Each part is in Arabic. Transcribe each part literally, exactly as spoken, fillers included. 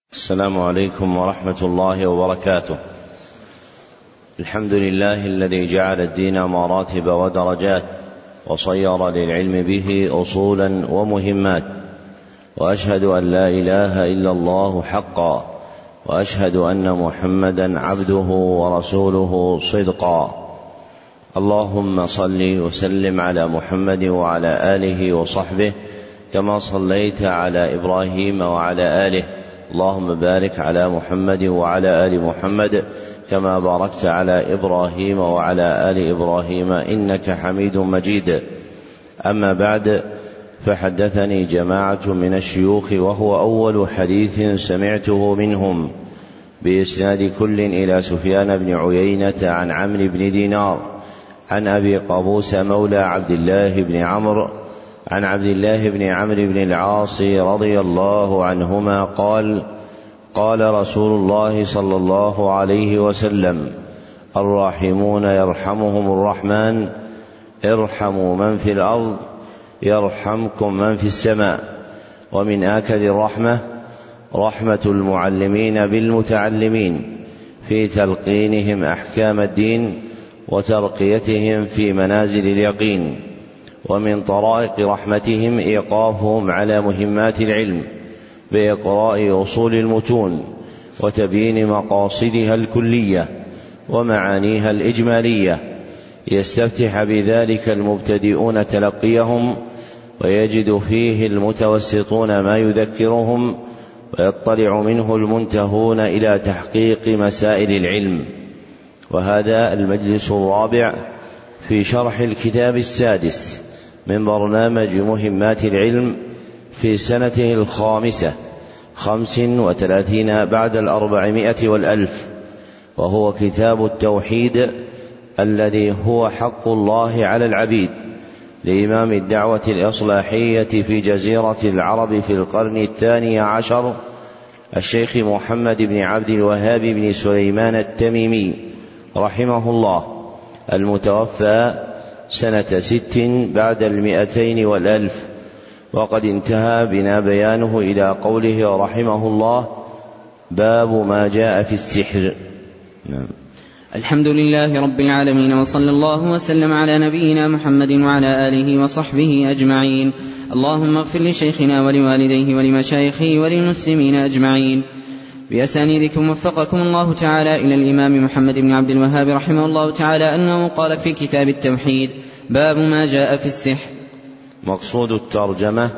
السلام عليكم ورحمة الله وبركاته. الحمد لله الذي جعل الدين مراتب ودرجات وصير للعلم به أصولا ومهمات، وأشهد أن لا إله إلا الله حقا، وأشهد أن محمدا عبده ورسوله صدقا. اللهم صل وسلم على محمد وعلى آله وصحبه كما صليت على إبراهيم وعلى آله. اللهم بارك على محمد وعلى آل محمد كما باركت على إبراهيم وعلى آل إبراهيم إنك حميد مجيد. أما بعد، فحدثني جماعة من الشيوخ وهو أول حديث سمعته منهم بإسناد كل إلى سفيان بن عيينة عن عمرو بن دينار عن أبي قابوس مولى عبد الله بن عمرو عن عبد الله بن عمرو بن العاص رضي الله عنهما قال: قال رسول الله صلى الله عليه وسلم: الراحمون يرحمهم الرحمن، ارحموا من في الأرض يرحمكم من في السماء. ومن آكد الرحمة رحمة المعلمين بالمتعلمين في تلقينهم أحكام الدين وترقيتهم في منازل اليقين. ومن طرائق رحمتهم إيقافهم على مهمات العلم بإقراء أصول المتون وتبيين مقاصدها الكلية ومعانيها الإجمالية، يستفتح بذلك المبتدئون تلقيهم، ويجد فيه المتوسطون ما يذكرهم، ويطلع منه المنتهون إلى تحقيق مسائل العلم. وهذا المجلس الرابع في شرح الكتاب السادس من برنامج مهمات العلم في سنته الخامسة خمس وثلاثين بعد الأربعمائة والألف، وهو كتاب التوحيد الذي هو حق الله على العبيد لإمام الدعوة الإصلاحية في جزيرة العرب في القرن الثاني عشر الشيخ محمد بن عبد الوهاب بن سليمان التميمي رحمه الله، المتوفى سنة ست بعد المئتين والألف. وقد انتهى بنا بيانه إلى قوله رحمه الله: باب ما جاء في السحر. نعم. الحمد لله رب العالمين، وصلى الله وسلم على نبينا محمد وعلى آله وصحبه أجمعين. اللهم اغفر لشيخنا ولوالديه ولمشايخه وللمسلمين أجمعين. بأسانيدكم وفقكم الله تعالى إلى الإمام محمد بن عبد الوهاب رحمه الله تعالى أنه قال في كتاب التوحيد: باب ما جاء في السحر. مقصود الترجمة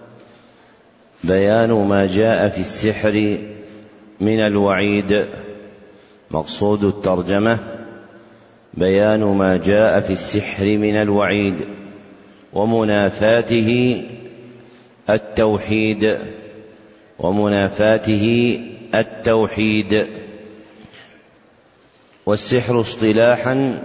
بيان ما جاء في السحر من الوعيد. مقصود الترجمة بيان ما جاء في السحر من الوعيد، ومنافاته التوحيد ومنافاته التوحيد. والسحر اصطلاحا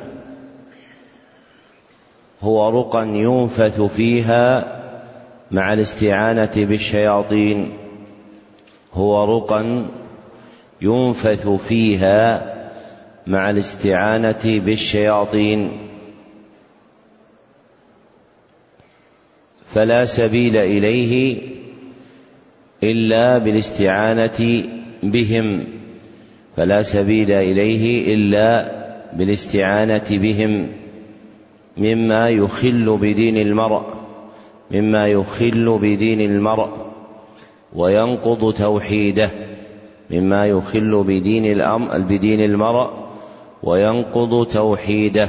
هو رقى ينفث فيها مع الاستعانة بالشياطين هو رقى ينفث فيها مع الاستعانة بالشياطين فلا سبيل إليه إلا بالاستعانة بهم فلا سبيل إليه إلا بالاستعانة بهم مما يخل بدين المرء مما يخل بدين المرء وينقض توحيده مما يخل بدين الأمر بدين المرء وينقض توحيده.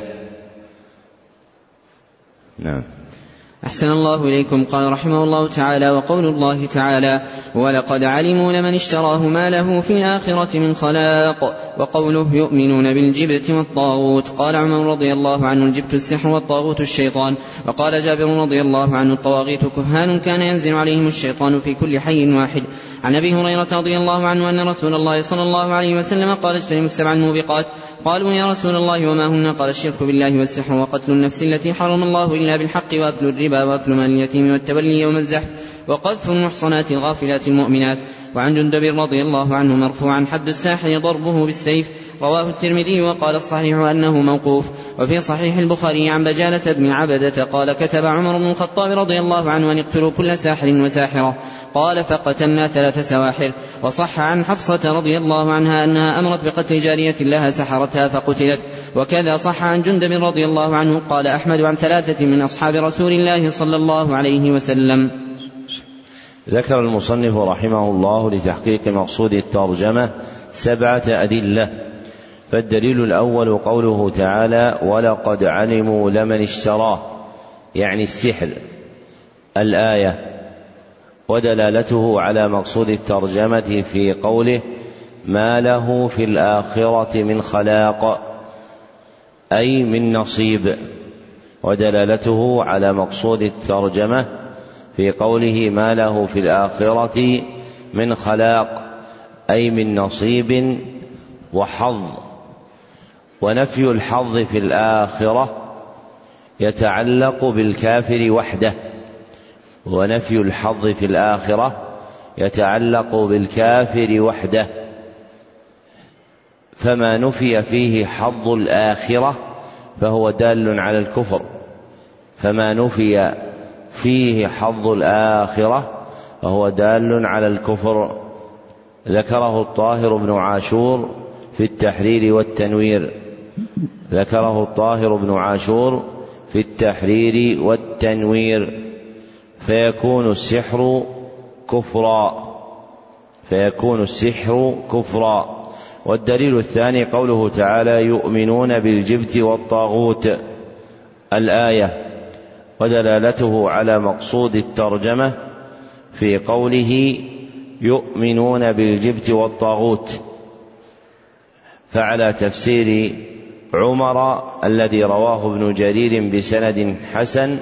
نعم. أحسن الله إليكم. قال رحمه الله تعالى: وقول الله تعالى: ولقد علموا لمن اشتراه ما له في الآخرة من خلاق. وقوله: يؤمنون بالجبت والطاغوت. قال عمر رضي الله عنه: الجبت السحر والطاغوت الشيطان. وقال جابر رضي الله عنه: الطواغيت كهان كان ينزل عليهم الشيطان في كل حي واحد. عن أبي هريرة رضي الله عنه أن رسول الله صلى الله عليه وسلم قال: اجتنبوا السبع الموبقات. قالوا: يا رسول الله وما هن؟ قال: الشرك بالله والسحر وقتل النفس التي حرم الله إلا بالحق وأكل الربا وأكل مال اليتيم والتولي يوم الزحف وقذف المحصنات الغافلات المؤمنات. وعن جندب رضي الله عنه مرفوعا: حد الساحر ضربه بالسيف. رواه الترمذي وقال الصحيح أنه موقوف. وفي صحيح البخاري عن بجالة بن عبدة قال: كتب عمر بن الخطاب رضي الله عنه أن يقتلوا كل ساحر وساحرة، قال: فقتلنا ثلاث سواحر. وصح عن حفصة رضي الله عنها أنها أمرت بقتل جارية لها سحرتها فقتلت. وكذا صح عن جندب رضي الله عنه قال أحمد عن ثلاثة من أصحاب رسول الله صلى الله عليه وسلم. ذكر المصنف رحمه الله لتحقيق مقصود الترجمة سبعة أدلة. فالدليل الأول قوله تعالى: ولقد علموا لمن اشتراه، يعني السحر، الآية، ودلالته على مقصود الترجمة في قوله: ما له في الآخرة من خلاق، أي من نصيب، ودلالته على مقصود الترجمة في قوله: ما له في الآخرة من خلاق، أي من نصيب وحظ. ونفي الحظ في الآخرة يتعلق بالكافر وحده، ونفي الحظ في الآخرة يتعلق بالكافر وحده، فما نفي فيه حظ الآخرة فهو دال على الكفر، فما نفي فيه حظ الآخرة فهو دال على الكفر. ذكره الطاهر بن عاشور في التحرير والتنوير ذكره الطاهر بن عاشور في التحرير والتنوير فيكون السحر كفرا فيكون السحر كفرا. والدليل الثاني قوله تعالى: يؤمنون بالجبت والطاغوت، الآية، ودلالته على مقصود الترجمة في قوله: يؤمنون بالجبت والطاغوت، فعلى تفسير عمر الذي رواه ابن جرير بسند حسن: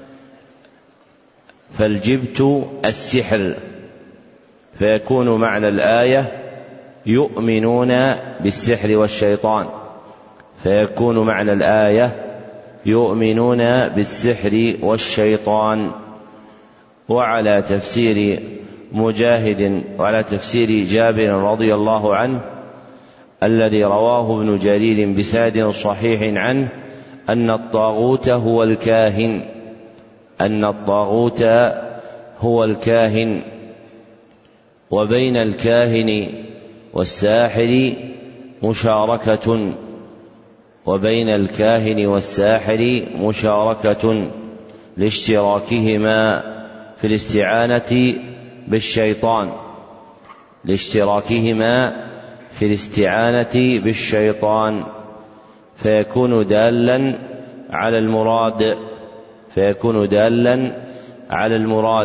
فالجبت السحر، فيكون معنى الآية يؤمنون بالسحر والشيطان فيكون معنى الآية يؤمنون بالسحر والشيطان. وعلى تفسير مجاهد وعلى تفسير جابر رضي الله عنه الذي رواه ابن جرير بسند صحيح عنه أن الطاغوت هو الكاهن أن الطاغوت هو الكاهن وبين الكاهن والساحر مشاركة وبين الكاهن والساحر مشاركة لاشتراكهما في الاستعانة بالشيطان لاشتراكهما في الاستعانة بالشيطان فيكون دالا على المراد فيكون دالا على المراد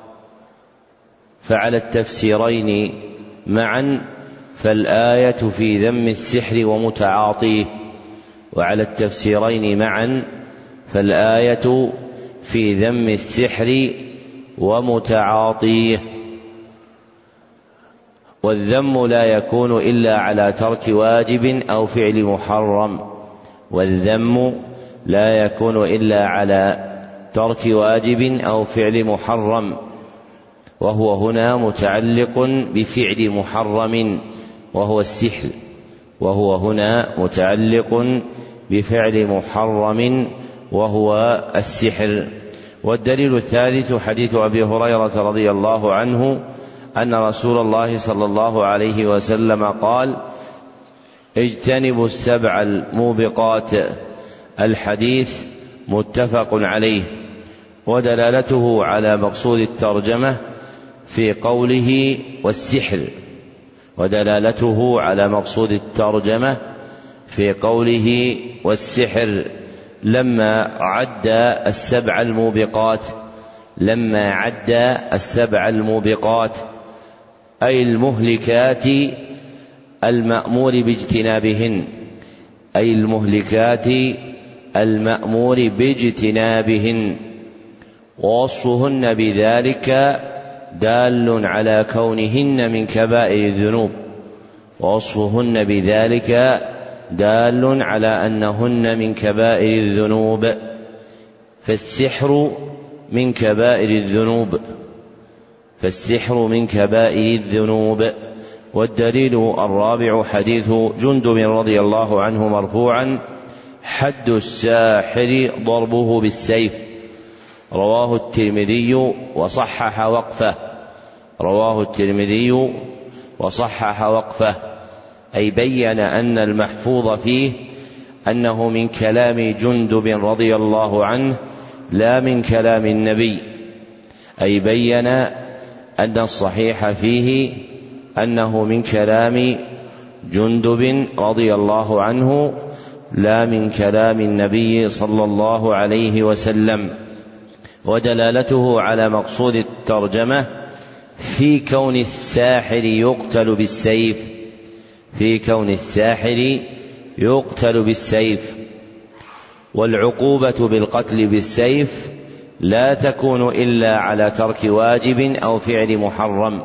فعلى التفسيرين معا فالآية في ذم السحر ومتعاطيه وعلى التفسيرين معا فالآية في ذم السحر ومتعاطيه. والذم لا يكون إلا على ترك واجب أو فعل محرم والذم لا يكون إلا على ترك واجب أو فعل محرم وهو هنا متعلق بفعل محرم وهو السحر وهو هنا متعلق بفعل محرم وهو السحر. والدليل الثالث حديث أبي هريرة رضي الله عنه أن رسول الله صلى الله عليه وسلم قال: اجتنبوا السبع الموبقات. الحديث متفق عليه. ودلالته على مقصود الترجمة في قوله والسحر ودلالته على مقصود الترجمة في قوله والسحر لما عد السبع الموبقات لما عد السبع الموبقات أي المهلكات المأمور باجتنابهن أي المهلكات المأمور باجتنابهن ووصفهن بذلك دال على كونهن من كبائر الذنوب ووصفهن بذلك دال على أنهن من كبائر الذنوب فالسحر من كبائر الذنوب فالسحر من كبائر الذنوب. والدليل الرابع حديث جندب رضي الله عنه مرفوعا: حد الساحر ضربه بالسيف. رواه الترمذي وصحح وقفه. رواه الترمذي وصحح وقفه أي بين أن المحفوظ فيه أنه من كلام جندب رضي الله عنه لا من كلام النبي، أي بين أن الصحيح فيه أنه من كلام جندب رضي الله عنه لا من كلام النبي صلى الله عليه وسلم. ودلالته على مقصود الترجمة في كون الساحر يقتل بالسيف، في كون الساحر يقتل بالسيف. والعقوبة بالقتل بالسيف لا تكون إلا على ترك واجب أو فعل محرم.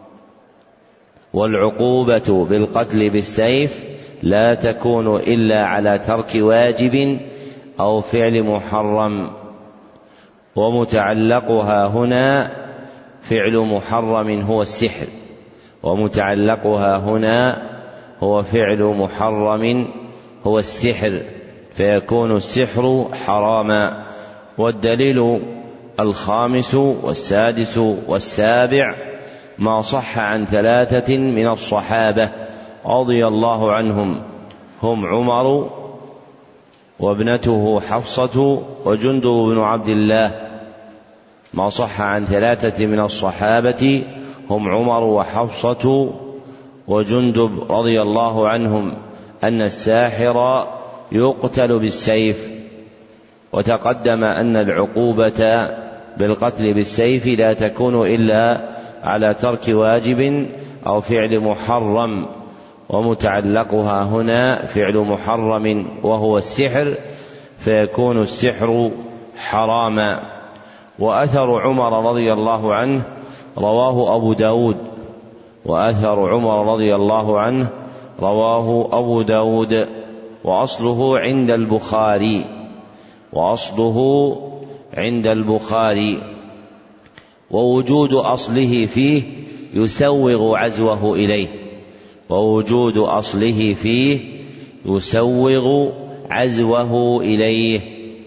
والعقوبة بالقتل بالسيف لا تكون إلا على ترك واجب أو فعل محرم. ومتعلقها هنا فعل محرم هو السحر، ومتعلقها هنا هو فعل محرم هو السحر، فيكون السحر حراما. والدليل الخامس والسادس والسابع ما صح عن ثلاثة من الصحابة رضي الله عنهم، هم عمر وابنته حفصة وجندب بن عبد الله. ما صح عن ثلاثة من الصحابة هم عمر وحفصة وجندب رضي الله عنهم أن الساحر يقتل بالسيف. وتقدم أن العقوبة بالقتل بالسيف لا تكون إلا على ترك واجب أو فعل محرم، ومتعلقها هنا فعل محرم وهو السحر، فيكون السحر حراما. وأثر عمر رضي الله عنه رواه أبو داود وأثر عمر رضي الله عنه رواه أبو داود وأصله عند البخاري وأصله عند البخاري ووجود أصله فيه يسوغ عزوه إليه ووجود أصله فيه يسوغ عزوه إليه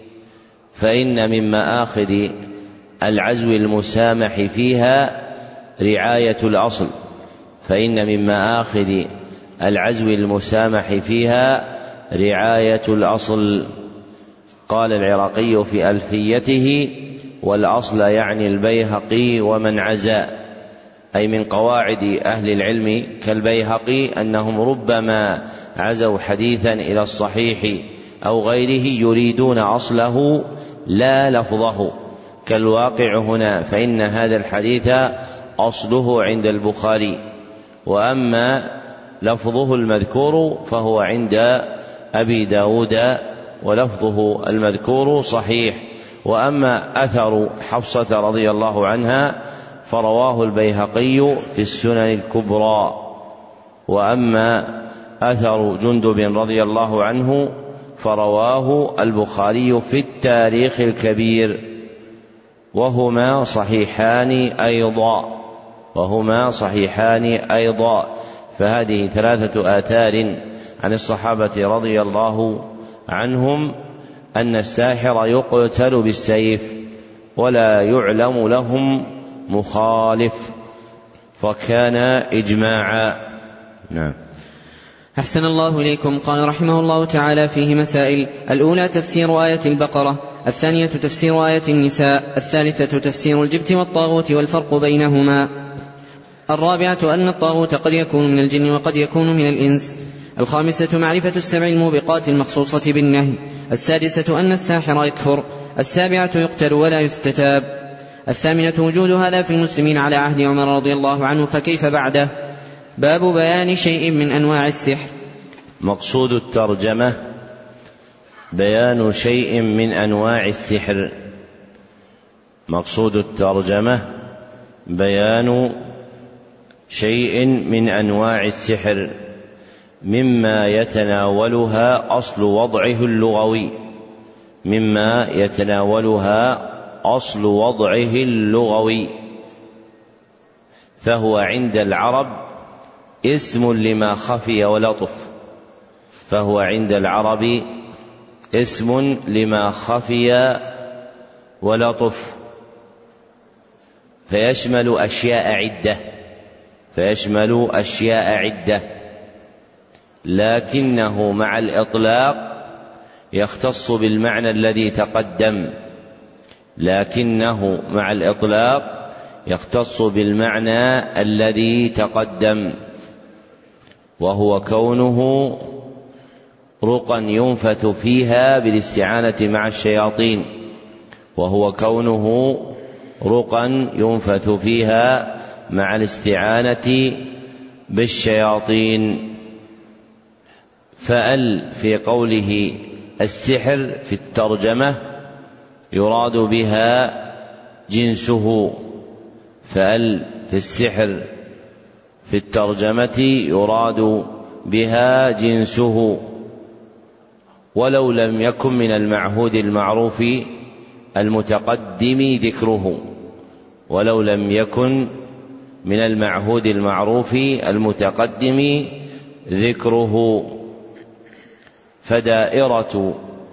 فإن من مآخذ العزو المسامح فيها رعاية الأصل فإن من مآخذ العزو المسامح فيها رعاية الأصل. قال العراقي في ألفيته: والأصل يعني البيهقي ومن عزا، أي من قواعد أهل العلم كالبيهقي أنهم ربما عزوا حديثا إلى الصحيح أو غيره يريدون أصله لا لفظه، كالواقع هنا، فإن هذا الحديث أصله عند البخاري، وأما لفظه المذكور فهو عند أبي داود ولفظه المذكور صحيح. وأما أثر حفصة رضي الله عنها فرواه البيهقي في السنن الكبرى، وأما أثر جندب رضي الله عنه فرواه البخاري في التاريخ الكبير، وهما صحيحان أيضا وهما صحيحان أيضا فهذه ثلاثة آثار عن الصحابة رضي الله عنهم أن الساحر يقتل بالسيف ولا يعلم لهم مخالف، فكان إجماعا. نعم. أحسن الله إليكم. قال رحمه الله تعالى فيه مسائل: الأولى تفسير آية البقرة، الثانية تفسير آية النساء، الثالثة تفسير الجبت والطاغوت والفرق بينهما، الرابعة أن الطاغوت قد يكون من الجن وقد يكون من الإنس، الخامسة معرفة السبع الموبقات المخصوصة بالنهي، السادسة أن الساحر يكفر، السابعة يقتل ولا يستتاب، الثامنة وجود هذا في المسلمين على عهد عمر رضي الله عنه، فكيف بعده؟ باب بيان شيء من أنواع السحر. مقصود الترجمة بيان شيء من أنواع السحر. مقصود الترجمة بيان شيء من أنواع السحر مما يتناولها أصل وضعه اللغوي مما يتناولها أصل وضعه اللغوي فهو عند العرب اسم لما خفي ولطف فهو عند العرب اسم لما خفي ولطف فيشمل أشياء عدة فيشمل أشياء عدة لكنه مع الإطلاق يختص بالمعنى الذي تقدم لكنه مع الإطلاق يختص بالمعنى الذي تقدم وهو كونه رقا ينفث فيها بالاستعانة مع الشياطين وهو كونه رقا ينفث فيها مع الاستعانة بالشياطين. فأل في قوله السحر في الترجمة يراد بها جنسه فأل في السحر في الترجمة يراد بها جنسه ولو لم يكن من المعهود المعروف المتقدم ذكره ولو لم يكن من المعهود المعروف المتقدم ذكره فدائرة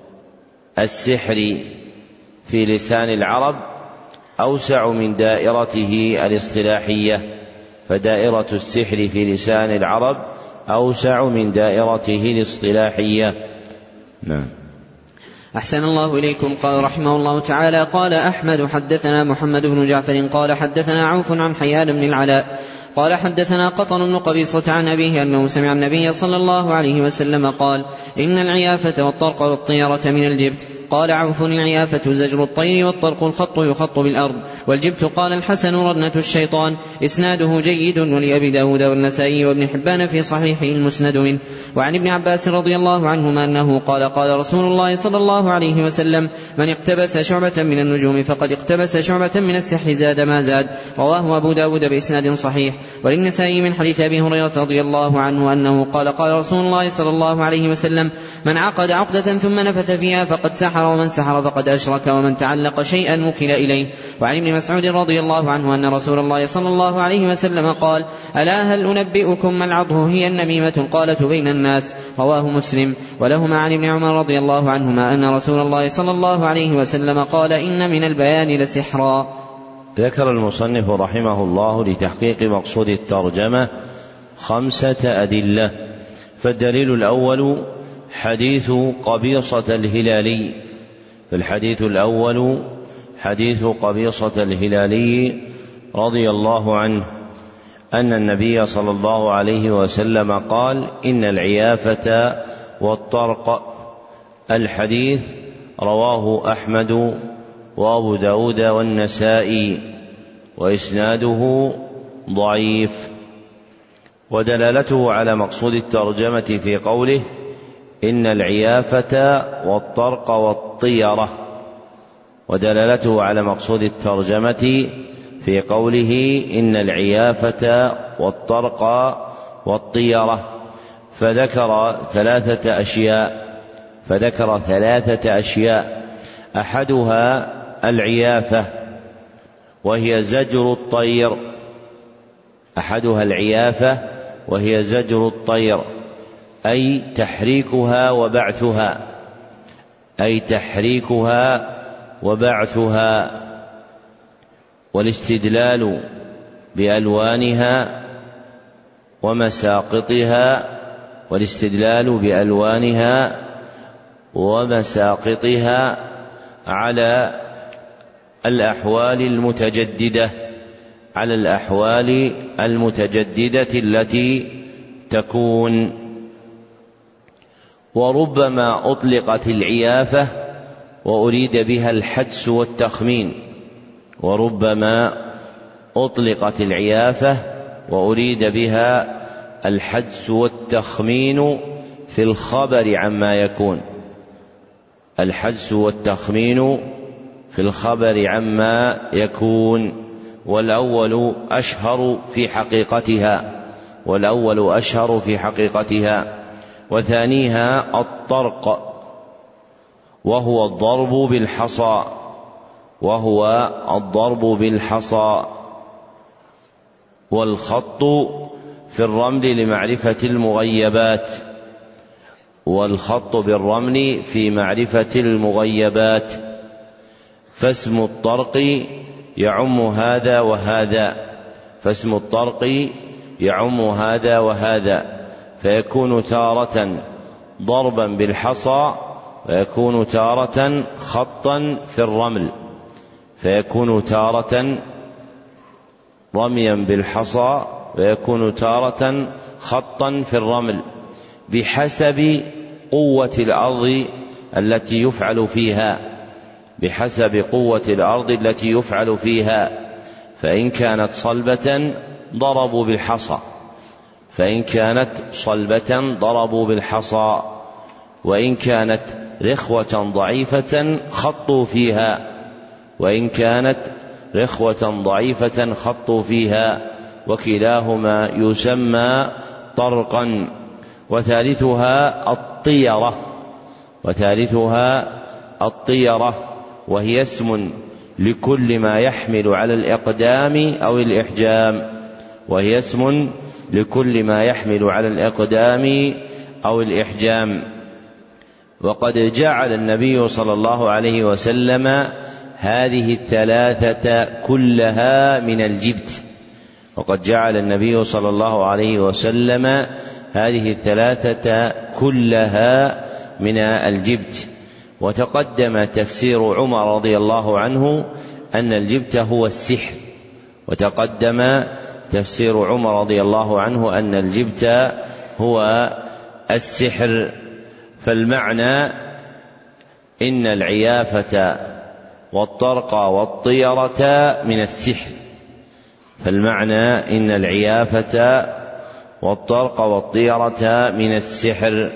السحر في لسان العرب أوسع من دائرته الاصطلاحية فدائرة السحر في لسان العرب أوسع من دائرته الاصطلاحية. نعم. أحسن الله إليكم. قال رحمه الله تعالى قال أحمد حدثنا محمد بن جعفر قال حدثنا عوف عن حيان بن العلاء قال حدثنا قطن بن قبيصة عن أبيه أنه سمع النبي صلى الله عليه وسلم قال إن العيافة والطرق والطيرة من الجبت. قال عوف العيافة زجر الطير والطرق الخط يخط بالأرض والجبت قال الحسن رنة الشيطان. إسناده جيد ولأبي داود والنسائي وابن حبان في صحيحه المسند منه. وعن ابن عباس رضي الله عنهما أنه قال قال رسول الله صلى الله عليه وسلم من اقتبس شعبة من النجوم فقد اقتبس شعبة من السحر زاد ما زاد. رواه أبو داود بإسناد صحيح. وللنسائي من حديث أبي هريرة رضي الله عنه أنه قال قال رسول الله صلى الله عليه وسلم من عقد عقدة ثم نفث فيها فقد سحر ومن سحر فقد أشرك ومن تعلق شيئا وكل إليه. وعن ابن مسعود رضي الله عنه أن رسول الله صلى الله عليه وسلم قال ألا هل أنبئكم ما العضه هي النميمة القالة بين الناس. رواه مسلم. ولهما عن ابن عمر رضي الله عنهما أن رسول الله صلى الله عليه وسلم قال إن من البيان لسحرا. ذكر المصنف رحمه الله لتحقيق مقصود الترجمة خمسة أدلة. فالدليل الأول حديث قبيصة الهلالي فالحديث الأول حديث قبيصة الهلالي رضي الله عنه أن النبي صلى الله عليه وسلم قال إن العيافة والطرق. الحديث رواه أحمد وأبو داود والنسائي وإسناده ضعيف. ودلالته على مقصود الترجمة في قوله إن العيافة والطرق والطيرة ودلالته على مقصود الترجمة في قوله إن العيافة والطرق والطيرة فذكر ثلاثة أشياء فذكر ثلاثة أشياء أحدها العيافة وهي زجر الطير أحدها العيافة وهي زجر الطير أي تحريكها وبعثها أي تحريكها وبعثها والاستدلال بألوانها ومساقطها والاستدلال بألوانها ومساقطها على الأحوال المتجددة على الأحوال المتجددة التي تكون. وربما أطلقت العيافة وأريد بها الحدس والتخمين وربما أطلقت العيافة وأريد بها الحدس والتخمين في الخبر عما يكون الحدس والتخمين في الخبر عما يكون والأول أشهر في حقيقتها والأول أشهر في حقيقتها وثانيها الطرق وهو الضرب بالحصى وهو الضرب بالحصى والخط في الرمل لمعرفة المغيبات والخط بالرمل في معرفة المغيبات. فاسم الطرق يعم هذا وهذا فاسم الطرق يعم هذا وهذا فيكون تارة ضربا بالحصى ويكون تارة خطا في الرمل فيكون تارة رميا بالحصى ويكون تارة خطا في الرمل بحسب قوة الأرض التي يفعل فيها بحسب قوة الأرض التي يفعل فيها فإن كانت صلبة ضربوا بالحصى فإن كانت صلبة ضربوا بالحصى وإن كانت رخوة ضعيفة خطوا فيها وإن كانت رخوة ضعيفة خطوا فيها وكلاهما يسمى طرقا. وثالثها الطيرة وثالثها الطيرة وهي اسم لكل ما يحمل على الإقدام أو الإحجام وهي اسم لكل ما يحمل على الإقدام أو الإحجام. وقد جعل النبي صلى الله عليه وسلم هذه الثلاثة كلها من الجبت وقد جعل النبي صلى الله عليه وسلم هذه الثلاثة كلها من الجبت. وتقدم تفسير عمر رضي الله عنه أن الجبت هو السحر وتقدم تفسير عمر رضي الله عنه أن الجبت هو السحر. فالمعنى إن العيافة والطرق والطيرة من السحر فالمعنى إن العيافة والطرق والطيرة من السحر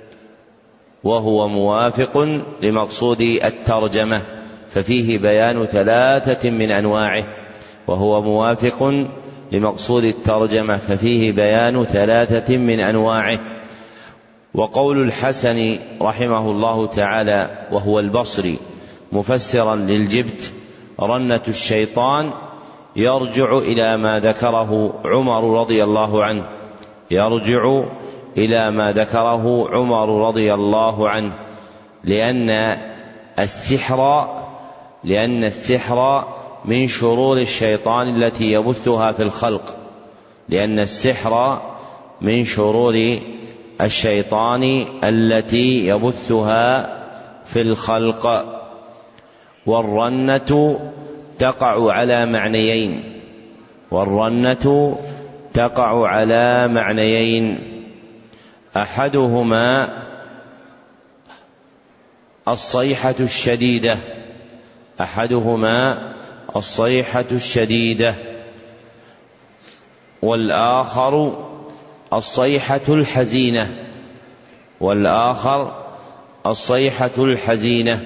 وهو موافق لمقصود الترجمة ففيه بيان ثلاثة من أنواعه وهو موافق لمقصود الترجمة ففيه بيان ثلاثة من أنواعه. وقول الحسن رحمه الله تعالى وهو البصري مفسرا للجبت رنة الشيطان يرجع إلى ما ذكره عمر رضي الله عنه يرجع إلى ما ذكره عمر رضي الله عنه لأن السحر لأن السحر من شرور الشيطان التي يبثها في الخلق لأن السحر من شرور الشيطان التي يبثها في الخلق. والرنة تقع على معنيين والرنة تقع على معنيين أحدهما الصيحة الشديدة أحدهما الصيحة الشديدة والآخر الصيحة الحزينة والآخر الصيحة الحزينة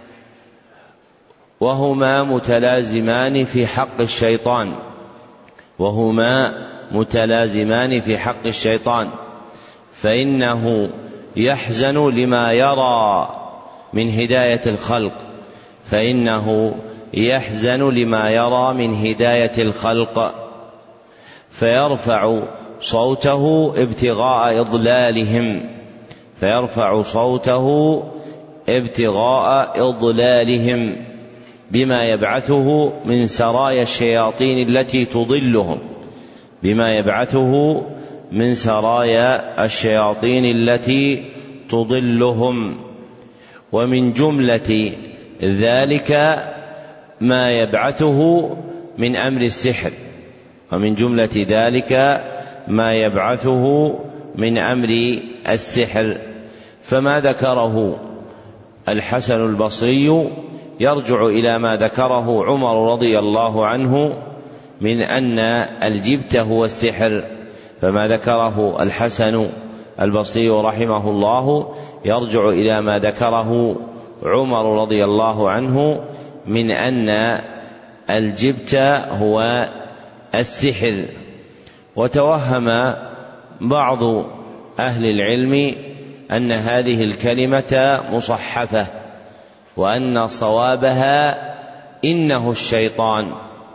وهما متلازمان في حق الشيطان وهما متلازمان في حق الشيطان فإنه يحزن لما يرى من هداية الخلق فإنه يحزن لما يرى من هداية الخلق فيرفع صوته ابتغاء إضلالهم فيرفع صوته ابتغاء إضلالهم بما يبعثه من سرايا الشياطين التي تضلهم بما يبعثه من سرايا الشياطين التي تضلهم. ومن جملة ذلك ما يبعثه من أمر السحر ومن جملة ذلك ما يبعثه من أمر السحر. فما ذكره الحسن البصري يرجع إلى ما ذكره عمر رضي الله عنه من أن الجبت هو السحر فما ذكره الحسن البصري رحمه الله يرجع إلى ما ذكره عمر رضي الله عنه من أن الجبت هو السحر. وتوهم بعض أهل العلم أن هذه الكلمة مصحفة وأن صوابها إنه الشيطان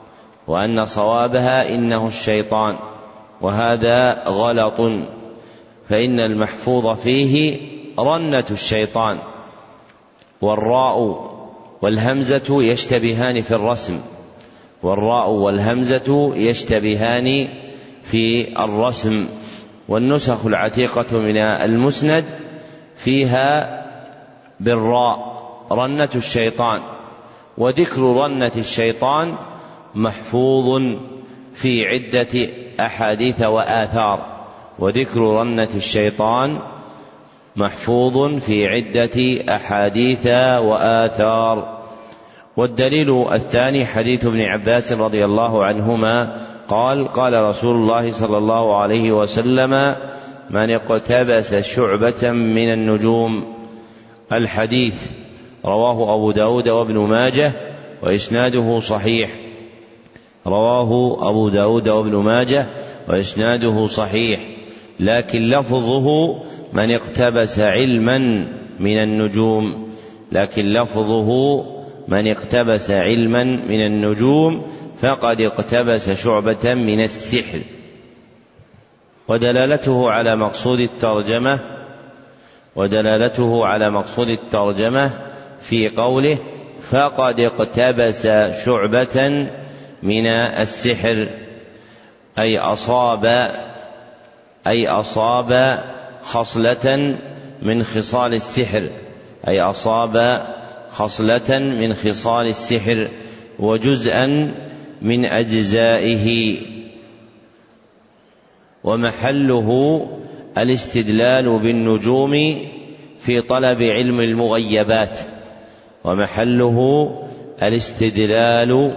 وأن صوابها إنه الشيطان، وهذا غلط، فإن المحفوظ فيه رنة الشيطان، والراء والهمزة يشتبهان في الرسم والراء والهمزة يشتبهان في الرسم والنسخ العتيقة من المسند فيها بالراء رنة الشيطان، وذكر رنة الشيطان محفوظ في عدة أحاديث وآثار وذكر رنة الشيطان محفوظ في عدة أحاديث وآثار. والدليل الثاني حديث ابن عباس رضي الله عنهما قال: قال رسول الله صلى الله عليه وسلم: من اقتبس شعبة من النجوم. الحديث رواه أبو داود وابن ماجه وإسناده صحيح رواه أبو داود وابن ماجه وإسناده صحيح، لكن لفظه من اقتبس علما من النجوم لكن لفظه من اقتبس علما من النجوم فقد اقتبس شعبة من السحر. ودلالته على مقصود الترجمة ودلالته على مقصود الترجمة في قوله: فقد اقتبس شعبة من السحر، أي أصاب أي أصاب خصلة من خصال السحر أي أصاب خصلة من خصال السحر وجزءا من أجزائه. ومحله الاستدلال بالنجوم في طلب علم المغيبات ومحله الاستدلال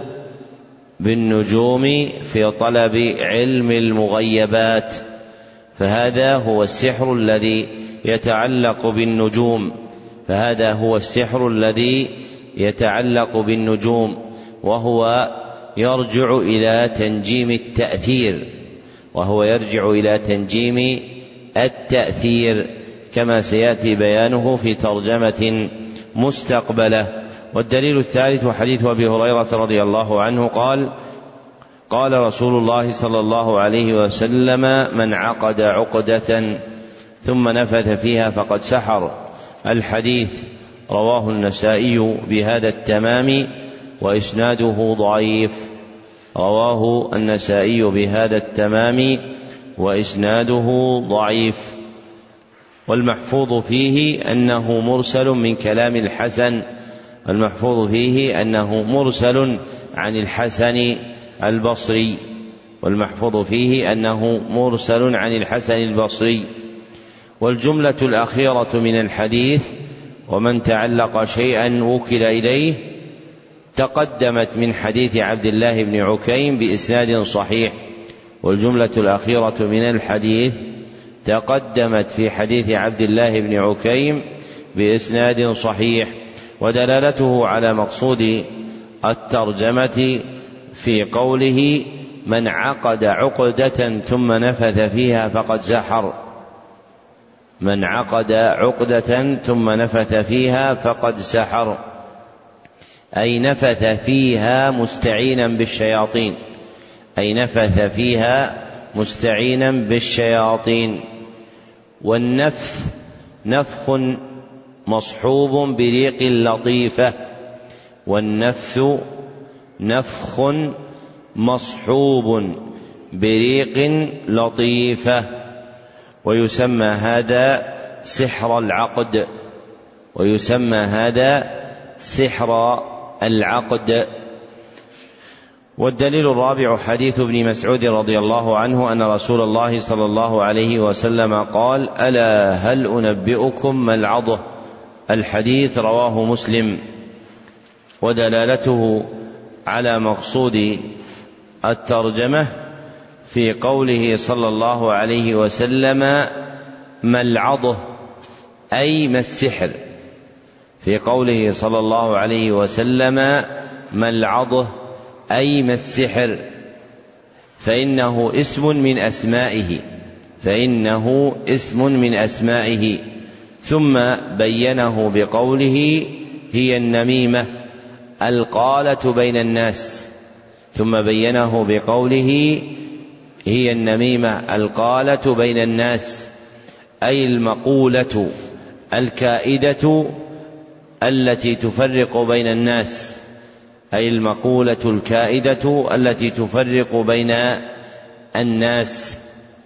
بالنجوم في طلب علم المغيبات فهذا هو السحر الذي يتعلق بالنجوم فهذا هو السحر الذي يتعلق بالنجوم وهو يرجع إلى تنجيم التأثير وهو يرجع إلى تنجيم التأثير كما سيأتي بيانه في ترجمة مستقبلة. والدليل الثالث حديث أبي هريرة رضي الله عنه قال: قال رسول الله صلى الله عليه وسلم: من عقد عقدة ثم نفث فيها فقد سحر. الحديث رواه النسائي بهذا التمام وإسناده ضعيف رواه النسائي بهذا التمام وإسناده ضعيف. والمحفوظ فيه أنه مرسل من كلام الحسن المحفوظ فيه أنه مرسل عن الحسن البصري والمحفوظ فيه أنه مرسل عن الحسن البصري. والجملة الأخيرة من الحديث: ومن تعلق شيئا وكل إليه، تقدمت من حديث عبد الله بن عكيم بإسناد صحيح. والجملة الأخيرة من الحديث تقدمت في حديث عبد الله بن عكيم بإسناد صحيح. ودلالته على مقصود الترجمة في قوله: من عقد عقدة ثم نفث فيها فقد سحر. من عقد عقدة ثم نفث فيها فقد سحر، أي نفث فيها مستعينا بالشياطين أي نفث فيها مستعينا بالشياطين. والنفث نفخ مصحوب بريق لطيفة والنفث نفخ مصحوب بريق لطيفة ويسمى هذا سحر العقد ويسمى هذا سحر العقد. والدليل الرابع حديث ابن مسعود رضي الله عنه أن رسول الله صلى الله عليه وسلم قال: ألا هل أنبئكم ما العضه؟ الحديث رواه مسلم. ودلالته على مقصود الترجمة في قوله صلى الله عليه وسلم: ما العضه، أي ما السحر. في قوله صلى الله عليه وسلم: ما العضه، أي ما السحر، فإنه اسم من أسمائه فإنه اسم من أسمائه ثم بينه بقوله: هي النميمة القالة بين الناس ثم بينه بقوله هي النميمة القالة بين الناس، أي المقولة الكائدة التي تفرق بين الناس، أي المقولة الكائدة التي تفرق بين الناس.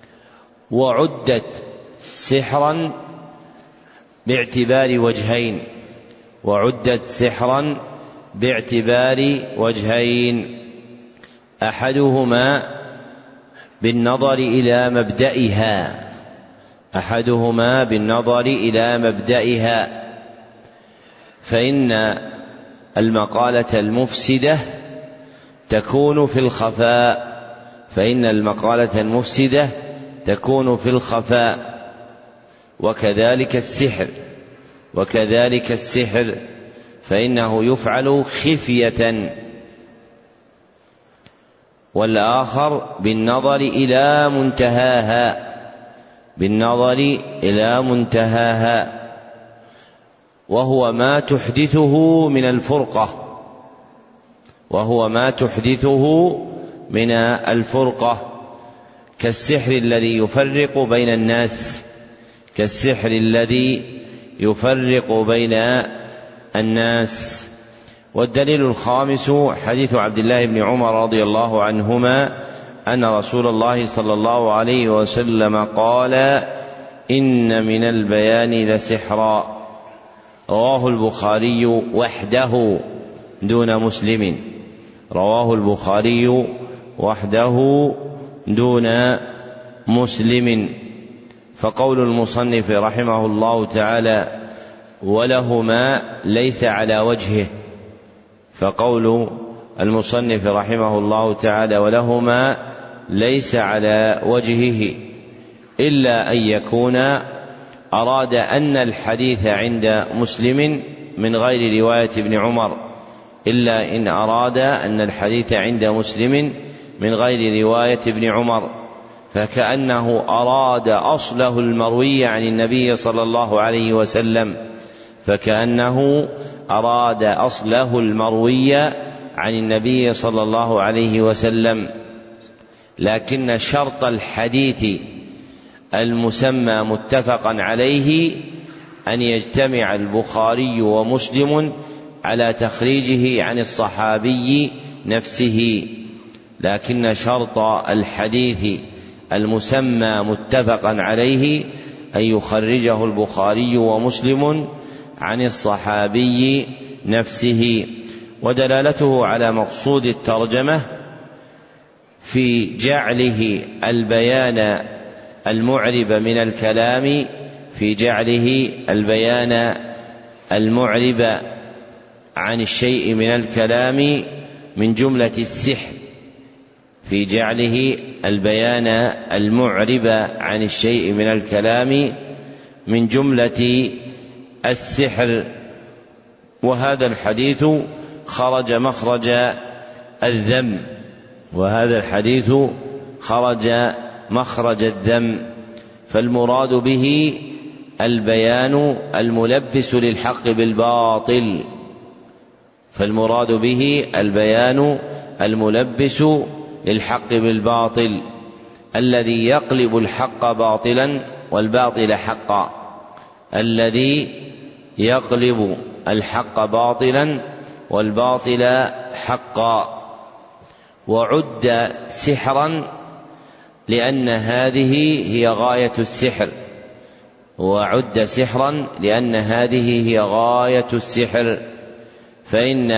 وعدت سحرا باعتبار وجهين، وعدت سحرا باعتبار وجهين، أحدهما بالنظر إلى مبدئها أحدهما بالنظر إلى مبدئها فإن المقالة المفسدة تكون في الخفاء فإن المقالة المفسدة تكون في الخفاء وكذلك السحر وكذلك السحر فإنه يفعل خفية. والآخر بالنظر إلى منتهاها بالنظر إلى منتهاها وهو ما تحدثه من الفرقة وهو ما تحدثه من الفرقة كالسحر الذي يفرق بين الناس كالسحر الذي يفرق بين الناس. والدليل الخامس حديث عبد الله بن عمر رضي الله عنهما أن رسول الله صلى الله عليه وسلم قال إن من البيان لسحرا، رواه البخاري وحده دون مسلم رواه البخاري وحده دون مسلم. فقول المصنف رحمه الله تعالى ولهما ليس على وجهه فقول المصنف رحمه الله تعالى ولهما ليس على وجهه إلا أن يكون أراد أن الحديث عند مسلم من غير رواية ابن عمر إلا إن أراد أن الحديث عند مسلم من غير رواية ابن عمر فكأنه أراد أصله المروي عن النبي صلى الله عليه وسلم فكأنه أراد أصله المروي عن النبي صلى الله عليه وسلم. لكن شرط الحديث المسمى متفقا عليه أن يجتمع البخاري ومسلم على تخريجه عن الصحابي نفسه، لكن شرط الحديث المسمى متفقا عليه أن يخرجه البخاري ومسلم عن الصحابي نفسه. ودلالته على مقصود الترجمة في جعله البيان المعرب من الكلام في جعله البيان المعرب عن الشيء من الكلام من جملة السحر في جعله البيان المعرب عن الشيء من الكلام من جملة السحر. وهذا الحديث خرج مخرج الذم وهذا الحديث خرج مخرج الذم فالمراد به البيان الملبس للحق بالباطل فالمراد به البيان الملبس للحق بالباطل الذي يقلب الحق باطلا والباطل حقا الذي يقلب الحق باطلا والباطل حقا. وعد سحرا لأن هذه هي غاية السحر وعد سحرا لأن هذه هي غاية السحر فإن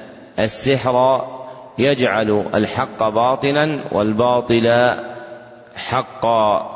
السحر يجعل الحق باطلا والباطل حقا.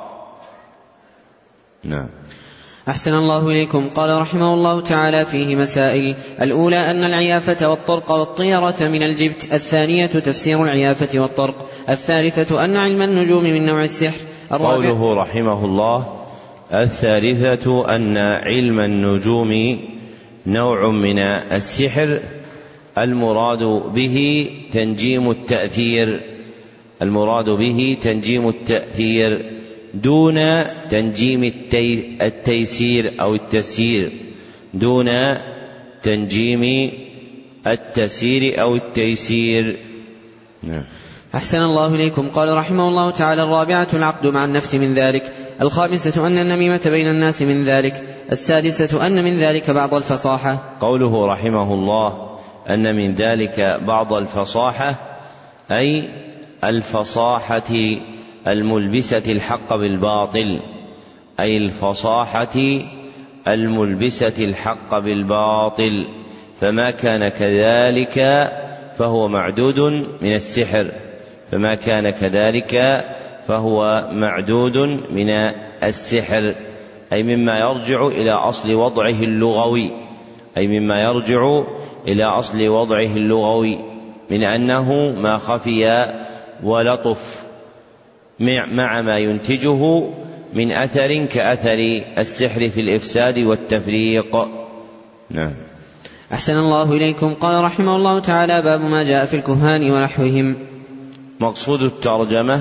نعم. أحسن الله إليكم. قال رحمه الله تعالى فيه مسائل: الأولى أن العيافة والطرق والطيرة من الجبت، الثانية تفسير العيافة والطرق، الثالثة أن علم النجوم من نوع السحر. قوله رحمه الله الثالثة أن علم النجوم نوع من السحر المراد به تنجيم التأثير المراد به تنجيم التأثير دون تنجيم التيسير أو التسيير دون تنجيم التسيير أو التيسير. نعم. أحسن الله إليكم. قال رحمه الله تعالى: الرابعة العقد مع النفث من ذلك. الخامسة أن النميمة بين الناس من ذلك. السادسة أن من ذلك بعض الفصاحة. قوله رحمه الله أن من ذلك بعض الفصاحة أي الفصاحة الملبسة الحق بالباطل، أي الفصاحة الملبسة الحق بالباطل، فما كان كذلك فهو معدود من السحر، فما كان كذلك فهو معدود من السحر، أي مما يرجع إلى أصل وضعه اللغوي، أي مما يرجع إلى أصل وضعه اللغوي من أنه ما خفي ولطف مع ما ينتجه من أثر كأثر السحر في الإفساد والتفريق. نعم. أحسن الله إليكم. قال رحمه الله تعالى: باب ما جاء في الكهان ونحوهم. مقصود الترجمة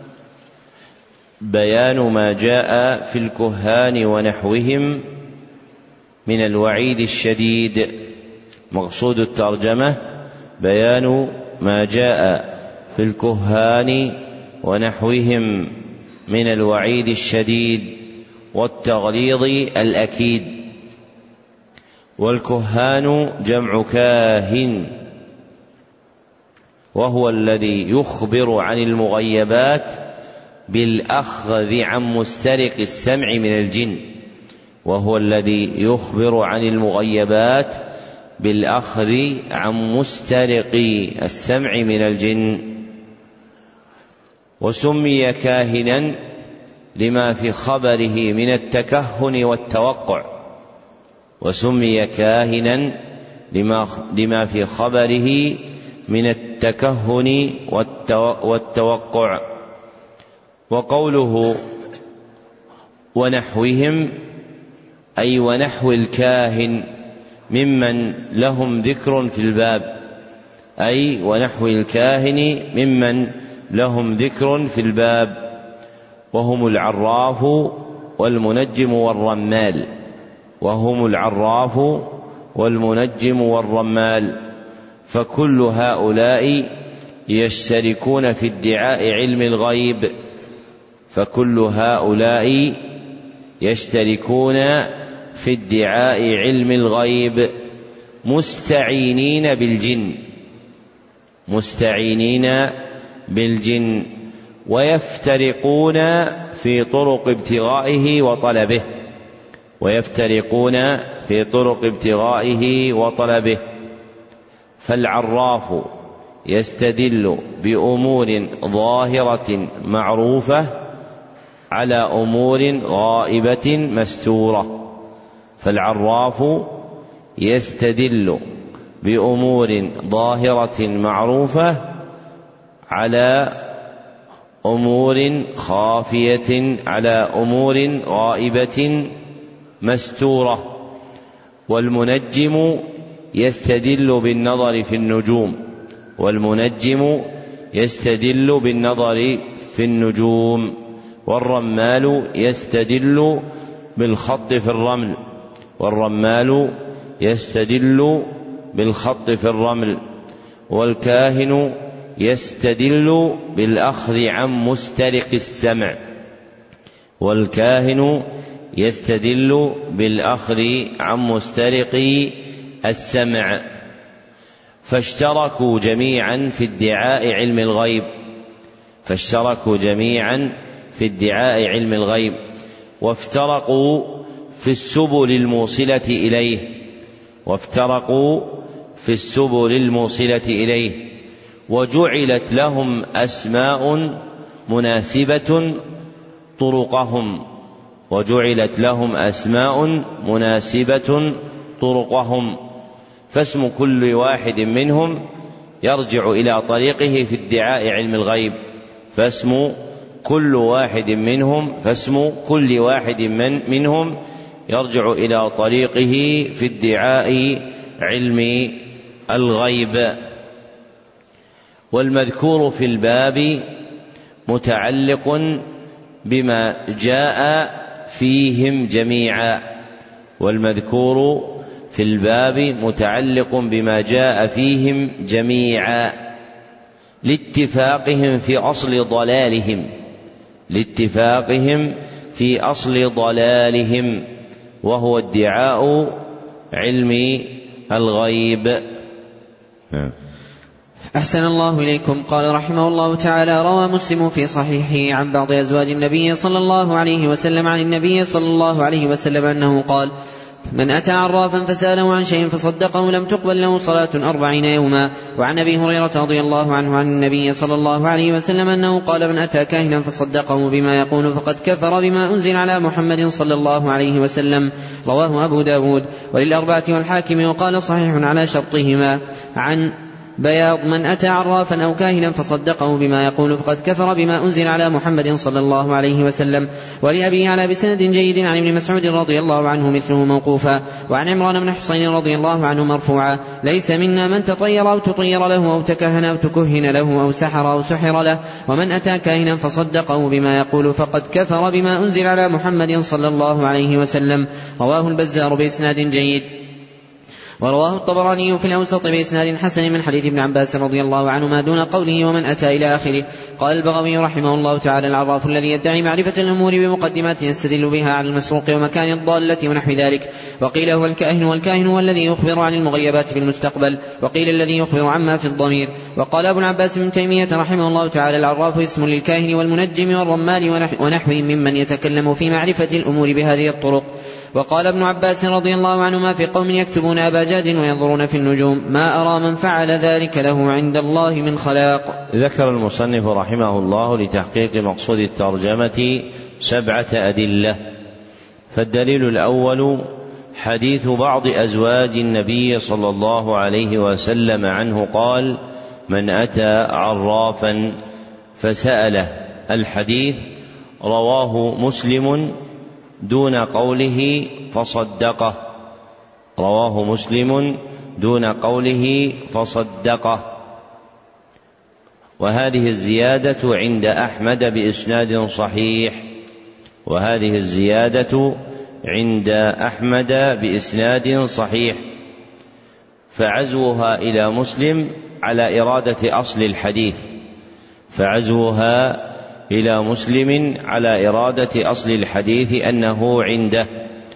بيان ما جاء في الكهان ونحوهم من الوعيد الشديد. مقصود الترجمة بيان ما جاء في الكهان ونحوهم من الوعيد الشديد والتغليظ الأكيد. والكهان جمع كاهن، وهو الذي يخبر عن المغيبات بالأخذ عن مسترق السمع من الجن، وهو الذي يخبر عن المغيبات بالأخذ عن مسترق السمع من الجن. وسمي كاهنا لما في خبره من التكهن والتوقع، وسمي كاهنا لما, لما في خبره من التكهن والتوقع. وقوله ونحوهم أي ونحو الكاهن ممن لهم ذكر في الباب، أي ونحو الكاهن ممن لهم ذكر في الباب، وهم العراف والمنجم والرمال، وهم العراف والمنجم والرمال، فكل هؤلاء يشتركون في ادعاء علم الغيب، فكل هؤلاء يشتركون في ادعاء علم الغيب مستعينين بالجن، مستعينين بالجن، ويفترقون في طرق ابتغائه وطلبه، ويفترقون في طرق ابتغائه وطلبه. فالعراف يستدل بأمور ظاهرة معروفة على أمور غائبة مستورة، فالعراف يستدل بأمور ظاهرة معروفة على أمور خافية، على أمور غائبة مستورة. والمنجم يستدل بالنظر في النجوم، والمنجم يستدل بالنظر في النجوم. والرمال يستدل بالخط في الرمل، والرمال يستدل بالخط في الرمل. والكاهن يستدل بالأخذ عن مسترق السمع، والكاهن يستدل بالأخذ عن مسترق السمع. فاشتركوا جميعا في ادعاء علم الغيب، فاشتركوا جميعا في ادعاء علم الغيب، وافترقوا في السبل الموصلة إليه، وافترقوا في السبل الموصلة إليه، وجعلت لهم أسماء مناسبة طرقهم، وجعلت لهم أسماء مناسبة طرقهم، فاسم كل واحد منهم يرجع إلى طريقه في ادعاء علم الغيب، فاسم كل واحد منهم فاسم كل واحد من منهم يرجع إلى طريقه في ادعاء علم الغيب. والمذكور في الباب متعلق بما جاء فيهم جميعا، والمذكور في الباب متعلق بما جاء فيهم جميعا، لاتفاقهم في أصل ضلالهم لاتفاقهم في أصل ضلالهم وهو ادعاء علم الغيب. أحسن الله إليكم. قال رحمه الله تعالى: روى مسلم في صحيحه عن بعض أزواج النبي صلى الله عليه وسلم عن النبي صلى الله عليه وسلم أنه قال: من أتى عرافا فسأله عن شيء فصدقه لم تقبل له صلاة أربعين يوما. وعن أبي هريرة رضي الله عنه عن النبي صلى الله عليه وسلم أنه قال: من أتى كاهنا فصدقه بما يقول فقد كفر بما أنزل على محمد صلى الله عليه وسلم. رواه أبو داود وللأربعة والحاكم وقال صحيح على شرطهما. عن بياض: من أتى عرافا أو كاهنا فصدقه بما يقول فقد كفر بما أنزل على محمد صلى الله عليه وسلم. ولأبي على بسند جيد عن ابن مسعود رضي الله عنه مثله موقوفا. وعن عمران بن حسين رضي الله عنه مرفوعا: ليس منا من تطير أو تطير له أو تكهن أو تكهن له أو سحر أو سحر له. ومن أتى كاهنا فصدقه بما يقول فقد كفر بما أنزل على محمد صلى الله عليه وسلم. رواه البزار بإسناد جيد. ورواه الطبراني في الأوسط بإسناد حسن من حديث ابن عباس رضي الله عنهما دون قوله ومن أتى إلى آخره. قال البغوي رحمه الله تعالى: العراف الذي يدعي معرفة الأمور بمقدمات يستدل بها على المسروق ومكان الضالة ونحو ذلك. وقيل هو الكاهن، والكاهن هو الذي يخبر عن المغيبات في المستقبل، وقيل الذي يخبر عما في الضمير. وقال أبو العباس بن تيمية رحمه الله تعالى: العراف اسم للكاهن والمنجم والرمال ونحوهم ممن يتكلم في معرفة الأمور بهذه الطرق. وقال ابن عباس رضي الله عنهما في قوم يكتبون أباجاد وينظرون في النجوم: ما أرى من فعل ذلك له عند الله من خلاق. ذكر المصنف رحمه الله لتحقيق مقصود الترجمة سبعة أدلة. فالدليل الأول حديث بعض أزواج النبي صلى الله عليه وسلم عنه قال: من أتى عرافا فسأله. الحديث رواه مسلم دون قوله فصدقه رواه مسلم دون قوله فصدقه وهذه الزيادة عند أحمد بإسناد صحيح وهذه الزيادة عند أحمد بإسناد صحيح فعزوها إلى مسلم على إرادة أصل الحديث فعزوها إلى مسلم على إرادة أصل الحديث أنه عنده.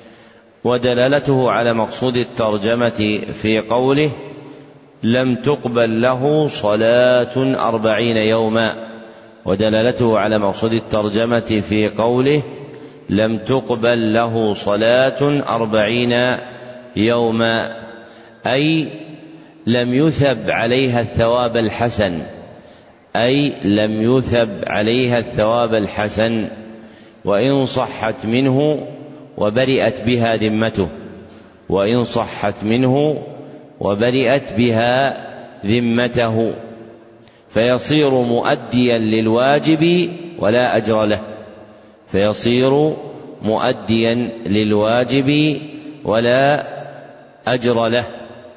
ودلالته على مقصود الترجمة في قوله: لم تقبل له صلاة أربعين يوما. ودلالته على مقصود الترجمة في قوله: لم تقبل له صلاة أربعين يوما، أي لم يثب عليها الثواب الحسن أي لم يثب عليها الثواب الحسن وإن صحت منه وبرئت بها ذمته وإن صحت منه وبرئت بها ذمته فيصير مؤديا للواجب ولا أجر له فيصير مؤديا للواجب ولا أجر له.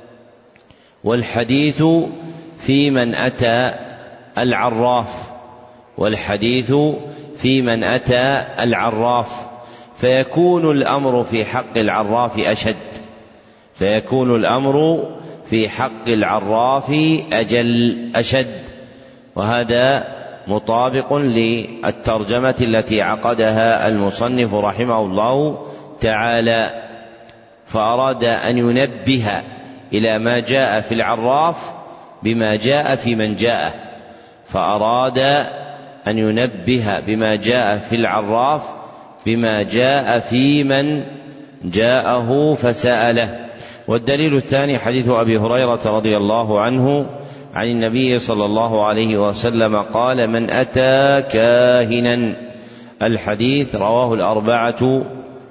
والحديث في من أتى العراف والحديث في من أتى العراف فيكون الأمر في حق العراف أشد فيكون الأمر في حق العراف أجل أشد وهذا مطابق للترجمة التي عقدها المصنف رحمه الله تعالى، فأراد أن ينبه إلى ما جاء في العراف بما جاء في من جاء فأراد أن ينبه بما جاء في العراف بما جاء في من جاءه فسأله. والدليل الثاني حديث أبي هريرة رضي الله عنه عن النبي صلى الله عليه وسلم قال: من أتى كاهنا. الحديث رواه الأربعة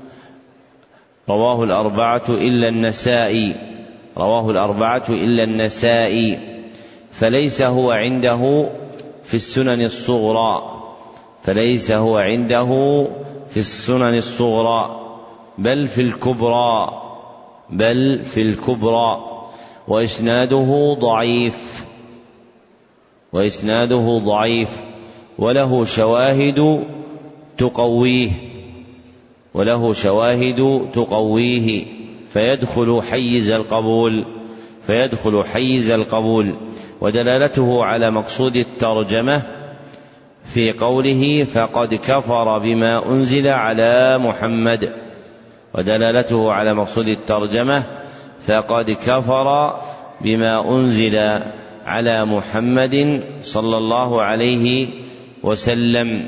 رواه الأربعة إلا النسائي رواه الأربعة إلا النسائي فليس هو عنده في السنن الصغرى فليس هو عنده في السنن الصغرى بل في الكبرى بل في الكبرى وإسناده ضعيف وإسناده ضعيف وله شواهد تقويه وله شواهد تقويه فيدخل حيز القبول فيدخل حيز القبول ودلالته على مقصود الترجمة في قوله فقد كفر بما أنزل على محمد، ودلالته على مقصود الترجمة فقد كفر بما أنزل على محمد صلى الله عليه وسلم.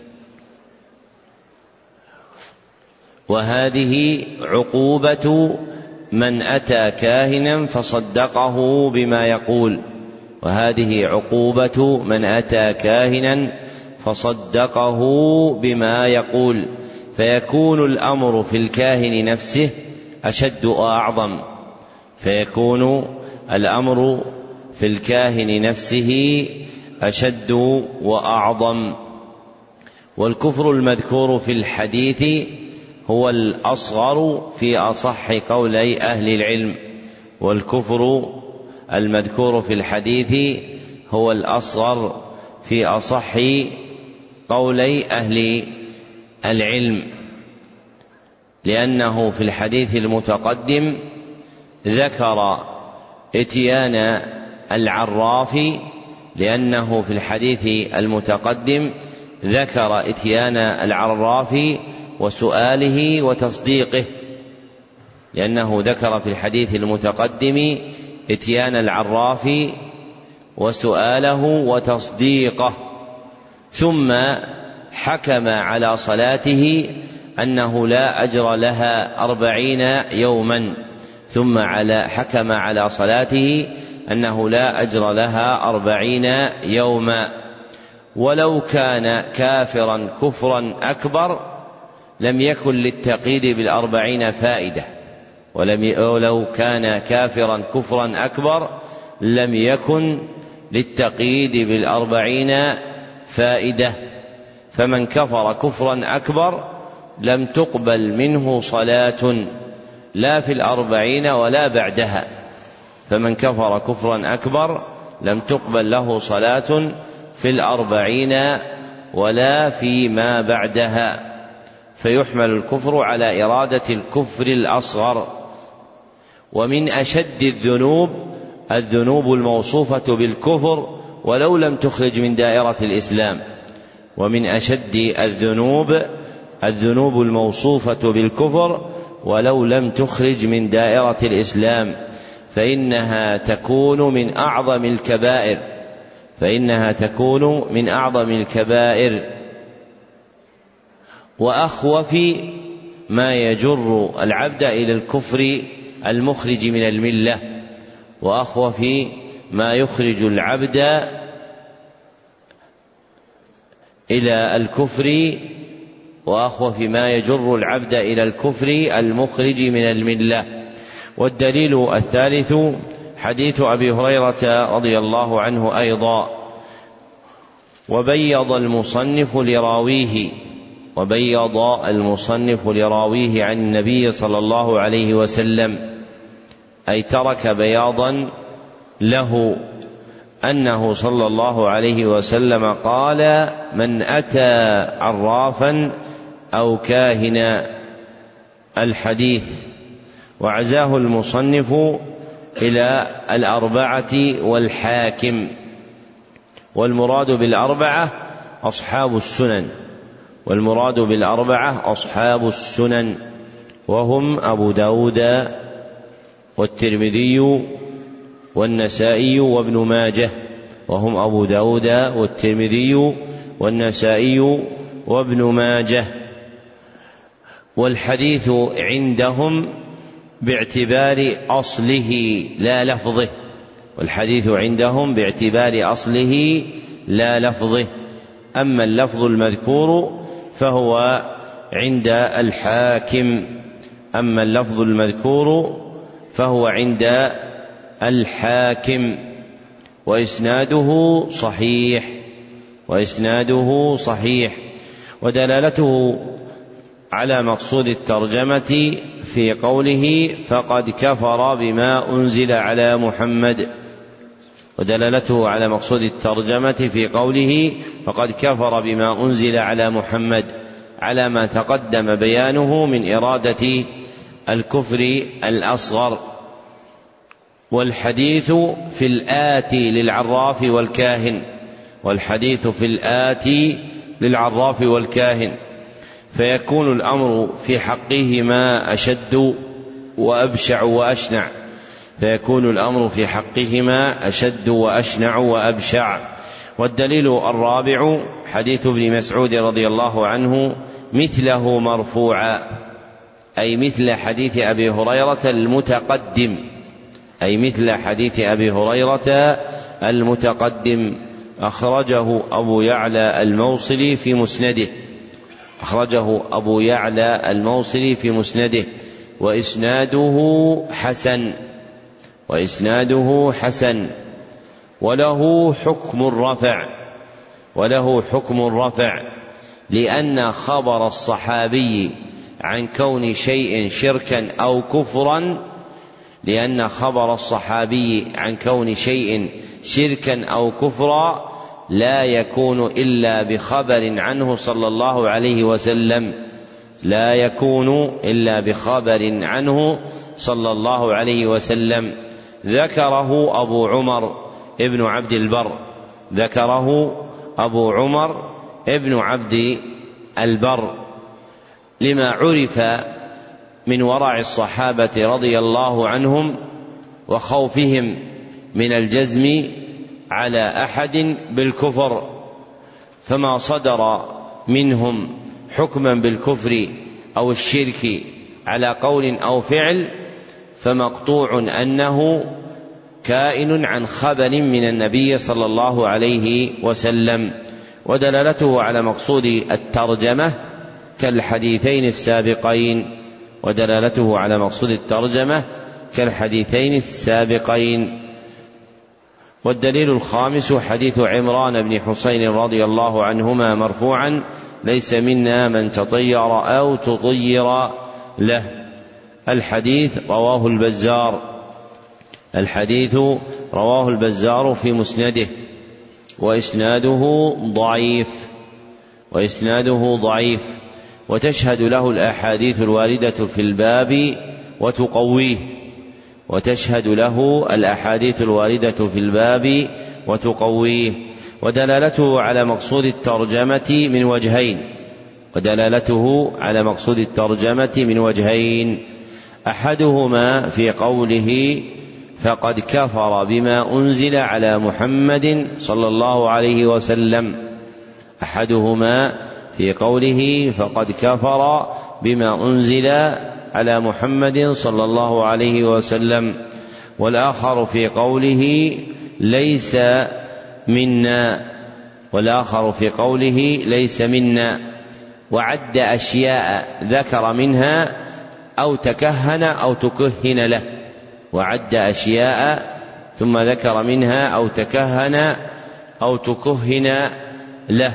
وهذه عقوبة من أتى كاهنا فصدقه بما يقول، وهذه عقوبة من أتى كاهنا فصدقه بما يقول، فيكون الأمر في الكاهن نفسه أشد وأعظم، فيكون الأمر في الكاهن نفسه أشد وأعظم. والكفر المذكور في الحديث هو الأصغر في أصح قولي أهل العلم، والكفر المذكور في الحديث هو الأصغر في أصح قولي أهل العلم، لأنه في الحديث المتقدم ذكر إتيان العراف لأنه في الحديث المتقدم ذكر إتيان العراف وسؤاله وتصديقه، لأنه ذكر في الحديث المتقدم إتيان العراف وسؤاله وتصديقه، ثم حكم على صلاته أنه لا أجر لها أربعين يوما، ثم على حكم على صلاته أنه لا أجر لها أربعين يوما. ولو كان كافرا كفرا أكبر لم يكن للتقييد بالأربعين فائدة، ولو كان كافرا كفرا أكبر لم يكن للتقييد بالأربعين فائدة. فمن كفر كفرا أكبر لم تقبل منه صلاة لا في الأربعين ولا بعدها، فمن كفر كفرا أكبر لم تقبل له صلاة في الأربعين ولا فيما بعدها، فيحمل الكفر على إرادة الكفر الأصغر. ومن أشد الذنوب الذنوب الموصوفة بالكفر ولو لم تخرج من دائرة الإسلام، ومن أشد الذنوب الذنوب الموصوفة بالكفر ولو لم تخرج من دائرة الإسلام، فإنها تكون من أعظم الكبائر فإنها تكون من أعظم الكبائر وأخوف ما يجر العبد إلى الكفر المخرج من الملة، وأخوف ما يخرج العبد إلى الكفر وأخوف ما يجر العبد إلى الكفر المخرج من الملة. والدليل الثالث حديث أبي هريرة رضي الله عنه أيضا. وبيض المصنف لراويه وبيض المصنف لراويه عن النبي صلى الله عليه وسلم، أي ترك بياضا له، أنه صلى الله عليه وسلم قال: من أتى عرافا أو كاهنا، الحديث. وعزاه المصنف إلى الأربعة والحاكم، والمراد بالأربعة أصحاب السنن والمراد بالأربعة أصحاب السنن وهم أبو داود والترمذي والنسائي وابن ماجه وهم أبو داود والترمذي والنسائي وابن ماجه. والحديث عندهم باعتبار أصله لا لفظه والحديث عندهم باعتبار أصله لا لفظه أما اللفظ المذكور فهو عند الحاكم أما اللفظ المذكور فهو عند الحاكم وإسناده صحيح وإسناده صحيح. ودلالته على مقصود الترجمة في قوله فقد كفر بما أنزل على محمد ودلالته على مقصود الترجمة في قوله فقد كفر بما أنزل على محمد على ما تقدم بيانه من إرادة الكفر الأصغر. والحديث في الآتي للعراف والكاهن والحديث في الآتي للعراف والكاهن فيكون الأمر في حقهما أشد وأبشع وأشنع فيكون الأمر في حقهما أشد وأشنع وأبشع. والدليل الرابع حديث ابن مسعود رضي الله عنه مثله مرفوعا، أي مثل حديث أبي هريرة المتقدم أي مثل حديث أبي هريرة المتقدم. أخرجه أبو يعلى الموصلي في مسنده أخرجه أبو يعلى الموصلي في مسنده وإسناده حسن وإسناده حسن وله حكم الرفع وله حكم الرفع لأن خبر الصحابي عن كون شيء شركا أو كفرا لأن خبر الصحابي عن كون شيء شركا أو كفرا لا يكون إلا بخبر عنه صلى الله عليه وسلم لا يكون إلا بخبر عنه صلى الله عليه وسلم. ذكره أبو عمر ابن عبد البر ذكره أبو عمر ابن عبد البر لما عرف من ورع الصحابة رضي الله عنهم وخوفهم من الجزم على أحد بالكفر، فما صدر منهم حكما بالكفر أو الشرك على قول أو فعل فمقطوع أنه كائن عن خبر من النبي صلى الله عليه وسلم. ودلالته على مقصود الترجمة كالحديثين السابقين ودلالته على مقصود الترجمة كالحديثين السابقين. والدليل الخامس حديث عمران بن حسين رضي الله عنهما مرفوعا ليس منا من تطير أو تطير له. الحديث رواه البزار الحديث رواه البزار في مسنده وإسناده ضعيف وإسناده ضعيف وتشهد له الأحاديث الواردة في الباب وتقويه وتشهد له الأحاديث الواردة في الباب وتقويه. ودلالته على مقصود الترجمة من وجهين ودلالته على مقصود الترجمة من وجهين أحدهما في قوله فقد كفر بما أنزل على محمد صلى الله عليه وسلم أحدهما في قوله فقد كفر بما أنزل على محمد صلى الله عليه وسلم والآخر في قوله ليس منا والآخر في قوله ليس منا وعد أشياء ذكر منها أو تكهن أو تكهن له وعد أشياء ثم ذكر منها أو تكهن أو تكهن له.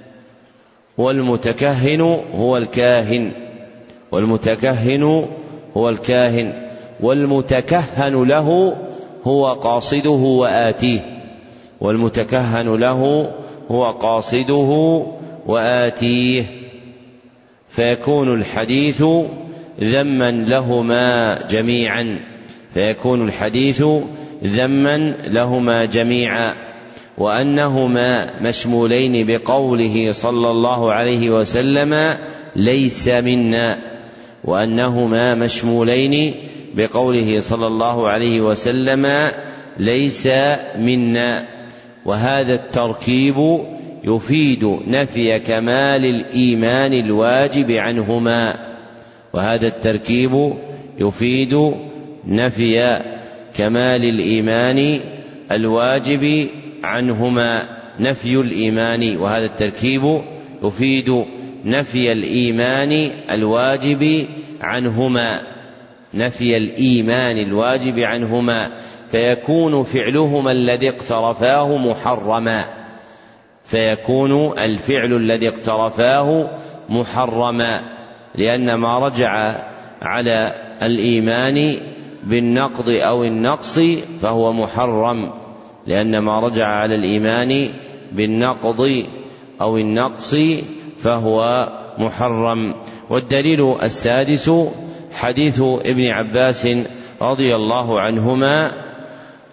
والمتكهن هو الكاهن والمتكهن هو الكاهن والمتكهن له هو قاصده وآتيه والمتكهن له هو قاصده وآتيه. فيكون الحديث ذما لهما جميعا فيكون الحديث ذما لهما جميعا وأنهما مشمولين بقوله صلى الله عليه وسلم ليس منا وأنهما مشمولين بقوله صلى الله عليه وسلم ليس منا. وهذا التركيب يفيد نفي كمال الإيمان الواجب عنهما وهذا التركيب يفيد نفي كمال الإيمان الواجب عنهما نفي الإيمان وهذا التركيب يفيد نفي الإيمان الواجب عنهما نفي الإيمان الواجب عنهما فيكون فعلهما الذي اقترفاه محرما فيكون الفعل الذي اقترفاه محرما لأن ما رجع على الإيمان بالنقض أو النقص فهو محرم لأن ما رجع على الإيمان بالنقض أو النقص فهو محرم. والدليل السادس حديث ابن عباس رضي الله عنهما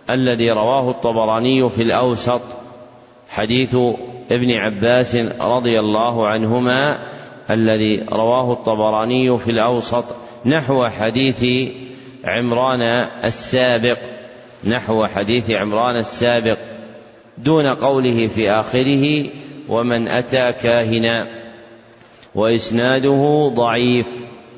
الذي رواه الطبراني في الأوسط حديث ابن عباس رضي الله عنهما الذي رواه الطبراني في الأوسط نحو حديث عمران السابق نحو حديث عمران السابق دون قوله في آخره ومن أتى كاهنا، وإسناده ضعيف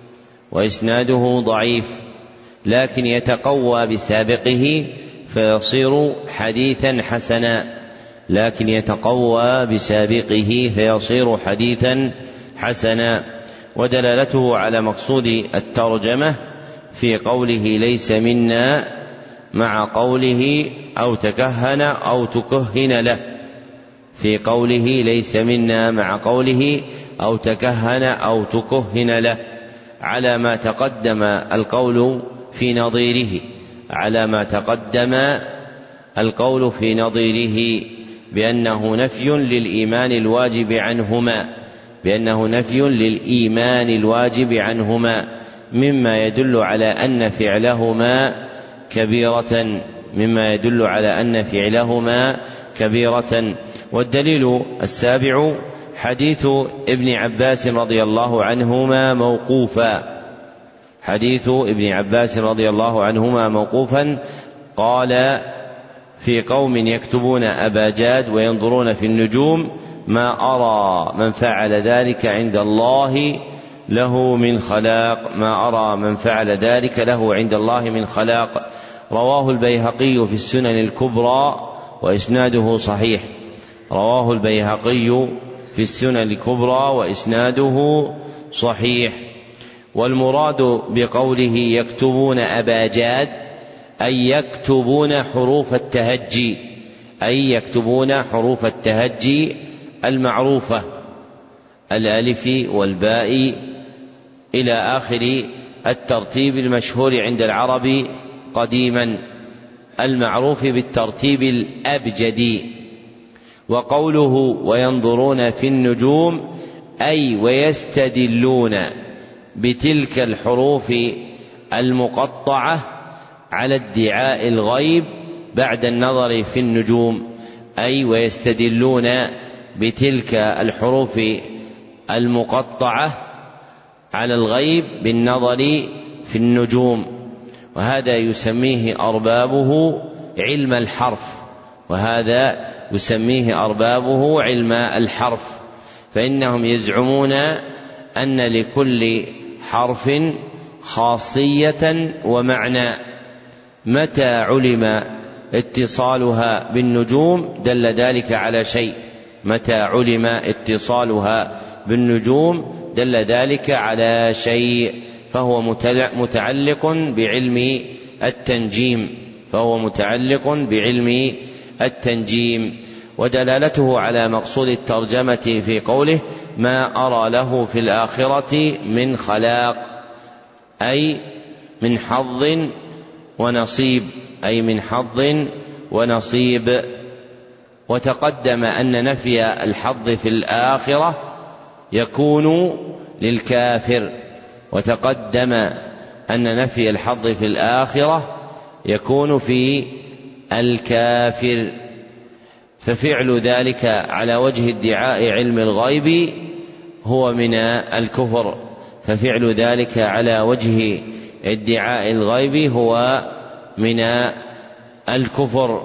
وإسناده ضعيف لكن يتقوى بسابقه فيصير حديثا حسنا لكن يتقوى بسابقه فيصير حديثا حسنا ودلالته على مقصود الترجمة في قوله ليس منا مع قوله أو تكهن أو تكهن له في قوله ليس منا مع قوله أو تكهن أو تكهن له على ما تقدم القول في نظيره على ما تقدم القول في نظيره بأنه نفي للإيمان الواجب عنهما بأنه نفي للإيمان الواجب عنهما مما يدل على أن فعلهما كبيرة مما يدل على أن فعلهما كبيرة. والدليل السابع حديث ابن عباس رضي الله عنهما موقوفا حديث ابن عباس رضي الله عنهما موقوفا قال في قوم يكتبون أبا جاد وينظرون في النجوم ما أرى من فعل ذلك عند الله له من خلاق ما أرى من فعل ذلك له عند الله من خلاق. رواه البيهقي في السنن الكبرى وإسناده صحيح رواه البيهقي في السنن الكبرى وإسناده صحيح. والمراد بقوله يكتبون أبا جاد أي يكتبون حروف التهجي أي يكتبون حروف التهجي المعروفة الألف والباء إلى آخر الترتيب المشهور عند العرب قديما المعروف بالترتيب الأبجدي. وقوله وينظرون في النجوم أي ويستدلون بتلك الحروف المقطعة على ادعاء الغيب بعد النظر في النجوم أي ويستدلون بتلك الحروف المقطعة على الغيب بالنظر في النجوم. وهذا يسميه أربابه علم الحرف وهذا يسميه أربابه علم الحرف فإنهم يزعمون أن لكل حرف خاصية ومعنى متى علم اتصالها بالنجوم دل ذلك على شيء متى علم اتصالها بالنجوم دل ذلك على شيء فهو متعلق بعلم التنجيم فهو متعلق بعلم التنجيم. ودلالته على مقصود الترجمة في قوله ما أرى له في الآخرة من خلاق أي من حظ ونصيب أي من حظ ونصيب. وتقدم أن نفي الحظ في الآخرة يكون للكافر وتقدم أن نفي الحظ في الآخرة يكون في الكافر ففعل ذلك على وجه ادعاء علم الغيب هو من الكفر ففعل ذلك على وجه ادعاء الغيب هو من الكفر.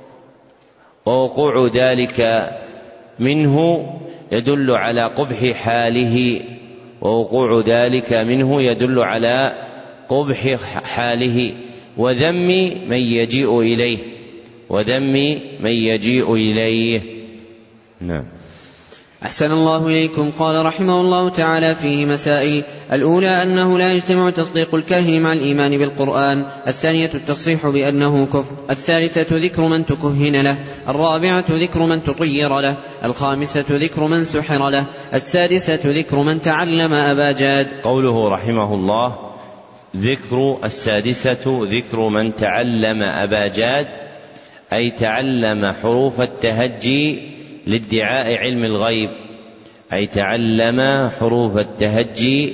ووقوع ذلك منه يدل على قبح حاله ووقوع ذلك منه يدل على قبح حاله وذم من يجيء إليه وذم من يجيء إليه. نعم. أحسن الله إليكم. قال رحمه الله تعالى فيه مسائل: الأولى أنه لا يجتمع تصديق الكاهن مع الإيمان بالقرآن، الثانية التصريح بأنه كفر، الثالثة ذكر من تكهن له، الرابعة ذكر من تطير له، الخامسة ذكر من سحر له، السادسة ذكر من تعلم أبا جاد. قوله رحمه الله ذكر السادسة ذكر من تعلم أبا جاد أي تعلم حروف التهجي لادعاء علم الغيب أي تعلم حروف التهجي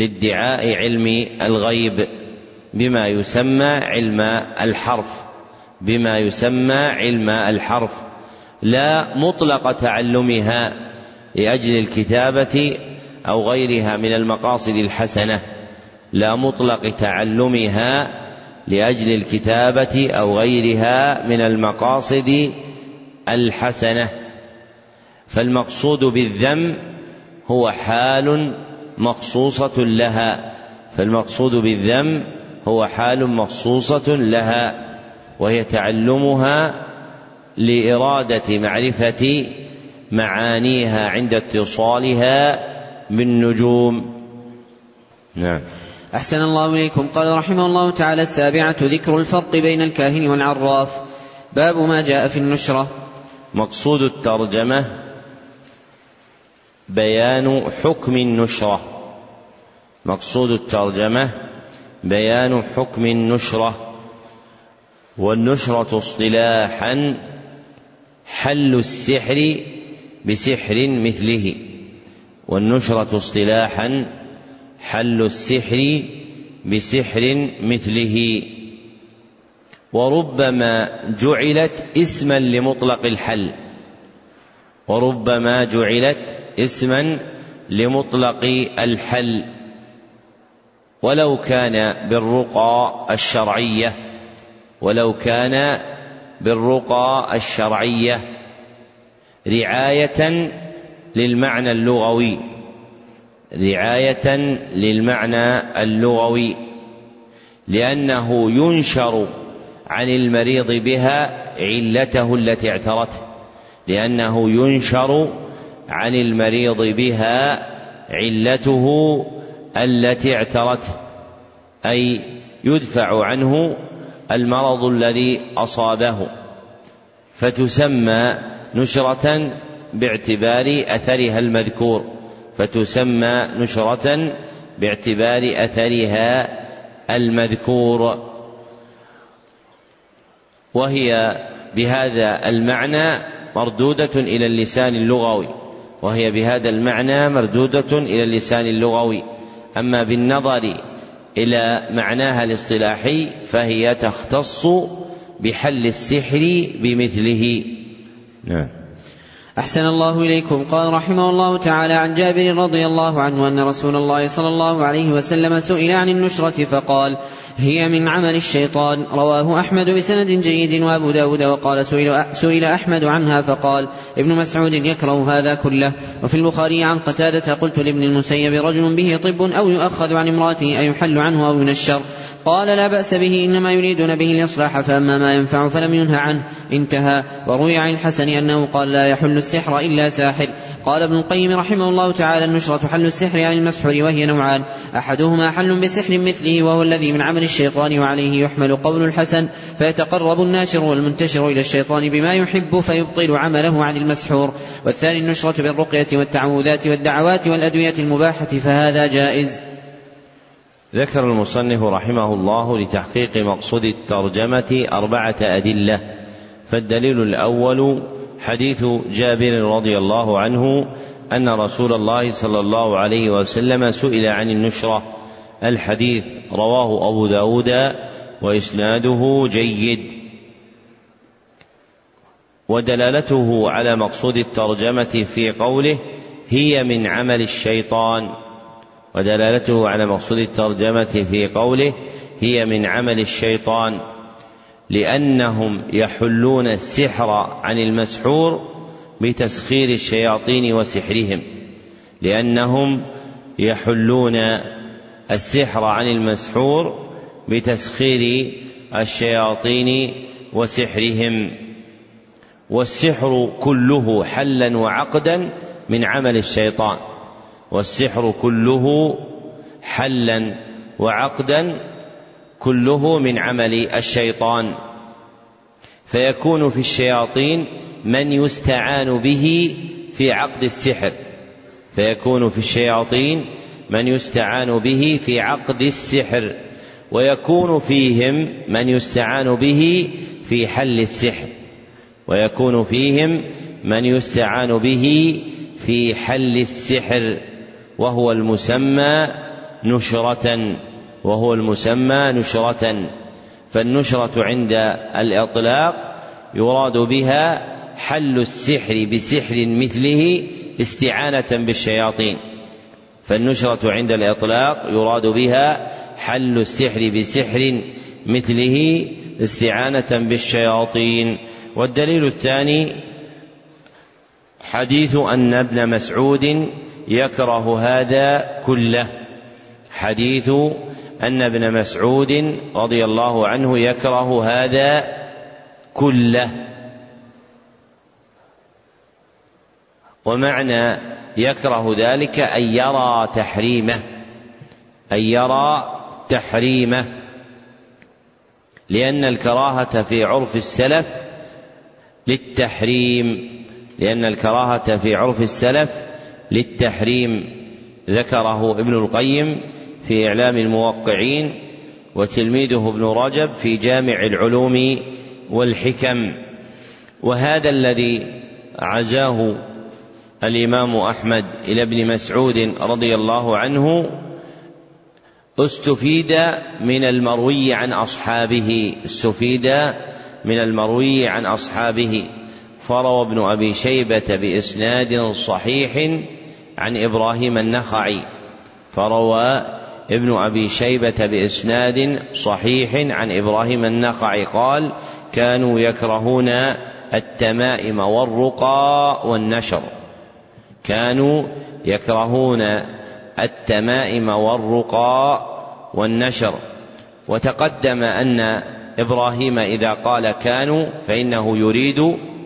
لادعاء علم الغيب بما يسمى علم الحرف بما يسمى علم الحرف، لا مطلق تعلمها لأجل الكتابة أو غيرها من المقاصد الحسنة، لا مطلق تعلمها لأجل الكتابة أو غيرها من المقاصد الحسنة. فالمقصود بالذم هو حال مخصوصة لها، فالمقصود بالذم هو حال مخصوصة لها، وهي تعلمها لإرادة معرفة معانيها عند اتصالها بالنجوم. نعم. أحسن الله إليكم. قال رحمه الله تعالى: السابعة ذكر الفرق بين الكاهن والعراف. باب ما جاء في النشرة. مقصود الترجمة بيان حكم النشرة، مقصود الترجمة بيان حكم النشرة. والنشرة اصطلاحا حل السحر بسحر مثله، والنشرة اصطلاحا حل السحر بسحر مثله. وربما جعلت اسما لمطلق الحل، وربما جعلت اسما لمطلق الحل، ولو كان بالرقى الشرعية، ولو كان بالرقى الشرعية رعاية للمعنى اللغوي، رعاية للمعنى اللغوي، لأنه ينشر عن المريض بها علته التي اعترته، لأنه ينشر عن المريض بها علته التي اعترته، أي يدفع عنه المرض الذي أصابه، فتسمى نشرة باعتبار أثرها المذكور، فتسمى نشرة باعتبار أثرها المذكور. وهي بهذا المعنى مردودة إلى اللسان اللغوي، وهي بهذا المعنى مردودة إلى اللسان اللغوي. أما بالنظر إلى معناها الاصطلاحي فهي تختص بحل السحر بمثله. نعم. أحسن الله إليكم. قال رحمه الله تعالى: عن جابر رضي الله عنه أن رسول الله صلى الله عليه وسلم سئل عن النشرة فقال: هي من عمل الشيطان. رواه أحمد بسند جيد وأبو داود. وقال: سئل أحمد عنها فقال: ابن مسعود يكره هذا كله. وفي البخاري عن قتادة: قلت لابن المسيب: رجل به طب أو يؤخذ عن امرأته أيحل عنه أو ينشر؟ قال: لا بأس به، إنما يريدون به الإصلاح، فأما ما ينفع فلم ينهى عنه. انتهى. وروي عن الحسن أنه قال: لا يحل السحر إلا ساحر. قال ابن القيم رحمه الله تعالى: النشرة حل السحر عن المسحور، وهي نوعان: أحدهما حل بسحر مثله وهو الذي من عمل الشيطان، وعليه يحمل قول الحسن، فيتقرب الناشر والمنتشر إلى الشيطان بما يحب فيبطل عمله عن المسحور. والثاني النشرة بالرقية والتعوذات والدعوات والأدوية المباحة، فهذا جائز. ذكر المصنف رحمه الله لتحقيق مقصود الترجمة أربعة أدلة. فالدليل الأول حديث جابر رضي الله عنه أن رسول الله صلى الله عليه وسلم سئل عن النشرة. الحديث رواه أبو داود وإسناده جيد. ودلالته على مقصود الترجمة في قوله: هي من عمل الشيطان، ودلالته على مقصود الترجمة في قوله: هي من عمل الشيطان، لأنهم يحلون السحر عن المسحور بتسخير الشياطين وسحرهم، لأنهم يحلون السحر عن المسحور بتسخير الشياطين وسحرهم. والسحر كله حلا وعقدا من عمل الشيطان، والسحر كله حلا وعقدا كله من عمل الشيطان. فيكون في الشياطين من يستعان به في عقد السحر، فيكون في الشياطين من يستعان به في عقد السحر، ويكون فيهم من يستعان به في حل السحر، ويكون فيهم من يستعان به في حل السحر، وهو المسمى نشرة، وهو المسمى نشرة. فالنشرة عند الإطلاق يراد بها حل السحر بسحر مثله استعانة بالشياطين. فالنشرة عند الإطلاق يراد بها حل السحر بسحر مثله استعانة بالشياطين. والدليل الثاني حديث أن ابن مسعود يكره هذا كله، حديث أن ابن مسعود رضي الله عنه يكره هذا كله. ومعنى يكره ذلك أن يرى تحريمه، أن يرى تحريمه، لأن الكراهة في عرف السلف للتحريم، لأن الكراهة في عرف السلف للتحريم. ذكره ابن القيم في إعلام الموقعين، وتلميذه ابن رجب في جامع العلوم والحكم. وهذا الذي عزاه الإمام أحمد إلى ابن مسعود رضي الله عنه استفيد من المروي عن أصحابه، استفيد من المروي عن أصحابه. فروى ابن أبي شيبة بإسناد صحيح عن إبراهيم النخعي، فروى ابن أبي شيبة بإسناد صحيح عن إبراهيم النخعي قال: كانوا يكرهون التمائم والرقى والنشر، كانوا يكرهون التمائم والرقى والنشر. وتقدم أن إبراهيم إذا قال كانوا فإنه يريد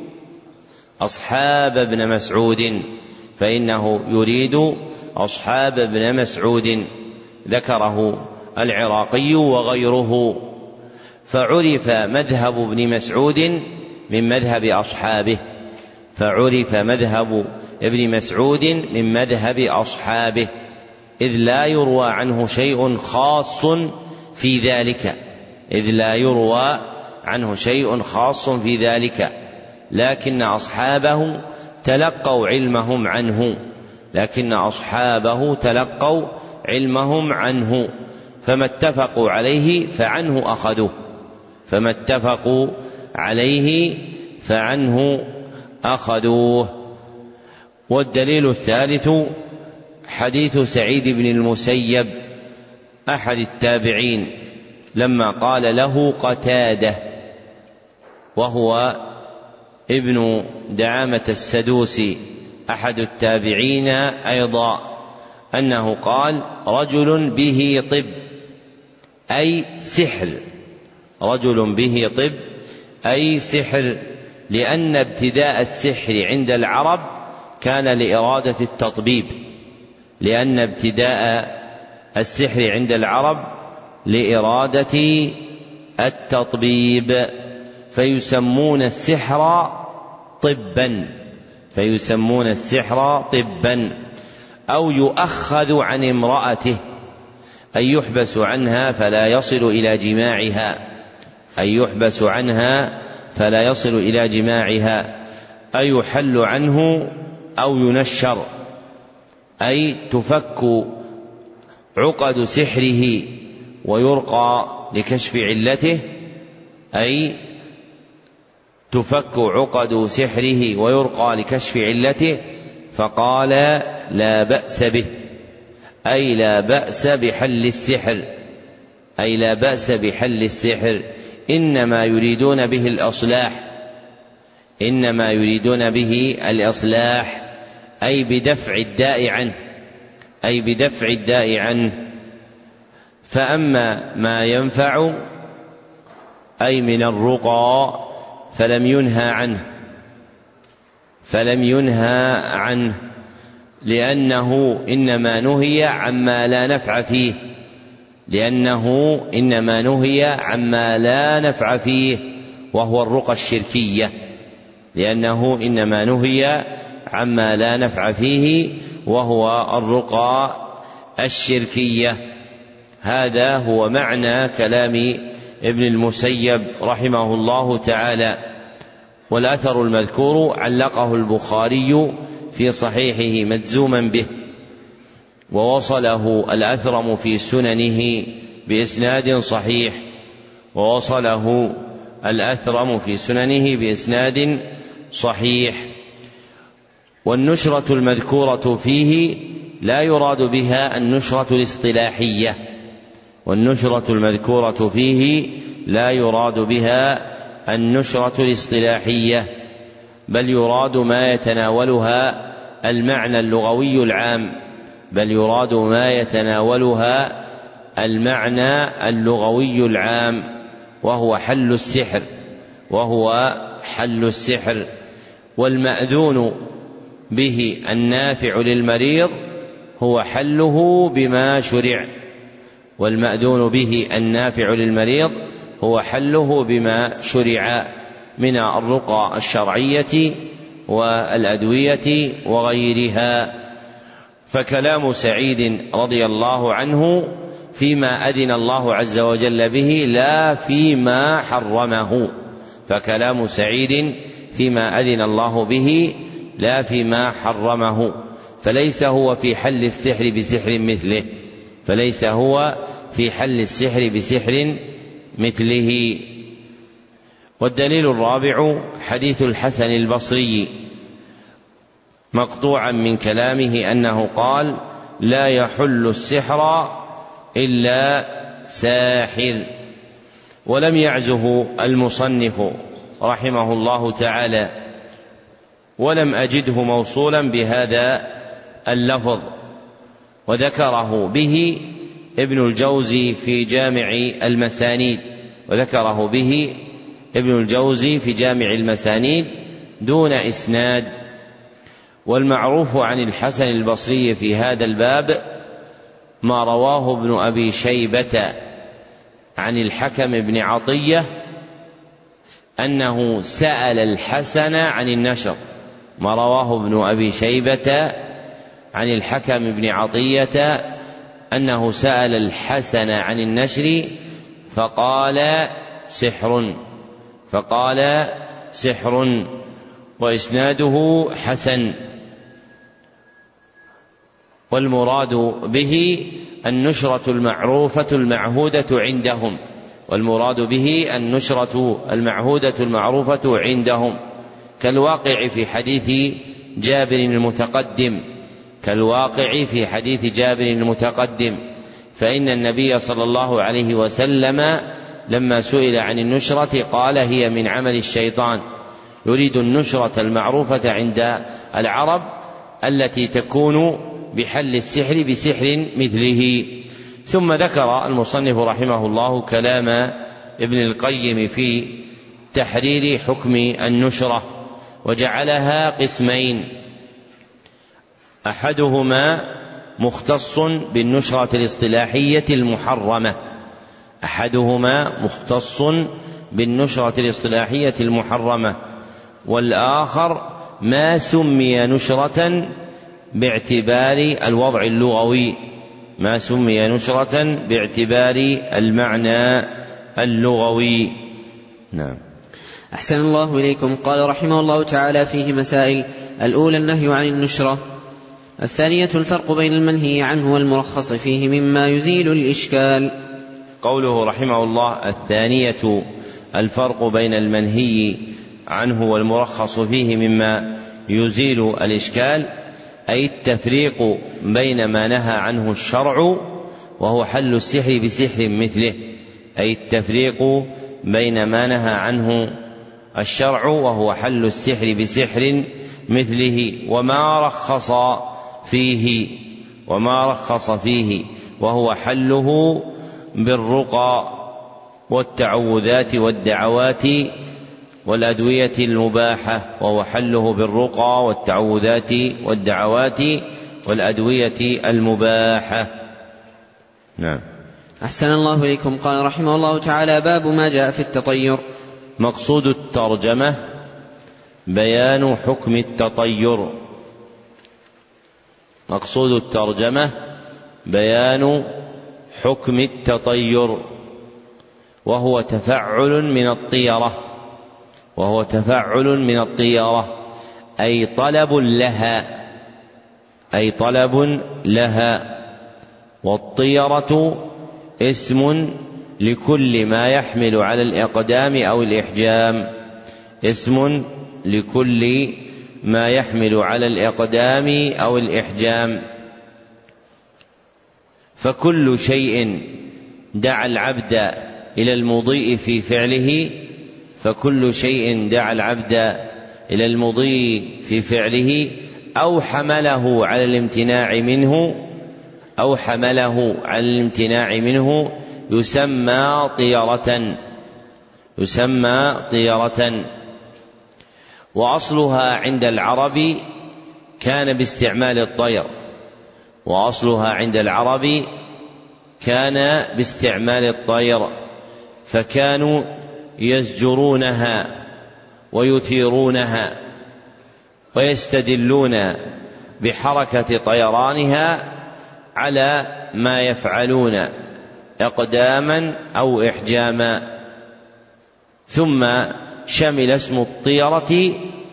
أصحاب ابن مسعود، فإنه يريد أصحاب ابن مسعود، ذكره العراقي وغيره. فعرف مذهب ابن مسعود من مذهب أصحابه، فعرف مذهب ابن مسعود من مذهب أصحابه، إذ لا يروى عنه شيء خاص في ذلك، إذ لا يروى عنه شيء خاص في ذلك، لكن أصحابه تلقوا علمهم عنه، لكن أصحابه تلقوا علمهم عنه، فما اتفقوا عليه فعنه أخذوه، فما اتفقوا عليه فعنه أخذوه. والدليل الثالث حديث سعيد بن المسيب أحد التابعين لما قال له قتادة، وهو ابن دعامة السدوسي أحد التابعين أيضا، أنه قال: رجل به طب، أي سحر، رجل به طب أي سحر، لأن ابتداء السحر عند العرب كان لإرادة التطبيب، لأن ابتداء السحر عند العرب لإرادة التطبيب، فيسمون السحر طبا، فيسمون السحر طبا. أو يؤخذ عن امرأته، أي يحبس عنها فلا يصل إلى جماعها، أي يحبس عنها فلا يصل إلى جماعها، أي يحل عنه أو ينشر، أي تفك عقد سحره ويرقى لكشف علته، أي تفك عقد سحره ويرقى لكشف علته. فقال: لا بأس به، أي لا بأس بحل السحر، أي لا بأس بحل السحر، إنما يريدون به الإصلاح، إنما يريدون به الإصلاح، أي بدفع الداء عنه، أي بدفع الداء عنه. فأما ما ينفع أي من الرقى فلم ينهى عنه، فلم ينهى عنه لأنه إنما نهي عما لا نفع فيه، لأنه إنما نهي عما لا نفع فيه وهو الرقى الشركية، لأنه إنما نهي عما لا نفع فيه وهو الرقى الشركية. هذا هو معنى كلام ابن المسيب رحمه الله تعالى. والأثر المذكور علقه البخاري في صحيحه مجزوما به، ووصله الأثرم في سننه بإسناد صحيح، ووصله الأثرم في سننه بإسناد صحيح. والنشرة المذكورة فيه لا يراد بها النشرة الاصطلاحية، والنشرة المذكورة فيه لا يراد بها النشرة الاصطلاحية، بل يراد ما يتناولها المعنى اللغوي العام بل يراد ما يتناولها المعنى اللغوي العام وهو حل السحر وهو حل السحر والمأذون به النافع للمريض هو حله بما شرع والمأذون به النافع للمريض هو حله بما شرع من الرقى الشرعية والأدوية وغيرها. فكلام سعيد رضي الله عنه فيما أذن الله عز وجل به لا فيما حرمه فكلام سعيد فيما أذن الله به لا فيما حرمه فليس هو في حل السحر بسحر مثله فليس هو في حل السحر بسحر مثله. والدليل الرابع حديث الحسن البصري مقطوعا من كلامه أنه قال: لا يحل السحر إلا ساحر. ولم يعزه المصنف رحمه الله تعالى ولم أجده موصولا بهذا اللفظ، وذكره به ابن الجوزي في جامع المسانيد وذكره به ابن الجوزي في جامع المسانيد دون إسناد. والمعروف عن الحسن البصري في هذا الباب ما رواه ابن أبي شيبة عن الحكم بن عطية أنه سأل الحسن عن النشر ما رواه ابن أبي شيبة عن الحكم بن عطية أنه سأل الحسن عن النشر فقال سحر فقال سحر وإسناده حسن. والمراد به النشرة المعروفة المعهودة عندهم والمراد به النشرة المعهودة المعروفة عندهم كالواقع في حديث جابر المتقدم كالواقع في حديث جابر المتقدم فإن النبي صلى الله عليه وسلم لما سئل عن النشرة قال: هي من عمل الشيطان. يريد النشرة المعروفة عند العرب التي تكون بحل السحر بسحر مثله. ثم ذكر المصنف رحمه الله كلام ابن القيم في تحرير حكم النشرة وجعلها قسمين: أحدهما مختص بالنشرة الاصطلاحية المحرمة أحدهما مختص بالنشرة الاصطلاحية المحرمة والآخر ما سمي نشرة باعتبار الوضع اللغوي ما سمي نشرة باعتبار المعنى اللغوي. نعم. أحسن الله إليكم. قال رحمه الله تعالى فيه مسائل: الأولى النهي عن النشرة، الثانية الفرق بين المنهي عنه والمرخص فيه مما يزيل الإشكال. قوله رحمه الله الثانية الفرق بين المنهي عنه والمرخص فيه مما يزيل الإشكال، أي التفريق بين ما نهى عنه الشرع وهو حل السحر بسحر مثله أي التفريق بين ما نهى عنه الشرع وهو حل السحر بسحر مثله وما رخص فيه وما رخص فيه وهو حله بالرقى والتعوذات والدعوات والأدوية المباحة وهو حله بالرقى والتعوذات والدعوات والأدوية المباحة. نعم. أحسن الله إليكم. قال رحمه الله تعالى: باب ما جاء في التطير. مقصود الترجمة بيان حكم التطير مقصود الترجمة بيان حكم التطير وهو تفعل من الطيرة وهو تفعل من الطيرة أي طلب لها أي طلب لها والطيرة اسم لكل ما يحمل على الإقدام أو الإحجام اسم لكل ما يحمل على الإقدام أو الإحجام. فكل شيء دعا العبد إلى المضي في فعله فكل شيء دعا العبد إلى المضي في فعله أو حمله على الامتناع منه أو حمله على الامتناع منه يسمى طيرة يسمى طيرة. وأصلها عند العرب كان باستعمال الطير وأصلها عند العرب كان باستعمال الطير فكانوا يزجرونها ويثيرونها ويستدلون بحركة طيرانها على ما يفعلون إقداما أو إحجاما. ثم شمل اسم الطيرة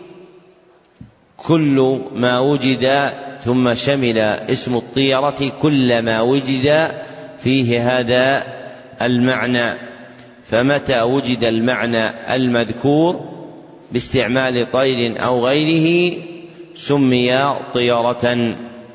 كل ما وجد ثم شمل اسم الطيرة كل ما وجد فيه هذا المعنى. فمتى وجد المعنى المذكور باستعمال طير أو غيره سمي طيرة.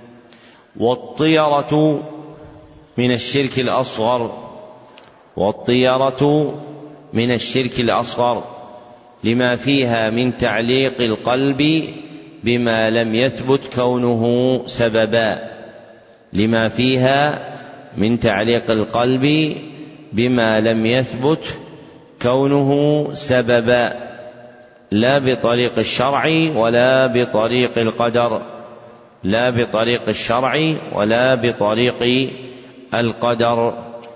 والطيرة من الشرك الأصغر والطيرة من الشرك الأصغر لما فيها من تعليق القلب بما لم يثبت كونه سببا لما فيها من تعليق القلب بما لم يثبت كونه سببا لا بطريق الشرع ولا بطريق القدر لا بطريق الشرع ولا بطريق القدر.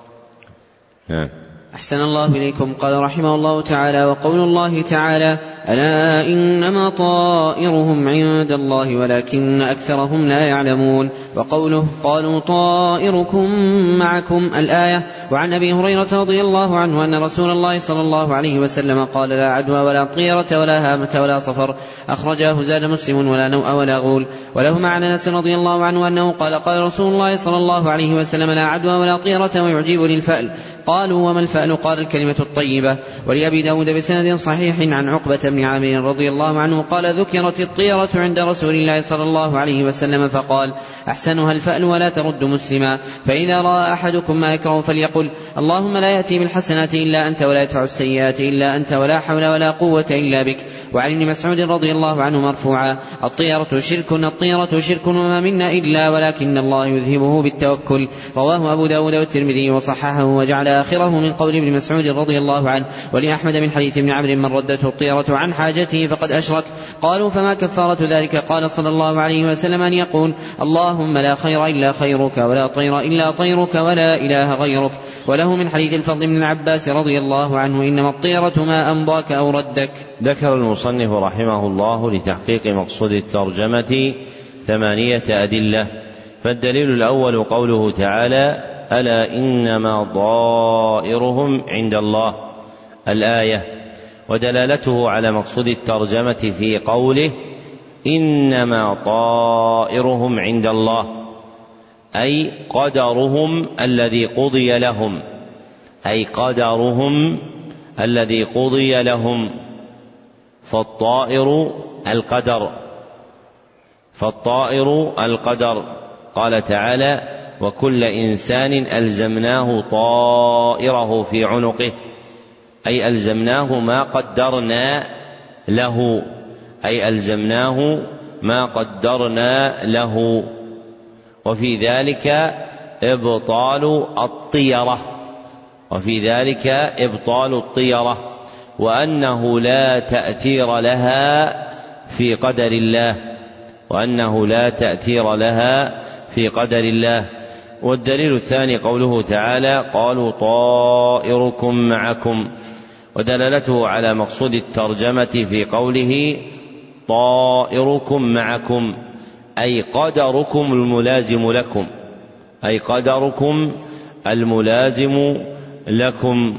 أحسن الله إليكم. قال رحمه الله تعالى: وقول الله تعالى: ألا إنما طائرهم عند الله ولكن أكثرهم لا يعلمون. وقوله: قالوا طائركم معكم، الآية. وعن أبي هريرة رضي الله عنه أن رسول الله صلى الله عليه وسلم قال: لا عدوى ولا طيرة ولا هامة ولا صفر، أخرجاه زاد مسلم، ولا نوء ولا غول. وله مع أنس رضي الله عنه أنه قال: قال رسول الله صلى الله عليه وسلم: لا عدوى ولا طيرة ويعجبني الفأل. قالوا: وما الفأل؟ قال: الكلمة الطيبة. ولأبي داود بسند صحيح عن عقبة بن عامر رضي الله عنه قال: ذكرت الطيرة عند رسول الله صلى الله عليه وسلم فقال: أحسنها الفأل ولا ترد مسلما. فإذا رأى أحدكم ما يكره فليقل: اللهم لا يأتي بالحسنات إلا أنت ولا يدفع السيئات إلا أنت ولا حول ولا قوة إلا بك. وعن ابن مسعود رضي الله عنه مرفوعا: الطيرة شرك الطيرة شرك وما منا إلا ولكن الله يذهبه بالتوكل. رواه أبو داود والترمذي وصححه وجعل آخره من قول ابن مسعود رضي الله عنه. ولأحمد من حديث ابن عمرو: من ردته الطيرة عن حاجته فقد أشرك. قالوا: فما كفارة ذلك؟ قال صلى الله عليه وسلم: أن يقول: اللهم لا خير إلا خيرك ولا طير إلا طيرك ولا إله غيرك. وله من حديث الفضل بن العباس رضي الله عنه: إنما الطيرة ما أمضاك أو ردك. ذكر المصنف رحمه الله لتحقيق مقصود الترجمة ثمانية أدلة. فالدليل الأول قوله تعالى: ألا إنما طائرهم عند الله، الآية. ودلالته على مقصود الترجمة في قوله: إنما طائرهم عند الله، أي قدرهم الذي قضي لهم أي قدرهم الذي قضي لهم. فالطائر القدر فالطائر القدر قال تعالى: وكل إنسان ألزمناه طائره في عنقه، أي ألزمناه ما قدرنا له أي ألزمناه ما قدرنا له. وفي ذلك إبطال الطيرة وفي ذلك إبطال الطيرة وأنه لا تأثير لها في قدر الله وأنه لا تأثير لها في قدر الله. والدليل الثاني قوله تعالى: قالوا طائركم معكم. ودلالته على مقصود الترجمة في قوله: طائركم معكم، أي قدركم الملازم لكم أي قدركم الملازم لكم.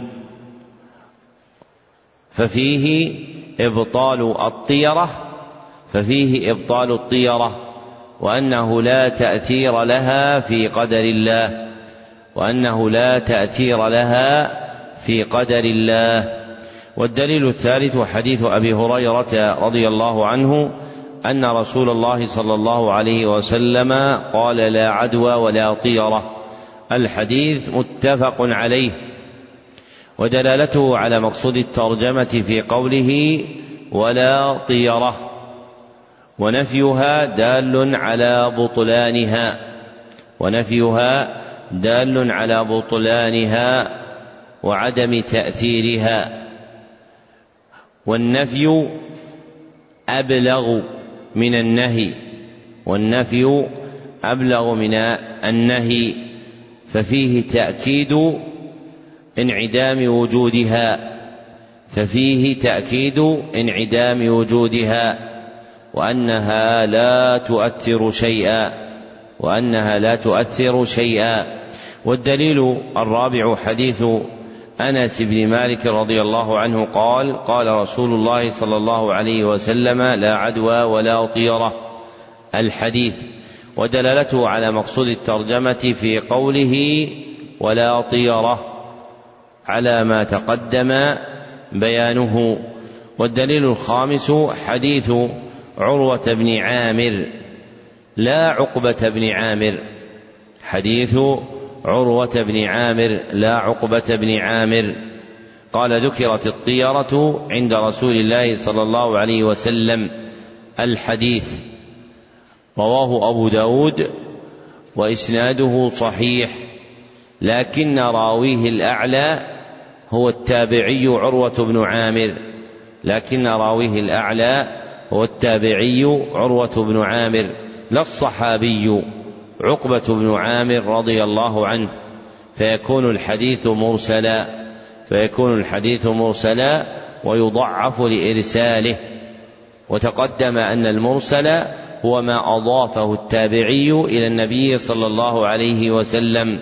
ففيه إبطال الطيرة ففيه إبطال الطيرة وأنه لا تأثير لها في قدر الله وأنه لا تأثير لها في قدر الله. والدليل الثالث حديث أبي هريرة رضي الله عنه أن رسول الله صلى الله عليه وسلم قال: لا عدوى ولا طيرة. الحديث متفق عليه. ودلالته على مقصود الترجمة في قوله ولا طيرة، ونفيها دال على بطلانها ونفيها دال على بطلانها وعدم تأثيرها. والنفي أبلغ من النهي والنفي أبلغ من النهي ففيه تأكيد انعدام وجودها ففيه تأكيد انعدام وجودها وأنها لا تؤثر شيئا وأنها لا تؤثر شيئا. والدليل الرابع حديث أنس بن مالك رضي الله عنه قال: قال رسول الله صلى الله عليه وسلم: لا عدوى ولا طيرة. الحديث. ودلالته على مقصود الترجمة في قوله ولا طيرة على ما تقدم بيانه. والدليل الخامس حديث عروة بن عامر لا عقبة بن عامر حديث عروة بن عامر لا عقبة بن عامر قال: ذكرت الطيرة عند رسول الله صلى الله عليه وسلم. الحديث. رواه أبو داود وإسناده صحيح، لكن راويه الأعلى هو التابعي عروة بن عامر لكن راويه الأعلى هو التابعي عروة بن عامر لا الصحابي عقبة بن عامر رضي الله عنه، فيكون الحديث مرسلا فيكون الحديث مرسلا ويضعف لإرساله. وتقدم أن المرسل هو ما أضافه التابعي إلى النبي صلى الله عليه وسلم.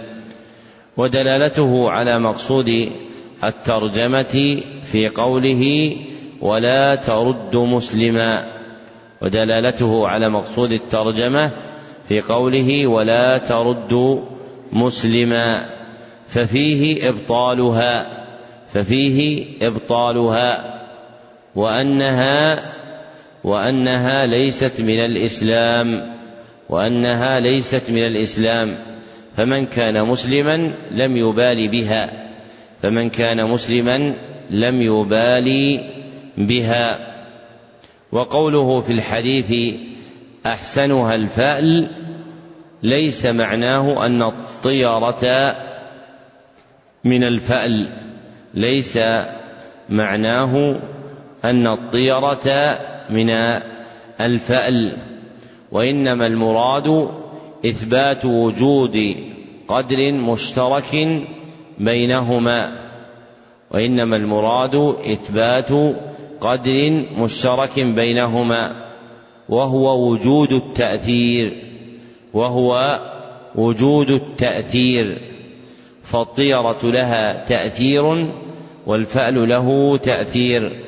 ودلالته على مقصود الترجمة في قوله ولا ترد مسلما ودلالته على مقصود الترجمة في قوله ولا ترد مسلما ففيه إبطالها ففيه إبطالها وأنها وأنها ليست من الإسلام وأنها ليست من الإسلام فمن كان مسلما لم يبالي بها فمن كان مسلما لم يبالي بها. وقوله في الحديث أحسنها الفأل ليس معناه أن الطيرة من الفأل ليس معناه أن الطيرة من الفأل وإنما المراد إثبات وجود قدر مشترك بينهما وإنما المراد إثبات قدر مشترك بينهما وهو وجود التأثير وهو وجود التأثير فالطيرة لها تأثير والفأل له تأثير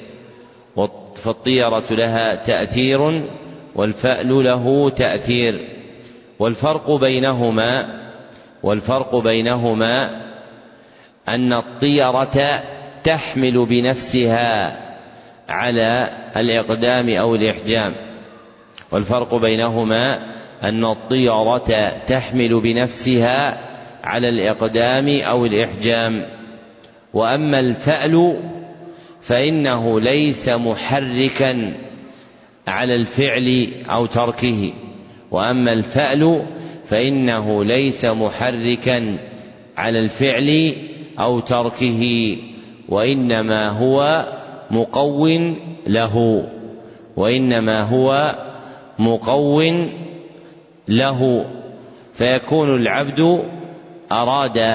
فالطيرة لها تأثير والفأل له تأثير والفرق بينهما والفرق بينهما أن الطيرة تحمل بنفسها على الإقدام أو الإحجام والفرق بينهما أن الطيرة تحمل بنفسها على الإقدام أو الإحجام وأما الفأل فإنه ليس محركا على الفعل أو تركه وأما الفأل فإنه ليس محركا على الفعل أو تركه وإنما هو مقو له وإنما هو مقو له فيكون العبد أراد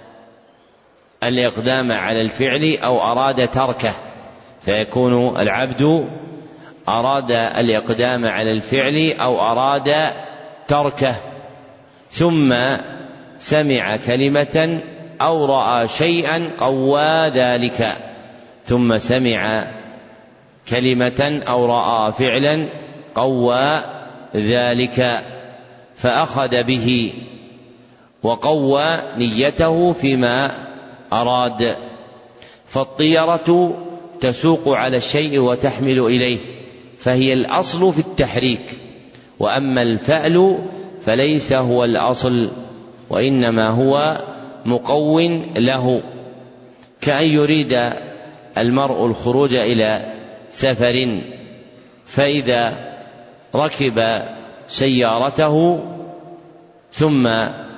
الإقدام على الفعل أو أراد تركه فيكون العبد أراد الإقدام على الفعل أو أراد تركه ثم سمع كلمة أو رأى شيئا قوى ذلك ثم سمع كلمة أو رأى فعلا قوى ذلك فأخذ به وقوى نيته فيما أراد فالطيرة تسوق على الشيء وتحمل إليه، فهي الأصل في التحريك، وأما الفأل فليس هو الأصل، وإنما هو مقو له، كأن يريد المرء الخروج إلى سفر، فإذا ركب سيارته ثم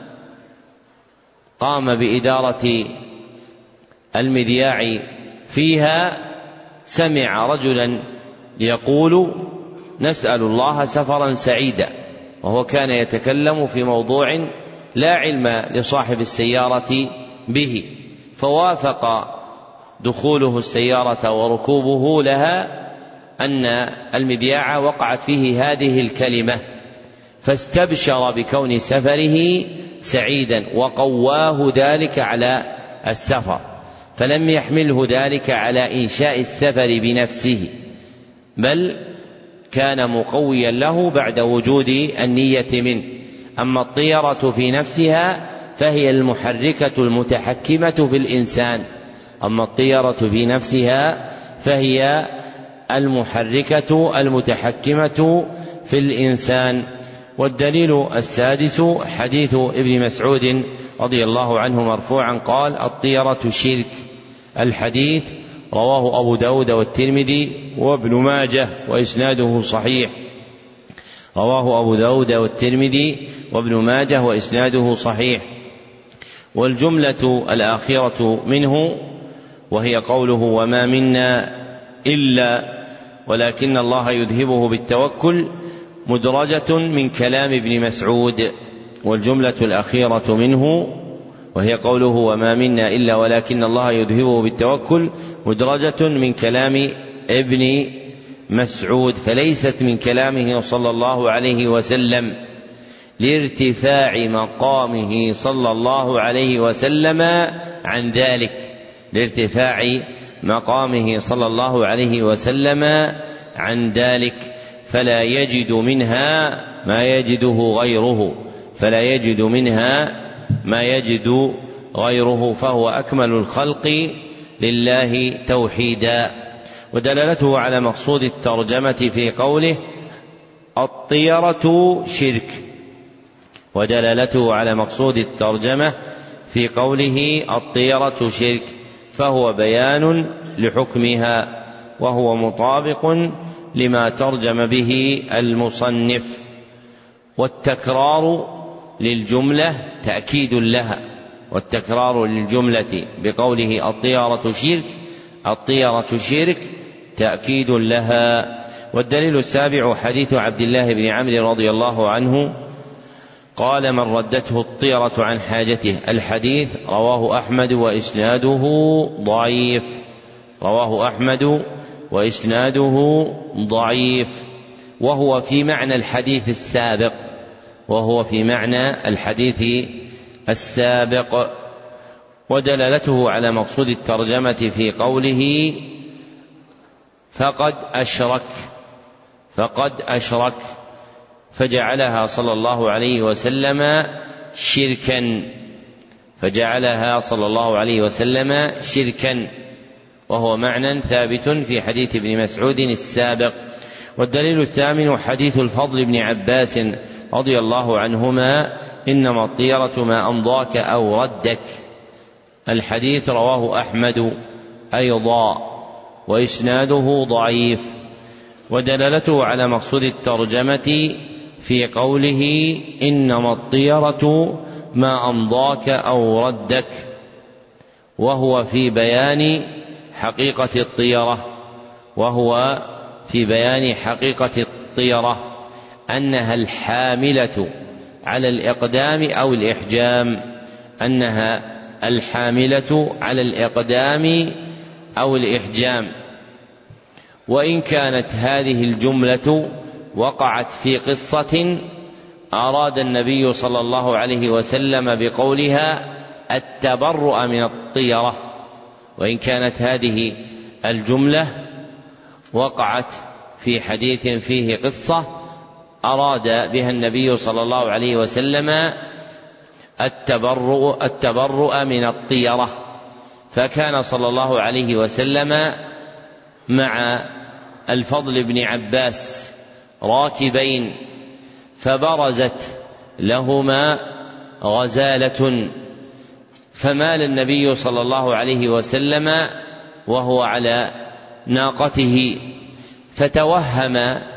قام بإدارة المذياع فيها، سمع رجلا يقول: نسأل الله سفرا سعيدا، وهو كان يتكلم في موضوع لا علم لصاحب السيارة به، فوافق دخوله السيارة وركوبه لها أن المذياع وقعت فيه هذه الكلمة، فاستبشر بكون سفره سعيدا، وقواه ذلك على السفر، فلم يحمله ذلك على إنشاء السفر بنفسه، بل كان مقويا له بعد وجود النية منه. أما الطيرة في نفسها فهي المحركة المتحكمة في الإنسان أما الطيرة في نفسها فهي المحركة المتحكمة في الإنسان. والدليل السادس حديث ابن مسعود رضي الله عنه مرفوعا قال: الطيرة شرك. الحديث رواه أبو داود والترمذي وابن ماجه وإسناده صحيح. رواه أبو داود والترمذي وابن ماجه وإسناده صحيح. والجملة الآخرة منه وهي قوله: وما منا إلا ولكن الله يذهبه بالتوكل، مدرجة من كلام ابن مسعود. والجملة الأخيرة منه وهي قوله: وما منا إلا ولكن الله يذهبه بالتوكل، مدرجة من كلام ابن مسعود، فليست من كلامه صلى الله عليه وسلم، لارتفاع مقامه صلى الله عليه وسلم عن ذلك لارتفاع مقامه صلى الله عليه وسلم عن ذلك فلا يجد منها ما يجده غيره فلا يجد منها ما يجد غيره فهو أكمل الخلق لله توحيدا. ودلالته على مقصود الترجمة في قوله: الطيرة شرك. ودلالته على مقصود الترجمة في قوله: الطيرة شرك، فهو بيان لحكمها، وهو مطابق لما ترجم به المصنف. والتكرار للجملة تأكيد لها والتكرار للجملة بقوله: الطيرة شرك الطيرة شرك تأكيد لها. والدليل السابع حديث عبد الله بن عمرو رضي الله عنه قال: من ردته الطيرة عن حاجته. الحديث رواه أحمد وإسناده ضعيف رواه أحمد وإسناده ضعيف وهو في معنى الحديث السابق وهو في معنى الحديث السابق. ودلالته على مقصود الترجمة في قوله: فقد أشرك فقد أشرك فجعلها صلى الله عليه وسلم شركا فجعلها صلى الله عليه وسلم شركا وهو معنى ثابت في حديث ابن مسعود السابق. والدليل الثامن حديث الفضل بن عباس رضي الله عنهما: إنما الطيرة ما أمضاك أو ردك. الحديث رواه أحمد أيضا وإسناده ضعيف. ودلالته على مقصود الترجمة في قوله: إنما الطيرة ما أمضاك أو ردك، وهو في بيان حقيقة الطيرة وهو في بيان حقيقة الطيرة أنها الحاملة على الإقدام أو الإحجام أنها الحاملة على الإقدام أو الإحجام. وإن كانت هذه الجملة وقعت في قصة أراد النبي صلى الله عليه وسلم بقولها التبرؤ من الطيرة، وإن كانت هذه الجملة وقعت في حديث فيه قصة أراد بها النبي صلى الله عليه وسلم التبرؤ, التبرؤ من الطيرة، فكان صلى الله عليه وسلم مع الفضل بن عباس راكبين، فبرزت لهما غزالة، فمال النبي صلى الله عليه وسلم وهو على ناقته، فتوهم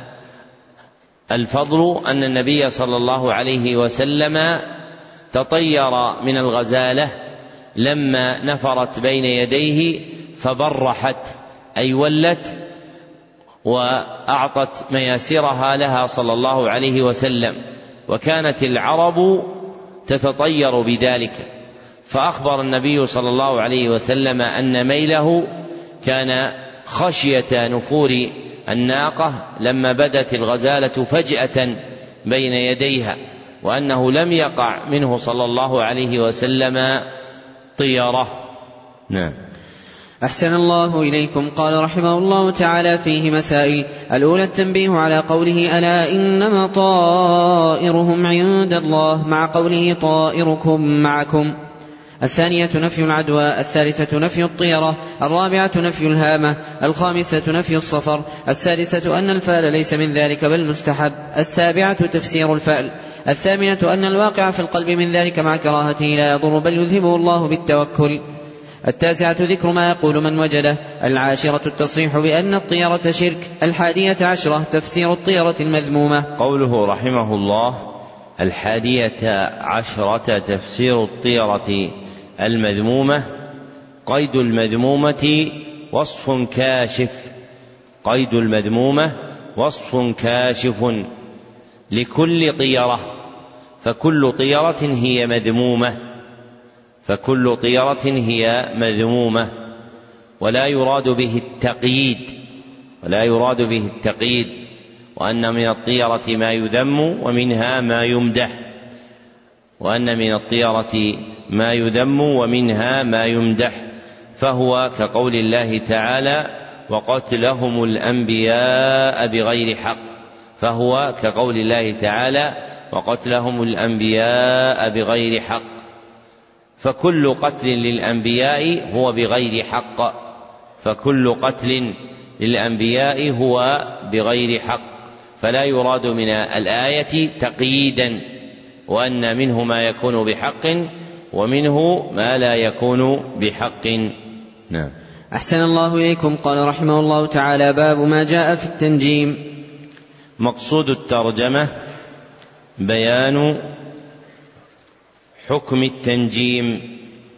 الفضل أن النبي صلى الله عليه وسلم تطير من الغزالة لما نفرت بين يديه، فبرحت أي ولت وأعطت مياسرها لها صلى الله عليه وسلم، وكانت العرب تتطير بذلك، فأخبر النبي صلى الله عليه وسلم أن ميله كان خشية نفور الناقة لما بدت الغزالة فجأة بين يديها، وأنه لم يقع منه صلى الله عليه وسلم طيرة. نعم. أحسن الله إليكم. قال رحمه الله تعالى فيه مسائل: الأولى التنبيه على قوله ألا إنما طائرهم عند الله مع قوله طائركم معكم. الثانية نفي العدوى. الثالثة نفي الطيرة. الرابعة نفي الهامة. الخامسة نفي الصفر. السادسة أن الفأل ليس من ذلك بل مستحب. السابعة تفسير الفأل. الثامنة أن الواقع في القلب من ذلك مع كراهته لا يضر بل يذهبه الله بالتوكل. التاسعة ذكر ما يقول من وجده. العاشرة التصريح بأن الطيرة شرك. الحادية عشرة تفسير الطيرة المذمومة. قوله رحمه الله: الحادية عشرة تفسير الطيرة المذمومة. قيد المذمومة وصف كاشف. قيد المذمومة وصف كاشف لكل طيرة، فكل طيرة هي مذمومة، فكل طيرة هي مذمومة، ولا يراد به التقييد، ولا يراد به التقييد، وأن من الطيرة ما يذم ومنها ما يمدح، وأن من الطيرة ما يذم ومنها ما يمدح، فهو كقول الله تعالى: وقتلهم الأنبياء بغير حق، فهو كقول الله تعالى: وقتلهم الأنبياء بغير حق، فكل قتل للأنبياء هو بغير حق، فكل قتل للأنبياء هو بغير حق، فلا يراد من الآية تقييدا، وأن منه ما يكون بحق ومنه ما لا يكون بحق. نعم. أحسن الله إليكم. قال رحمه الله تعالى: باب ما جاء في التنجيم. مقصود الترجمة بيان حكم التنجيم،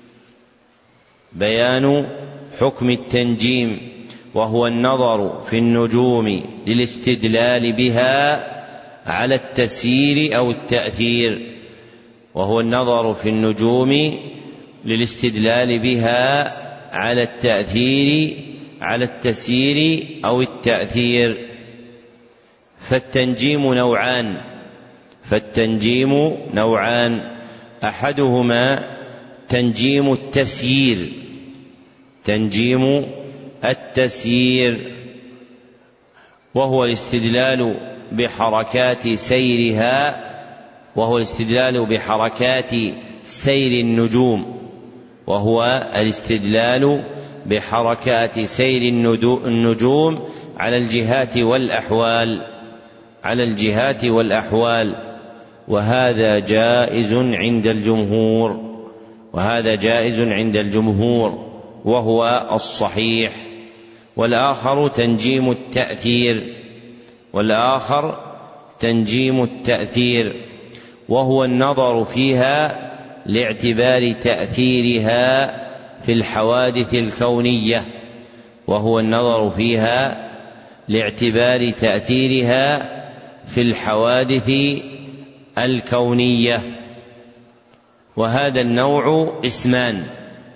بيان حكم التنجيم، وهو النظر في النجوم للاستدلال بها على التسيير أو التأثير، وهو النظر في النجوم للاستدلال بها على التأثير على التسيير أو التأثير. فالتنجيم نوعان فالتنجيم نوعان أحدهما تنجيم التسيير تنجيم التسيير وهو الاستدلال بحركات سيرها وهو الاستدلال بحركات سير النجوم وهو الاستدلال بحركات سير النجوم على الجهات والأحوال على الجهات والأحوال وهذا جائز عند الجمهور وهذا جائز عند الجمهور وهو الصحيح. والآخر تنجيم التأثير والآخر تنجيم التأثير وهو النظر فيها لاعتبار تأثيرها في الحوادث الكونية وهو النظر فيها لاعتبار تأثيرها في الحوادث الكونية. وهذا النوع قسمان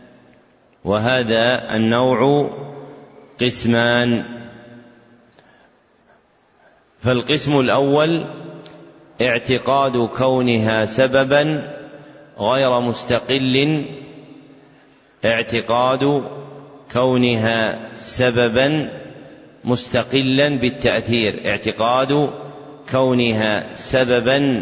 وهذا النوع قسمان فالقسم الأول اعتقاد كونها سببا غير مستقل اعتقاد كونها سببا مستقلا بالتأثير اعتقاد كونها سببا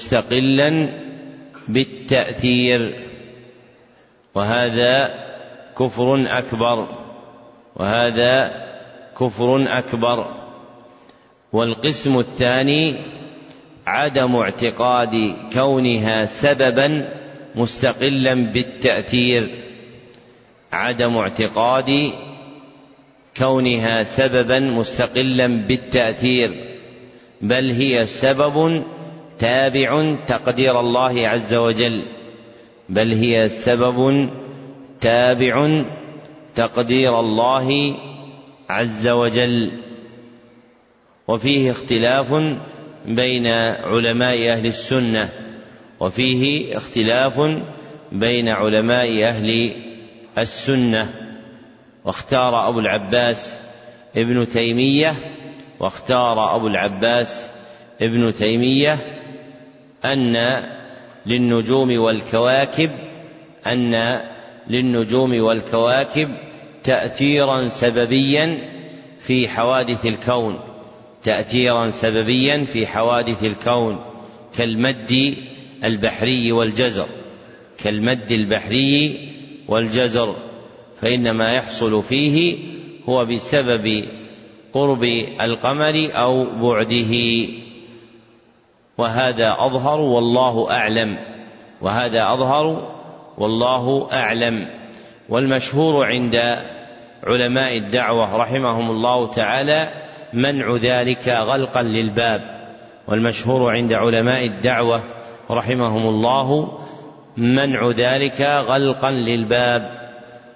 مستقلا بالتأثير وهذا كفر أكبر وهذا كفر أكبر. والقسم الثاني عدم اعتقاد كونها سببا مستقلا بالتأثير، عدم اعتقاد كونها سببا مستقلا بالتأثير، بل هي سبب تابع تقدير الله عز وجل، بل هي سبب تابع تقدير الله عز وجل. وفيه اختلاف بين علماء أهل السنة، وفيه اختلاف بين علماء أهل السنة. واختار أبو العباس ابن تيمية واختار أبو العباس ابن تيمية أن للنجوم والكواكب أن للنجوم والكواكب تأثيرا سببيا في حوادث الكون، تأثيرا سببيا في حوادث الكون كالمد البحري والجزر، كالمد البحري والجزر، فإنما يحصل فيه هو بسبب قرب القمر أو بعده. وهذا أظهر والله أعلم، وهذا أظهر والله أعلم. والمشهور عند علماء الدعوة رحمهم الله تعالى منع ذلك غلقا للباب، والمشهور عند علماء الدعوة رحمهم الله منع ذلك غلقا للباب،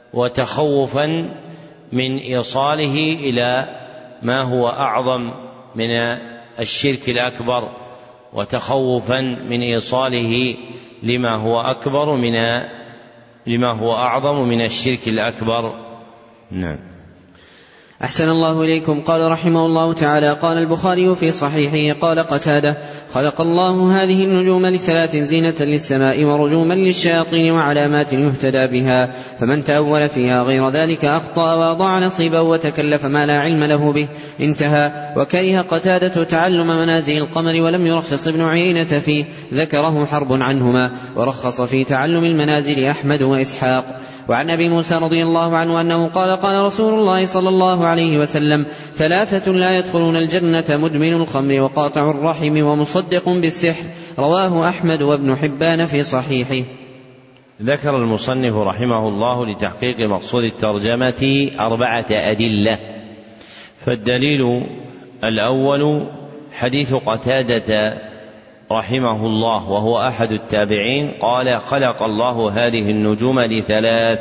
وتخوفا من إيصاله إلى ما هو أعظم من الشرك الأكبر، وتخوفا من إيصاله لما هو أكبر من لما هو أعظم من الشرك الأكبر. نعم. أحسن الله إليكم. قال رحمه الله تعالى: قال البخاري في صحيحه: قال قتادة: خلق الله هذه النجوم لثلاث: زينة للسماء، ورجوما للشياطين، وعلامات يهتدى بها، فمن تأول فيها غير ذلك أخطأ وأضاع نصيبا وتكلف ما لا علم له به. انتهى. وكره قتادة تعلم منازل القمر ولم يرخص ابن عيينة فيه، ذكره حرب عنهما، ورخص في تعلم المنازل أحمد وإسحاق. وعن أبي موسى رضي الله عنه أنه قال: قال رسول الله صلى الله عليه وسلم: ثلاثة لا يدخلون الجنة: مدمن الخمر، وقاطع الرحم، ومصدق بالسحر. رواه أحمد وابن حبان في صحيحه. ذكر المصنف رحمه الله لتحقيق مقصود الترجمة أربعة أدلة. فالدليل الأول حديث قتادة رحمه الله وهو أحد التابعين قال: خلق الله هذه النجوم لثلاث.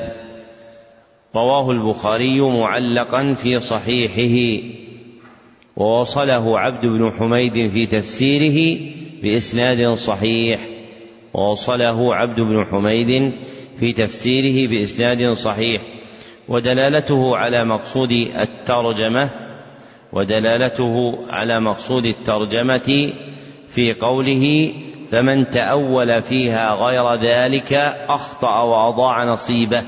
رواه البخاري معلقا في صحيحه، ووصله عبد بن حميد في تفسيره بإسناد صحيح، ووصله عبد بن حميد في تفسيره بإسناد صحيح. ودلالته على مقصود الترجمة ودلالته على مقصود الترجمة في قوله: فمن تأول فيها غير ذلك أخطأ وأضاع نصيبه.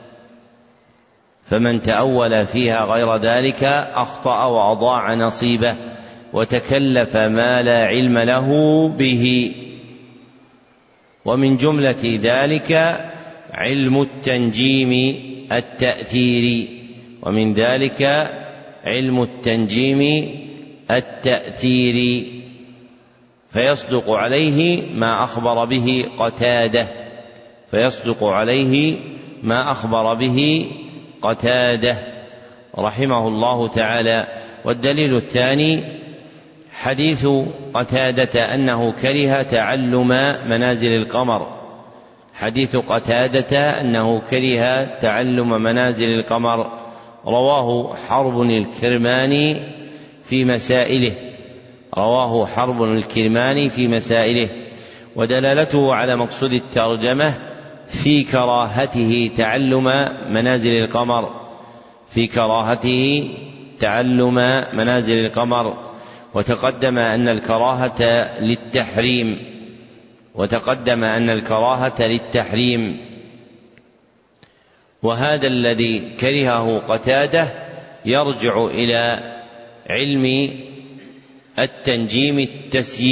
فمن تأول فيها غير ذلك أخطأ وأضاع نصيبه وتكلف ما لا علم له به. ومن جملة ذلك علم التنجيم التأثيري، ومن ذلك علم التنجيم التأثيري، فيصدق عليه ما أخبر به قتادة فيصدق عليه ما أخبر به قتادة رحمه الله تعالى. والدليل الثاني حديث قتادة أنه كره تعلم منازل القمر حديث قتادة أنه كره تعلم منازل القمر رواه حرب الكرماني في مسائله رواه حرب الكرماني في مسائله. ودلالته على مقصود الترجمة في كراهته تعلم منازل القمر في كراهته تعلم منازل القمر وتقدم أن الكراهة للتحريم وتقدم أن الكراهة للتحريم وهذا الذي كرهه قتادة يرجع إلى علم التنجيم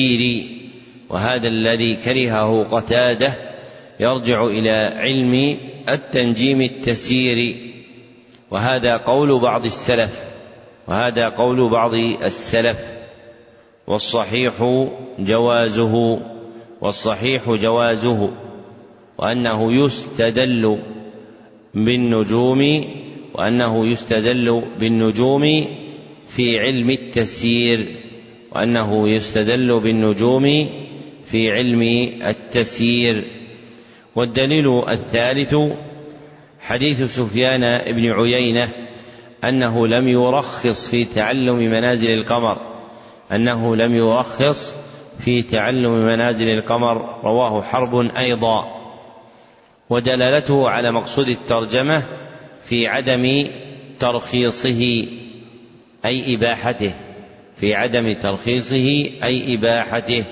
التسييري وهذا الذي كرهه قتادة يرجع إلى علم التنجيم التسييري، وهذا قول بعض السلف وهذا قول بعض السلف والصحيح جوازه والصحيح جوازه وأنه يستدل بالنجوم وأنه يستدل بالنجوم في علم التسيير وأنه يستدل بالنجوم في علم التسيير. والدليل الثالث حديث سفيان بن عيينة أنه لم يرخص في تعلم منازل القمر أنه لم يرخص في تعلم منازل القمر رواه حرب أيضا. ودلالته على مقصود الترجمة في عدم ترخيصه أي إباحته في عدم ترخيصه أي إباحته.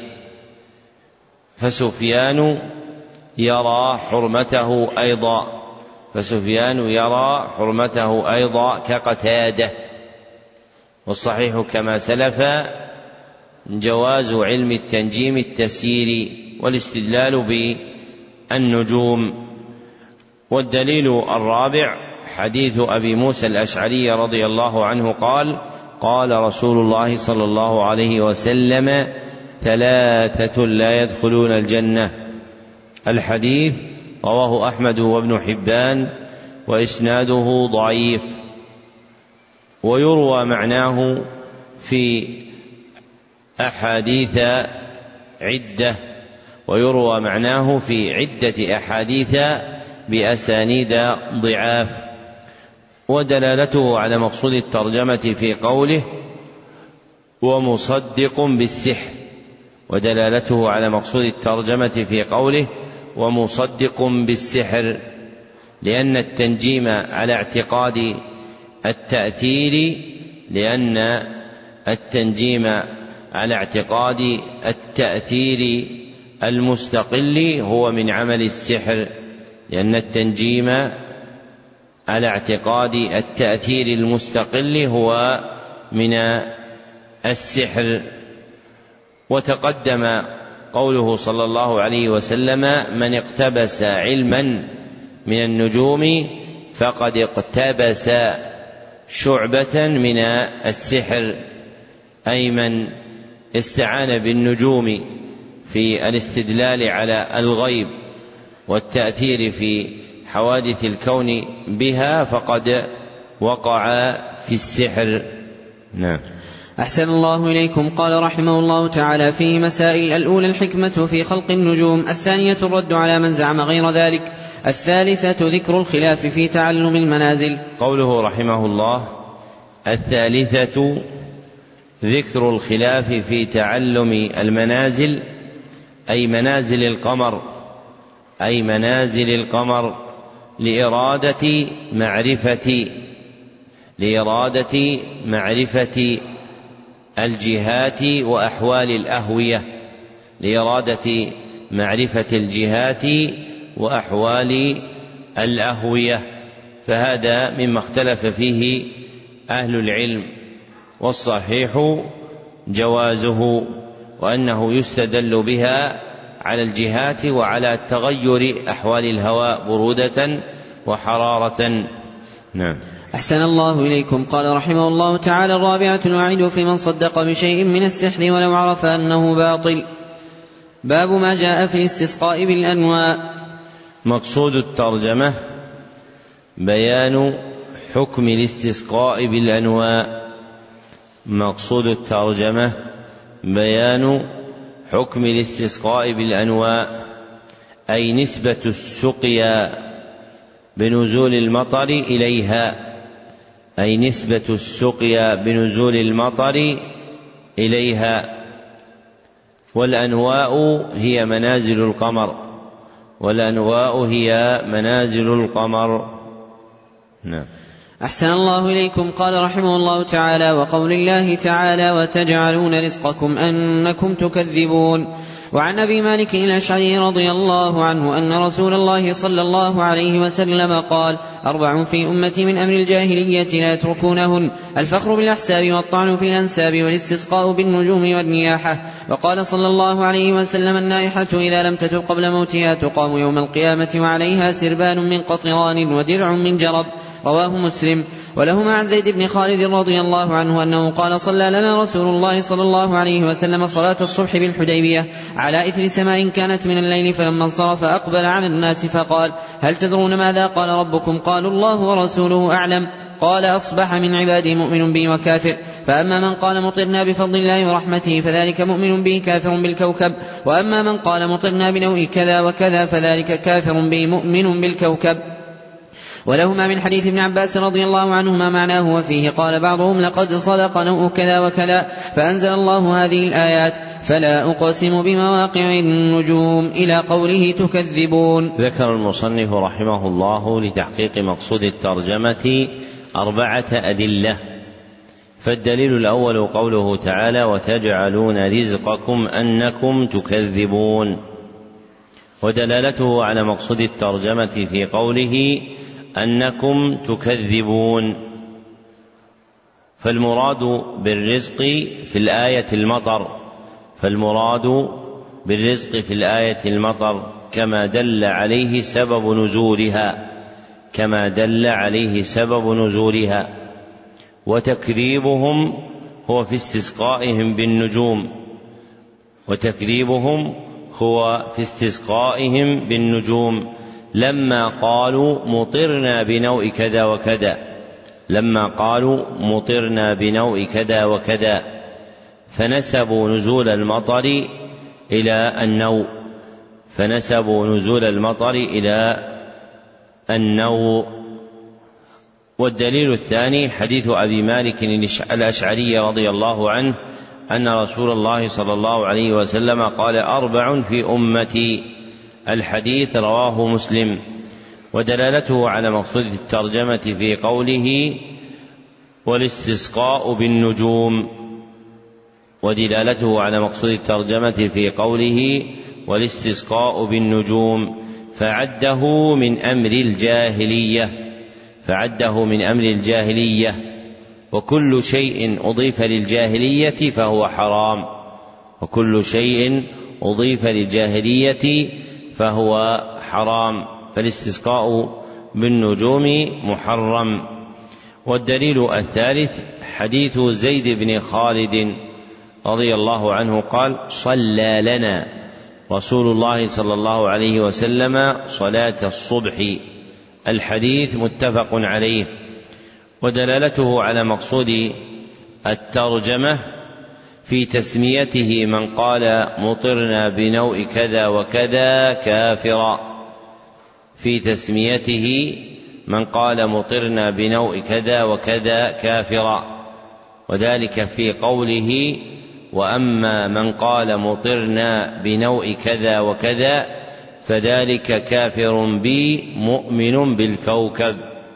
فسفيان يرى حرمته أيضا فسفيان يرى حرمته أيضا كقتادة. والصحيح كما سلف جواز علم التنجيم التسييري والاستدلال بالنجوم. والدليل الرابع حديث أبي موسى الأشعري رضي الله عنه قال قال رسول الله صلى الله عليه وسلم ثلاثة لا يدخلون الجنة. الحديث رواه أحمد وابن حبان وإسناده ضعيف. ويروى معناه في أحاديث عدة ويروى معناه في عدة أحاديث بأسانيد ضعاف. ودلالته على مقصود الترجمة في قوله ومصدق بالسحر ودلالته على مقصود الترجمة في قوله ومصدق بالسحر لأن التنجيم على اعتقاد التأثير لأن التنجيم على اعتقاد التأثير المستقل هو من عمل السحر لأن التنجيم على اعتقاد التأثير المستقل هو من السحر. وتقدم قوله صلى الله عليه وسلم من اقتبس علما من النجوم فقد اقتبس شعبة من السحر أي من استعان بالنجوم في الاستدلال على الغيب والتأثير في حوادث الكون بها فقد وقع في السحر. نعم. أحسن الله إليكم. قال رحمه الله تعالى فيه مسائل: الأولى الحكمة في خلق النجوم، الثانية الرد على من زعم غير ذلك، الثالثة ذكر الخلاف في تعلم المنازل. قوله رحمه الله الثالثة ذكر الخلاف في تعلم المنازل أي منازل القمر أي منازل القمر لإرادة معرفة لإرادة معرفة الجهات وأحوال الأهوية لإرادة معرفة الجهات وأحوال الأهوية. فهذا مما اختلف فيه أهل العلم، والصحيح جوازه وأنه يستدل بها على الجهات وعلى تغير أحوال الهواء برودة وحرارة. نعم. أحسن الله إليكم. قال رحمه الله تعالى الرابعة الوعيد في من صدق بشيء من السحر ولو عرف أنه باطل. باب ما جاء في الاستسقاء بالأنواء. مقصود الترجمة بيان حكم الاستسقاء بالأنواء مقصود الترجمة بيان حكم الاستسقاء بالأنواء أي نسبة السقيا بنزول المطر إليها أي نسبة السقيا بنزول المطر إليها. والأنواء هي منازل القمر والأنواء هي منازل القمر. نعم. أحسن الله إليكم. قال رحمه الله تعالى وقول الله تعالى وتجعلون رزقكم أنكم تكذبون. وعن أبي مالك الأشعري رضي الله عنه أن رسول الله صلى الله عليه وسلم قال: أربع في أمتي من أمر الجاهلية لا يتركونهن: الفخر بالأحساب، والطعن في الأنساب، والاستسقاء بالنجوم والنياحة. وقال صلى الله عليه وسلم: النائحة إذا لم تتب قبل موتها تقام يوم القيامة وعليها سربان من قطران ودرع من جرب. رواه مسلم. ولهما عن زيد بن خالد رضي الله عنه أنه قال: صلى لنا رسول الله صلى الله عليه وسلم صلاة الصبح بالحديبية على إثر سماء كانت من الليل، فلما انصرف أقبل على الناس فقال: هل تدرون ماذا قال ربكم؟ قالوا: الله ورسوله أعلم. قال: أصبح من عبادي مؤمن بي وكافر، فأما من قال مطرنا بفضل الله ورحمته فذلك مؤمن به كافر بالكوكب، وأما من قال مطرنا بنوء كذا وكذا فذلك كافر به مؤمن بالكوكب. ولهما من حديث ابن عباس رضي الله عنهما معناه، وفيه قال بعضهم: لقد صدق نوء كذا وكذا، فأنزل الله هذه الآيات: فلا أقسم بمواقع النجوم، إلى قوله تكذبون. ذكر المصنف رحمه الله لتحقيق مقصود الترجمة أربعة أدلة. فالدليل الأول قوله تعالى: وتجعلون رزقكم أنكم تكذبون، ودلالته على مقصود الترجمة في قوله أنكم تكذبون. فالمراد بالرزق في الآية المطر فالمراد بالرزق في الآية المطر كما دل عليه سبب نزولها كما دل عليه سبب نزولها وتكذيبهم هو في استسقائهم بالنجوم وتكذيبهم هو في استسقائهم بالنجوم لما قالوا مطرنا بنوء كذا وكذا لما قالوا مطرنا بنوء كذا وكذا فنسبوا نزول المطر إلى النوء فنسبوا نزول المطر إلى النوء. والدليل الثاني حديث أبي مالك الأشعري رضي الله عنه أن رسول الله صلى الله عليه وسلم قال: أربع في أمتي. الحديث رواه مسلم. ودلالته على مقصود الترجمة في قوله والاستسقاء بالنجوم ودلالته على مقصود الترجمة في قوله والاستسقاء بالنجوم فعده من أمر الجاهلية فعده من أمر الجاهلية وكل شيء أضيف للجاهلية فهو حرام وكل شيء أضيف للجاهلية فهو حرام فالاستسقاء بالنجوم محرم. والدليل الثالث حديث زيد بن خالد رضي الله عنه قال: صلى لنا رسول الله صلى الله عليه وسلم صلاة الصبح. الحديث متفق عليه. ودلالته على مقصود الترجمة في تسميته من قال مطرنا بنوء كذا وكذا كافرا في تسميته من قال مطرنا بنوء كذا وكذا كافرا وذلك في قوله: وأما من قال مطرنا بنوء كذا وكذا فذلك كافر بي مؤمن بالكوكب.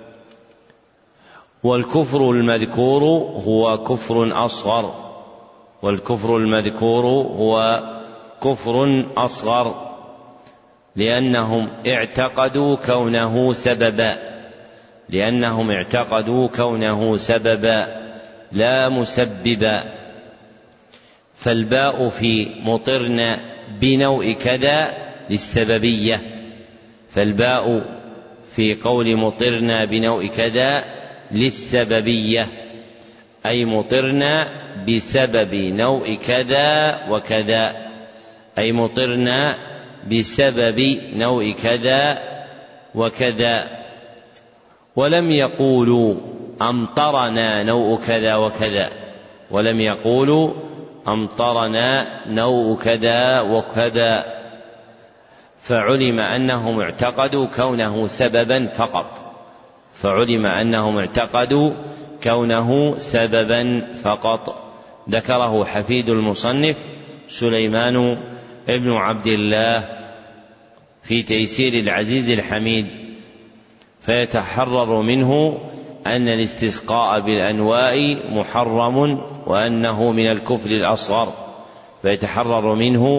والكفر المذكور هو كفر أصغر والكفر المذكور هو كفر أصغر لأنهم اعتقدوا كونه سببا لأنهم اعتقدوا كونه سببا لا مسببا. فالباء في مطرنا بنوء كذا للسببية فالباء في قول مطرنا بنوء كذا للسببية أي مطرنا بسبب نوء كذا وكذا أي مطرنا بسبب نوء كذا وكذا. ولم يقولوا أمطرنا نوء كذا وكذا ولم يقولوا أمطرنا نوء كذا وكذا فعلم أنهم اعتقدوا كونه سببا فقط فعلم أنهم اعتقدوا كونه سببا فقط. ذكره حفيد المصنف سليمان ابن عبد الله في تيسير العزيز الحميد فيتحرر منه أن الاستسقاء بالأنواء محرم وأنه من الكفر الأصغر فيتحرر منه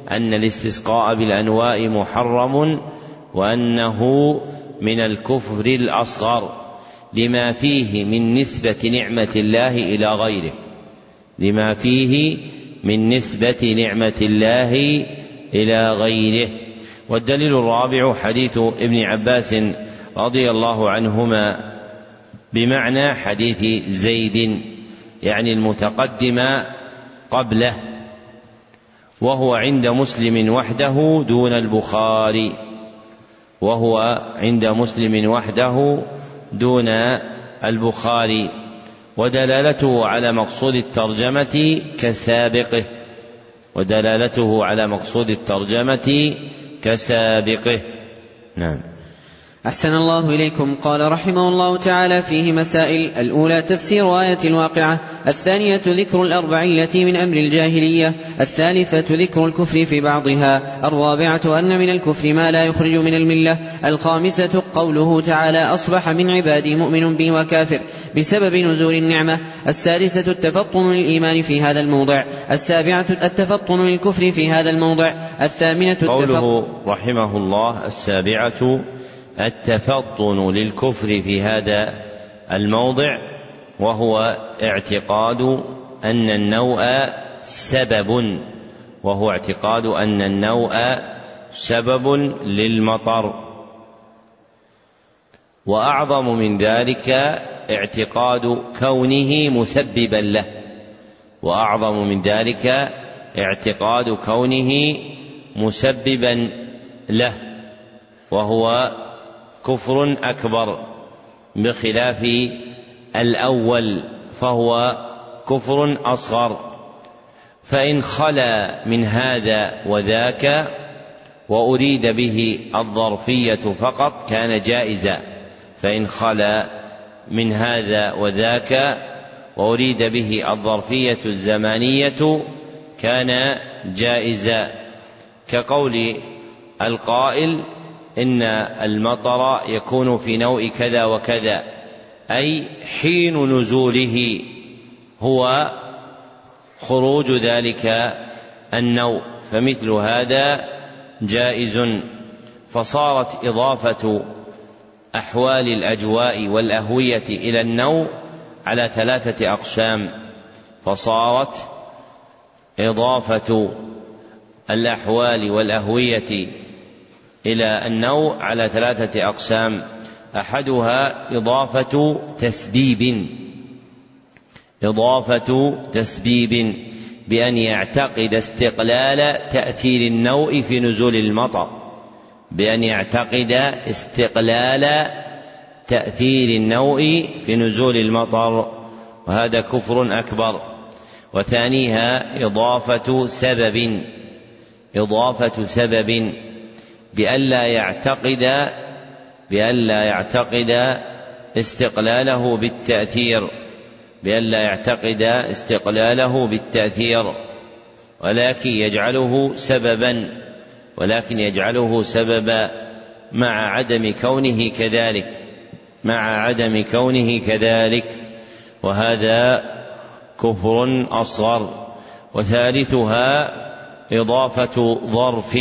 أن الاستسقاء بالأنواء محرم وأنه من الكفر الأصغر لما فيه من نسبة نعمة الله إلى غيره لما فيه من نسبة نعمة الله إلى غيره. والدليل الرابع حديث ابن عباس رضي الله عنهما بمعنى حديث زيد يعني المتقدم قبله، وهو عند مسلم وحده دون البخاري وهو عند مسلم وحده دون البخاري ودلالته على مقصود الترجمة كسابقه ودلالته على مقصود الترجمة كسابقه. نعم. أحسن الله إليكم. قال رحمه الله تعالى فيه مسائل: الأولى تفسير آية الواقعة، الثانية ذكر الأربع التي من أمر الجاهلية، الثالثة ذكر الكفر في بعضها، الرابعة أن من الكفر ما لا يخرج من الملة، الخامسة قوله تعالى: أصبح من عبادي مؤمن بي وكافر بسبب نزول النعمة، السادسة التفطن للإيمان في هذا الموضع، السابعة التفطن للكفر في هذا الموضع، الثامنة قوله رحمه الله السابعة التفطن للكفر في هذا الموضع، وهو اعتقاد أن النوء سبب وهو اعتقاد أن النوء سبب للمطر. وأعظم من ذلك اعتقاد كونه مسببا له وأعظم من ذلك اعتقاد كونه مسببا له وهو كفر أكبر بخلاف الأول فهو كفر أصغر. فإن خلا من هذا وذاك وأريد به الظرفية فقط كان جائزا فإن خلا من هذا وذاك وأريد به الظرفية الزمانية كان جائزا، كقول القائل إن المطر يكون في نوء كذا وكذا، أي حين نزوله هو خروج ذلك النوء، فمثل هذا جائز. فصارت إضافة أحوال الأجواء والأهوية إلى النوء على ثلاثة أقسام فصارت إضافة الأحوال والأهوية إلى النوء على ثلاثة أقسام: أحدها إضافة تسبيب إضافة تسبيب بأن يعتقد استقلال تأثير النوء في نزول المطر بأن يعتقد استقلال تأثير النوء في نزول المطر، وهذا كفر أكبر. وثانيها إضافة سبب إضافة سبب بألا يعتقد بألا يعتقد استقلاله بالتأثير بألا يعتقد استقلاله بالتأثير ولكن يجعله سببا ولكن يجعله سببا مع عدم كونه كذلك مع عدم كونه كذلك وهذا كفر أصغر. وثالثها إضافة ظرف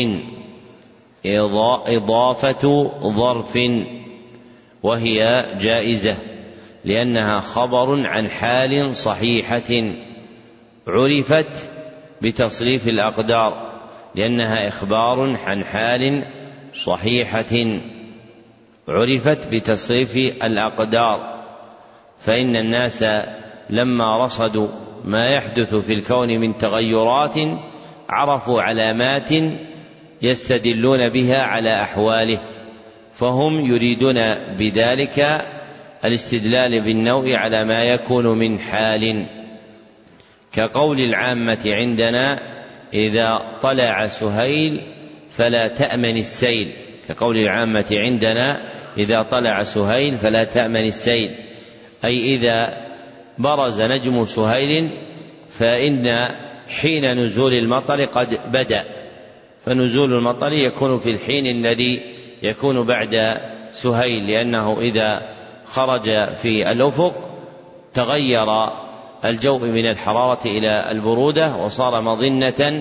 إضافة ظرف وهي جائزة لأنها خبر عن حال صحيحة عرفت بتصريف الأقدار لأنها إخبار عن حال صحيحة عرفت بتصريف الأقدار. فإن الناس لما رصدوا ما يحدث في الكون من تغيرات عرفوا علامات يستدلون بها على أحواله، فهم يريدون بذلك الاستدلال بالنوء على ما يكون من حال، كقول العامة عندنا: إذا طلع سهيل فلا تأمن السيل كقول العامة عندنا إذا طلع سهيل فلا تأمن السيل، أي إذا برز نجم سهيل فإن حين نزول المطر قد بدأ، فنزول المطر يكون في الحين الذي يكون بعد سهيل، لأنه إذا خرج في الأفق تغير الجو من الحرارة إلى البرودة وصار مظنة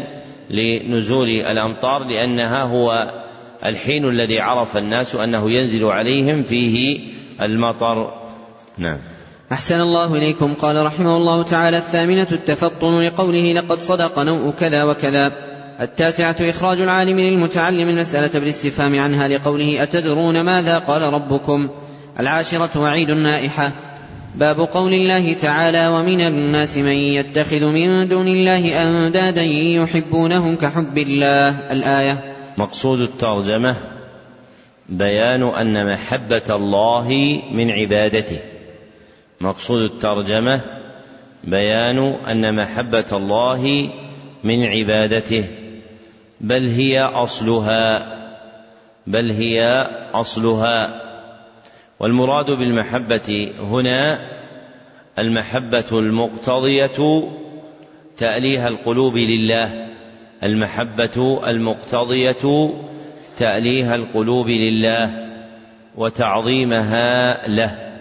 لنزول الأمطار، لأنها هو الحين الذي عرف الناس أنه ينزل عليهم فيه المطر. نعم. أحسن الله إليكم. قال رحمه الله تعالى: الثامنة التفطن لقوله لقد صدق نوء كذا وكذا. التاسعة إخراج العالم للمتعلم المسألة بالاستفهام عنها لقوله أتدرون ماذا قال ربكم. العاشرة وعيد النائحة. باب قول الله تعالى: ومن الناس من يتخذ من دون الله أندادا يحبونهم كحب الله. الآية. مقصود الترجمة بيان أن محبة الله من عبادته. مقصود الترجمة بيان أن محبة الله من عبادته، بل هي أصلها بل هي أصلها والمراد بالمحبة هنا المحبة المقتضية تأليه القلوب لله المحبة المقتضية تأليه القلوب لله وتعظيمها له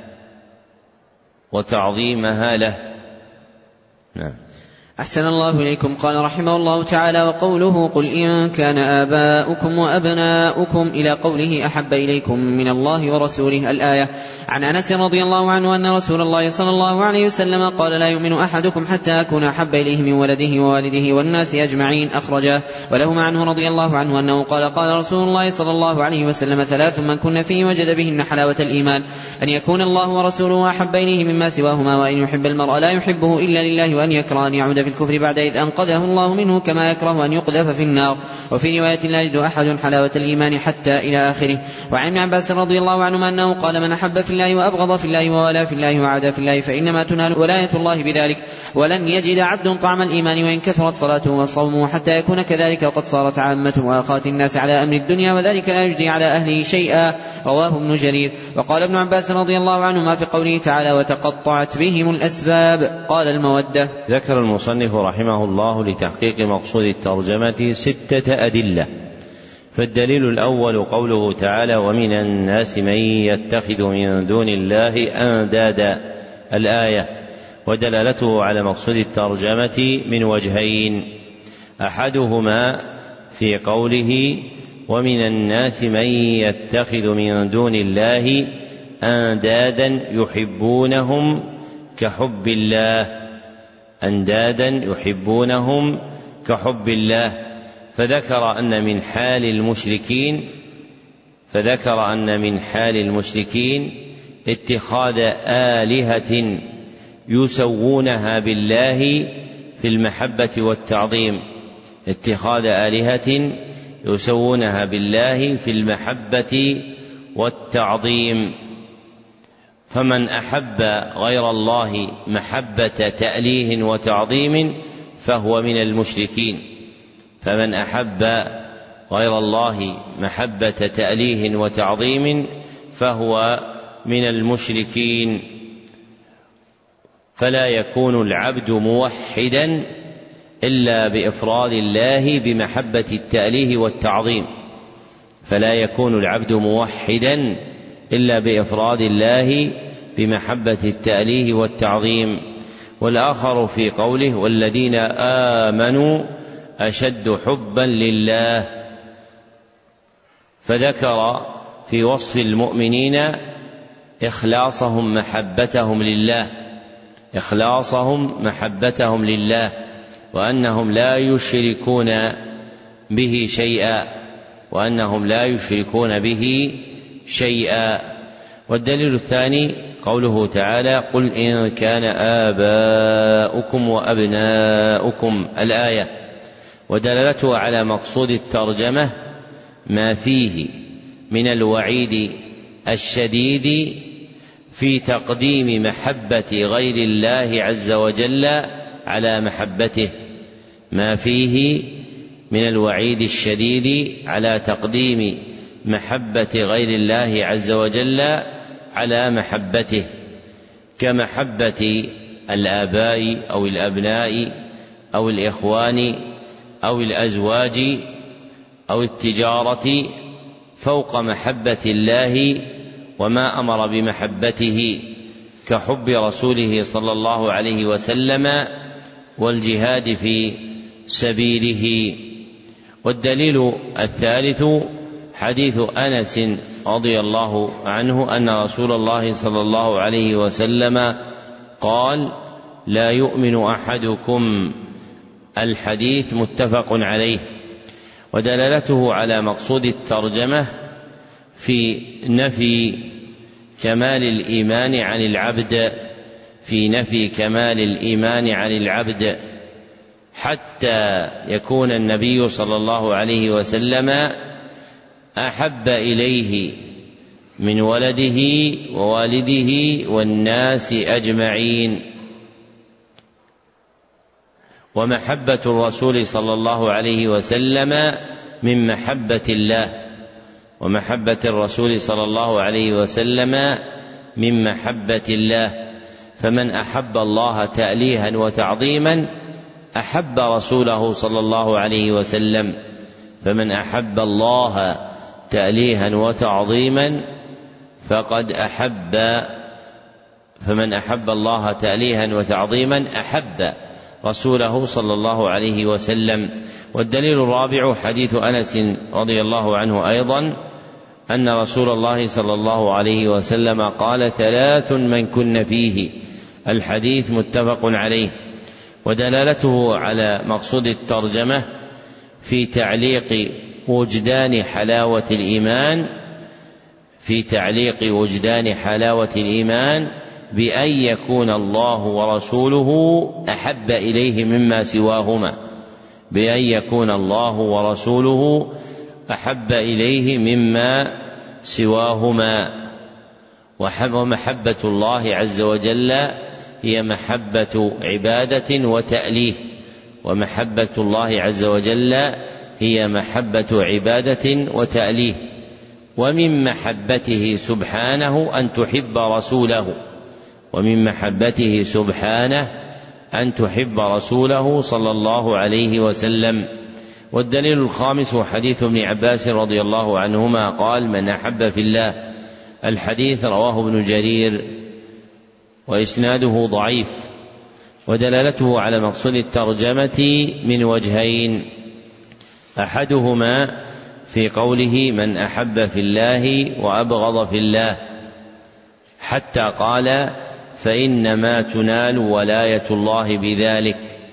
وتعظيمها له. نعم. أحسن الله إليكم. قال رحمه الله تعالى: وقوله قل إن كان آباؤكم وأبناؤكم إلى قوله أحب إليكم من الله ورسوله. الآية. عن أنس رضي الله عنه أن رسول الله صلى الله عليه وسلم قال: لا يؤمن أحدكم حتى أكون أحب إليه من ولده ووالده والناس أجمعين. أخرجاه. ولهما عنه رضي الله عنه أنه قال: قال رسول الله صلى الله عليه وسلم: ثلاث من كن فيه وجد بهن حلاوة الإيمان: أن يكون الله ورسوله أحب إليه مما سواهما، وأن يحب المرء لا يحبه إلا لله، وأن يكره أن يعود في الكفر بعد إذ أنقذه الله منه كما يكره أن يقذف في النار. وفي رواية: لا يجد أحد حلاوة الإيمان حتى إلى آخره. وعن ابن عباس رضي الله عنهما أنه قال: من أحب في الله وأبغض في الله وولى في الله وعادى في الله فإنما تنال ولاية الله بذلك. ولن يجد عبد طعم الإيمان وإن كثرت صلاته وصومه حتى يكون كذلك، وقد صارت عامة وآخات الناس على أمر الدنيا، وذلك لا يجدي على أهله شيئا. رواه ابن جرير. وقال ابن عباس رضي الله عنهما في قوله تعالى: وتقطعت بهم الأسباب. قال: المودة. ذكر المصنف رحمه الله لتحقيق مقصود الترجمة ستة أدلة. فالدليل الأول قوله تعالى: ومن الناس من يتخذ من دون الله أندادا. الآية. ودلالته على مقصود الترجمة من وجهين: أحدهما في قوله: ومن الناس من يتخذ من دون الله أندادا يحبونهم كحب الله أندادا يحبونهم كحب الله فذكر أن من حال المشركين فذكر أن من حال المشركين اتخاذ آلهة يسوونها بالله في المحبة والتعظيم اتخاذ آلهة يسوونها بالله في المحبة والتعظيم. فمن أحب غير الله محبة تأليه وتعظيم فهو من المشركين فمن أحب غير الله محبة تأليه وتعظيم فهو من المشركين. فلا يكون العبد موحدا إلا بإفراد الله بمحبة التأليه والتعظيم فلا يكون العبد موحدا إلا بإفراد الله بمحبة التأليه والتعظيم. والآخر في قوله: والذين آمنوا أشد حبا لله فذكر في وصف المؤمنين إخلاصهم محبتهم لله إخلاصهم محبتهم لله وأنهم لا يشركون به شيئا وأنهم لا يشركون به شيئا. والدليل الثاني قوله تعالى: قل إن كان آباؤكم وأبناؤكم. الآية. ودلالته على مقصود الترجمة ما فيه من الوعيد الشديد في تقديم محبة غير الله عز وجل على محبته ما فيه من الوعيد الشديد على تقديم محبة غير الله عز وجل على محبته كمحبة الآباء أو الأبناء أو الإخوان أو الأزواج أو التجارة فوق محبة الله وما أمر بمحبته كحب رسوله صلى الله عليه وسلم والجهاد في سبيله. والدليل الثالث حديث أنس رضي الله عنه أن رسول الله صلى الله عليه وسلم قال: لا يؤمن أحدكم. الحديث متفق عليه. ودلالته على مقصود الترجمة في نفي كمال الإيمان عن العبد في نفي كمال الإيمان عن العبد حتى يكون النبي صلى الله عليه وسلم أحب إليه من ولده ووالده والناس أجمعين. ومحبة الرسول صلى الله عليه وسلم من محبة الله ومحبة الرسول صلى الله عليه وسلم من محبة الله. فمن أحب الله تأليها وتعظيما أحب رسوله صلى الله عليه وسلم. فمن أحب الله تأليها وتعظيما فقد أحب فمن أحب الله تأليها وتعظيما أحب رسوله صلى الله عليه وسلم. والدليل الرابع حديث أنس رضي الله عنه أيضا أن رسول الله صلى الله عليه وسلم قال: ثلاث من كن فيه. الحديث متفق عليه. ودلالته على مقصود الترجمة في تعليق وجدان حلاوة الإيمان في تعليق وجدان حلاوة الإيمان بأن يكون الله ورسوله أحب إليه مما سواهما بأن يكون الله ورسوله أحب إليه مما سواهما. ومحبة الله عز وجل هي محبة عبادة وتأليه ومحبة الله عز وجل هي محبة عبادة وتأليه. ومن محبته سبحانه أن تحب رسوله ومن محبته سبحانه أن تحب رسوله صلى الله عليه وسلم. والدليل الخامس حديث ابن عباس رضي الله عنهما قال: من أحب في الله. الحديث رواه ابن جرير وإسناده ضعيف. ودلالته على مقصود الترجمة من وجهين: أحدهما في قوله: من أحب في الله وأبغض في الله، حتى قال: فإنما تنال ولاية الله بذلك،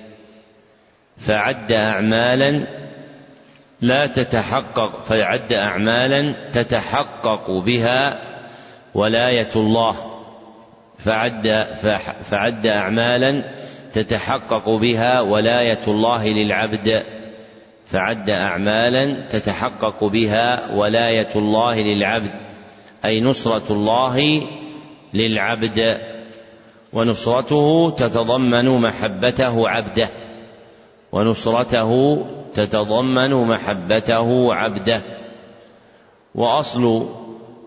فعد أعمالا لا تتحقق فعد أعمالا تتحقق بها ولاية الله فعد, فعد أعمالا تتحقق بها ولاية الله للعبد فعد أعمالا تتحقق بها ولاية الله للعبد أي نصرة الله للعبد. ونصرته تتضمن محبته عبده ونصرته تتضمن محبته عبده. وأصل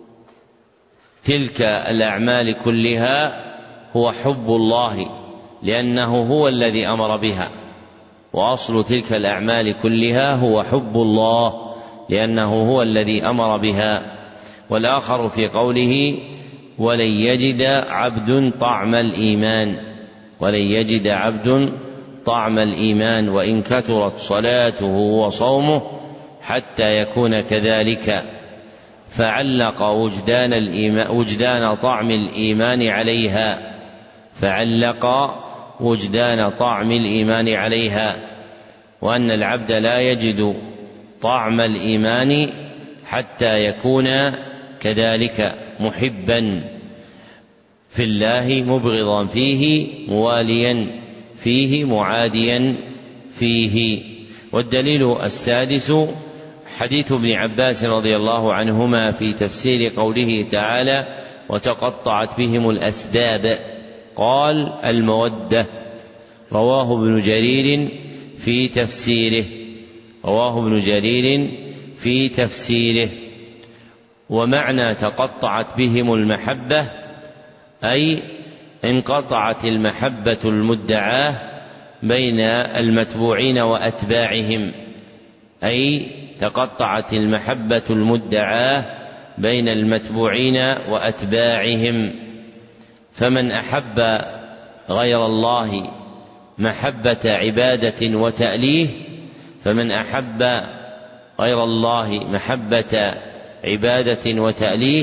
تلك الأعمال كلها هو حب الله لأنه هو الذي أمر بها وأصل تلك الأعمال كلها هو حب الله لأنه هو الذي أمر بها. والآخر في قوله: ولن يجد عبد طعم الإيمان ولن يجد عبد طعم الإيمان وإن كثرت صلاته وصومه حتى يكون كذلك. فعلق وجدان, الإيمان وجدان طعم الإيمان عليها فعلق وجدان طعم الإيمان عليها وأن العبد لا يجد طعم الإيمان حتى يكون كذلك محبا في الله مبغضا فيه مواليا فيه معاديا فيه. والدليل السادس حديث ابن عباس رضي الله عنهما في تفسير قوله تعالى: وتقطعت بهم الأسباب. قال: المودة. رواه ابن جرير في تفسيره رواه ابن جرير في تفسيره. ومعنى تقطعت بهم المحبة أي انقطعت المحبة المدعاة بين المتبوعين وأتباعهم أي تقطعت المحبة المدعاة بين المتبوعين وأتباعهم. فمن أحب غير الله محبة عبادة وتأليه فمن أحب غير الله محبة عبادة وتأليه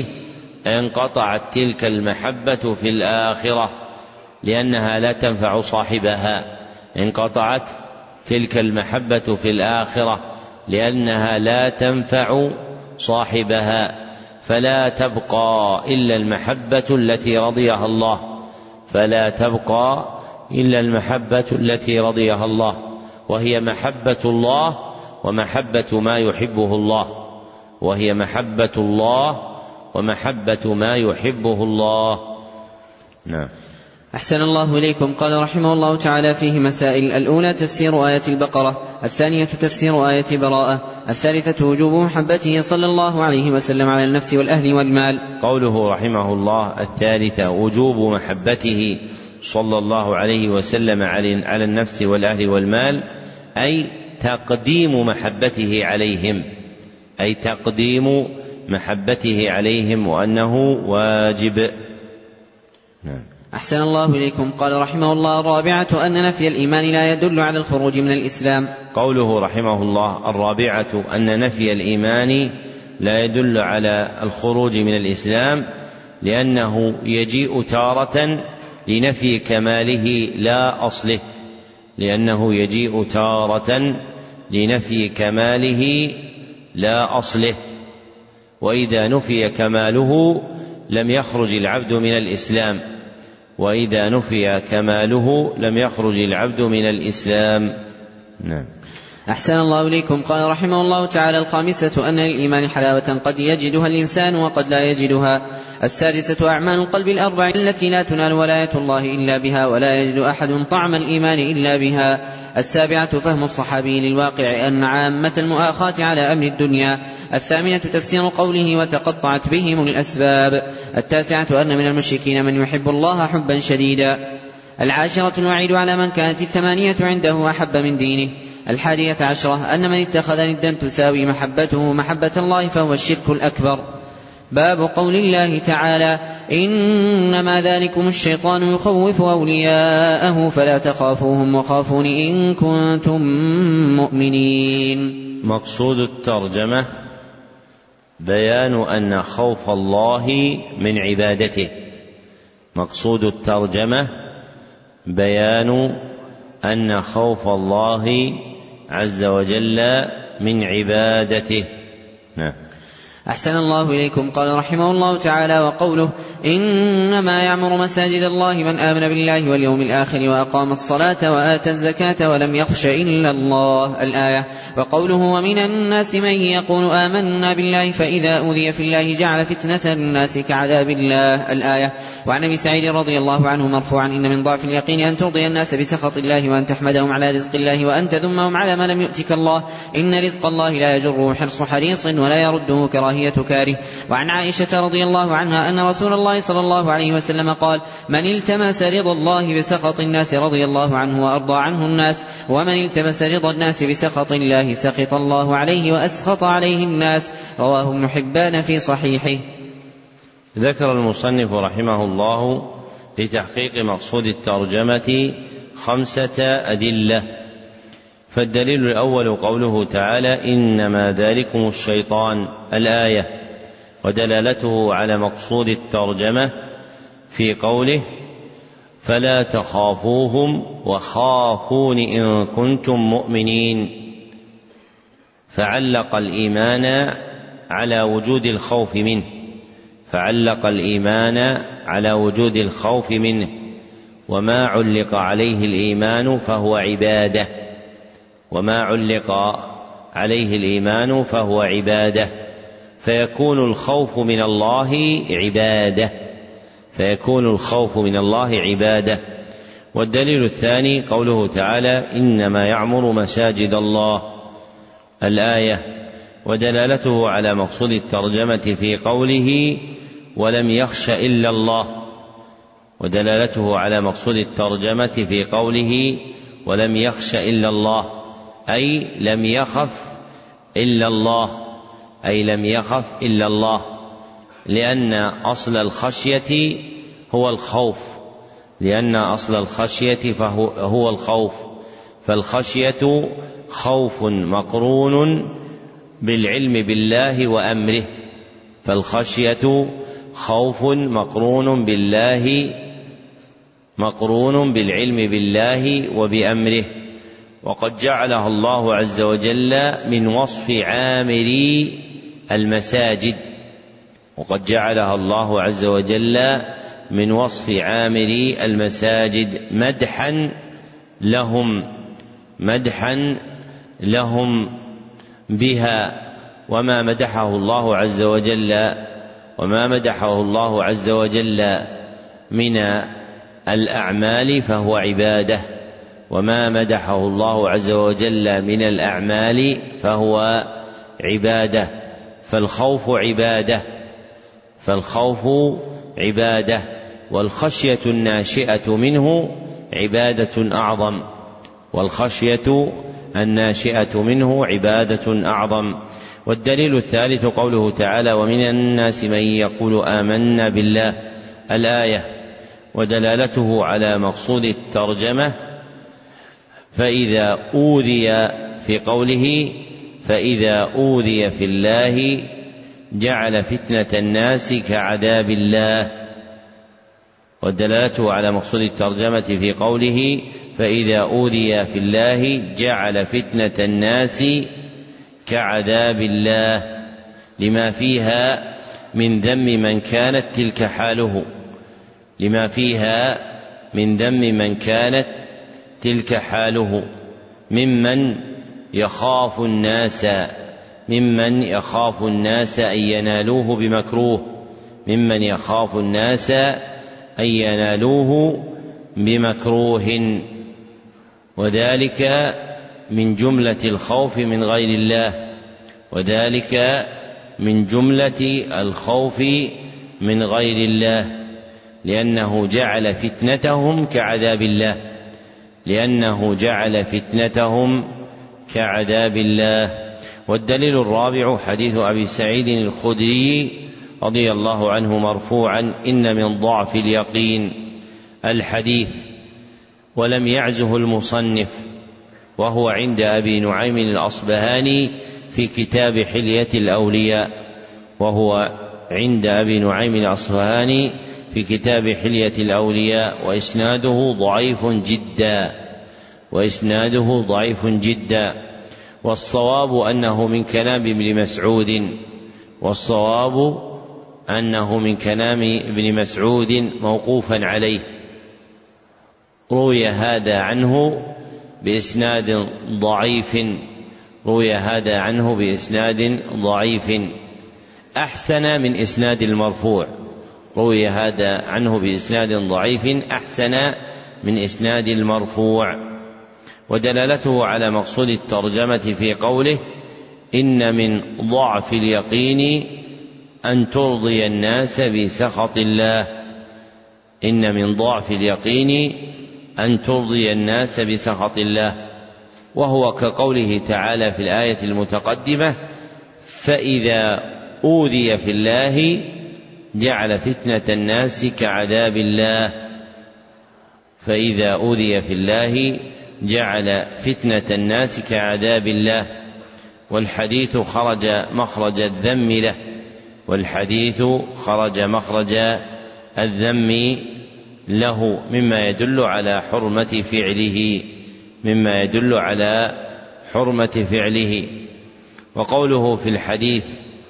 انقطعت تلك المحبة في الآخرة لأنها لا تنفع صاحبها انقطعت تلك المحبة في الآخرة لأنها لا تنفع صاحبها فلا تبقى إلا المحبة التي رضيها الله فلا تبقى إلا المحبة التي رضيها الله وهي محبة الله ومحبة ما يحبه الله وهي محبة الله ومحبة ما يحبه الله. نعم. أحسن الله إليكم. قال رحمه الله تعالى فيه مسائل: الأولى تفسير آية البقرة، الثانية تفسير آية براءة، الثالثة وجوب محبته صلى الله عليه وسلم على النفس والأهل والمال. قوله رحمه الله الثالثة وجوب محبته صلى الله عليه وسلم على النفس والأهل والمال، أي تقديم محبته عليهم أي تقديم محبته عليهم وأنه واجب. نعم. أحسن الله إليكم. قال رحمه الله الرابعة أن نفي الإيمان لا يدل على الخروج من الإسلام. قوله رحمه الله الرابعة أن نفي الإيمان لا يدل على الخروج من الإسلام لأنه يجيء تارة لنفي كماله لا أصله لأنه يجيء تارة لنفي كماله لا أصله وإذا نفي كماله لم يخرج العبد من الإسلام وإذا نفي كماله لم يخرج العبد من الإسلام. نعم. أحسن الله إليكم. قال رحمه الله تعالى الخامسة أن للإيمان حلاوة قد يجدها الإنسان وقد لا يجدها. السادسة أعمال القلب الأربع التي لا تنال ولاية الله إلا بها ولا يجد أحد طعم الإيمان إلا بها. السابعة فهم الصحابي للواقع أن عامة المؤاخاة على أمر الدنيا. الثامنة تفسير قوله وتقطعت بهم الأسباب. التاسعة أن من المشركين من يحب الله حبا شديدا. العاشرة الوعيد على من كانت الثمانية عنده أحب من دينه. الحادية عشرة أن من اتخذ ندا تساوي محبته محبة الله فهو الشرك الأكبر. باب قول الله تعالى إنما ذلكم الشيطان يخوف أولياءه فلا تخافوهم وخافون إن كنتم مؤمنين. مقصود الترجمة بيان أن خوف الله من عبادته. مقصود الترجمة بيان أن خوف الله عز وجل من عبادته. نعم. أحسن الله إليكم. قال رحمه الله تعالى وقوله إنما يعمر مساجد الله من آمن بالله واليوم الآخر وأقام الصلاة وآتى الزكاة ولم يخش إلا الله الآية. وقوله ومن الناس من يقول آمنا بالله فإذا أوذي في الله جعل فتنة الناس كعذاب الله الآية. وعن أبي سعيد رضي الله عنه مرفوعا إن من ضعف اليقين أن ترضي الناس بسخط الله وأن تحمدهم على رزق الله وأن تذمهم على ما لم يؤتك الله إن رزق الله لا يجره حرص حريص ولا يرده كراهية كاره. وعن عائشة رضي الله عنها أن رسول الله صلى الله عليه وسلم قال من التمس رضا الله بسخط الناس رضي الله عنه وأرضى عنه الناس ومن التمس رضا الناس بسخط الله سخط الله عليه وأسخط عليه الناس. رواه ابن حبان في صحيحه. ذكر المصنف رحمه الله لتحقيق مقصود الترجمة خمسة أدلة. فالدليل الأول قوله تعالى إنما ذلكم الشيطان الآية ودلالته على مقصود الترجمة في قوله فلا تخافوهم وخافون إن كنتم مؤمنين. فعلق الإيمان على وجود الخوف منه فعلق الإيمان على وجود الخوف منه وما علق عليه الإيمان فهو عبادة وما علق عليه الإيمان فهو عبادة فيكون الخوف من الله عبادة فيكون الخوف من الله عبادة. والدليل الثاني قوله تعالى إنما يعمر مساجد الله الآية ودلالته على مقصود الترجمة في قوله ولم يخش إلا الله ودلالته على مقصود الترجمة في قوله ولم يخش إلا الله أي لم يخف إلا الله أي لم يخف إلا الله لأن أصل الخشية هو الخوف لأن أصل الخشية فهو هو الخوف فالخشية خوف مقرون بالعلم بالله وأمره، فالخشية خوف مقرون بالله مقرون بالعلم بالله وبأمره. وقد جعلها الله عز وجل من وصف عامري المساجد وقد جعلها الله عز وجل من وصف عامري المساجد مدحا لهم مدحا لهم بها. وما مدحه الله عز وجل وما مدحه الله عز وجل من الأعمال فهو عبادة، وما مدحه الله عز وجل من الأعمال فهو عبادة. فالخوف عبادة فالخوف عبادة والخشية الناشئة منه عبادة أعظم والخشية الناشئة منه عبادة أعظم. والدليل الثالث قوله تعالى: ومن الناس من يقول آمنا بالله، الآية، ودلالته على مقصود الترجمة. فإذا أوذي في قوله فإذا أوذي في الله جعل فتنة الناس كعذاب الله، ودلالته على مقصود الترجمة في قوله فإذا أوذي في الله جعل فتنة الناس كعذاب الله، لما فيها من ذم من كانت تلك حاله لما فيها من ذم من كانت تلك حاله ممن يخاف الناس ممن يخاف الناس أن ينالوه بمكروه ممن يخاف الناس أن ينالوه بمكروه وذلك من جملة الخوف من غير الله وذلك من جملة الخوف من غير الله لأنه جعل فتنتهم كعذاب الله لأنه جعل فتنتهم كعذاب الله. والدليل الرابع حديث أبي سعيد الخدري رضي الله عنه مرفوعا: إن من ضعف اليقين الحديث. ولم يعزه المصنف، وهو عند أبي نعيم الأصبهاني في كتاب حلية الأولياء وهو عند أبي نعيم الأصبهاني في كتاب حلية الأولياء وإسناده ضعيف جدا وإسناده ضعيف جدا والصواب أنه من كلام ابن مسعود والصواب أنه من كلام ابن مسعود موقوفا عليه. روي هذا عنه بإسناد ضعيف روي هذا عنه بإسناد ضعيف أحسن من إسناد المرفوع روي هذا عنه بإسناد ضعيف أحسن من إسناد المرفوع. ودلالته على مقصود الترجمة في قوله: إن من ضعف اليقين أن ترضي الناس بسخط الله إن من ضعف اليقين أن ترضي الناس بسخط الله، وهو كقوله تعالى في الآية المتقدمة: فإذا أوذي في الله جعل فتنة الناس كعذاب الله فإذا أوذي في الله جعل فتنة الناس كعذاب الله. والحديث خرج مخرج الذم له والحديث خرج مخرج الذم له مما يدل على حرمة فعله مما يدل على حرمة فعله. وقوله في الحديث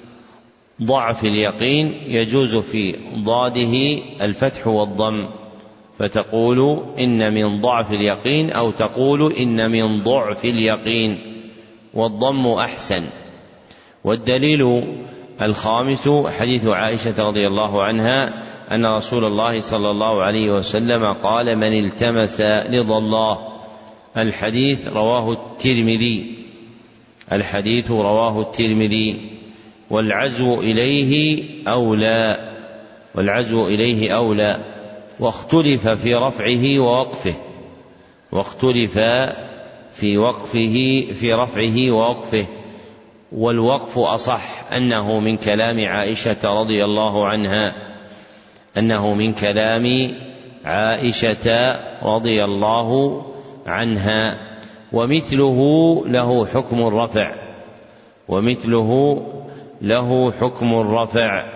ضعف اليقين يجوز في ضاده الفتح والضم، فتقول إن من ضعف اليقين أو تقول إن من ضعف اليقين، والضم أحسن. والدليل الخامس حديث عائشة رضي الله عنها أن رسول الله صلى الله عليه وسلم قال: من التمس رضا الله. الحديث رواه الترمذي الحديث رواه الترمذي والعزو إليه أولى والعزو إليه أولى واختلف في رفعه ووقفه واختلف في وقفه في رفعه ووقفه والوقف أصح أنه من كلام عائشة رضي الله عنها أنه من كلام عائشة رضي الله عنها ومثله له حكم الرفع ومثله له حكم الرفع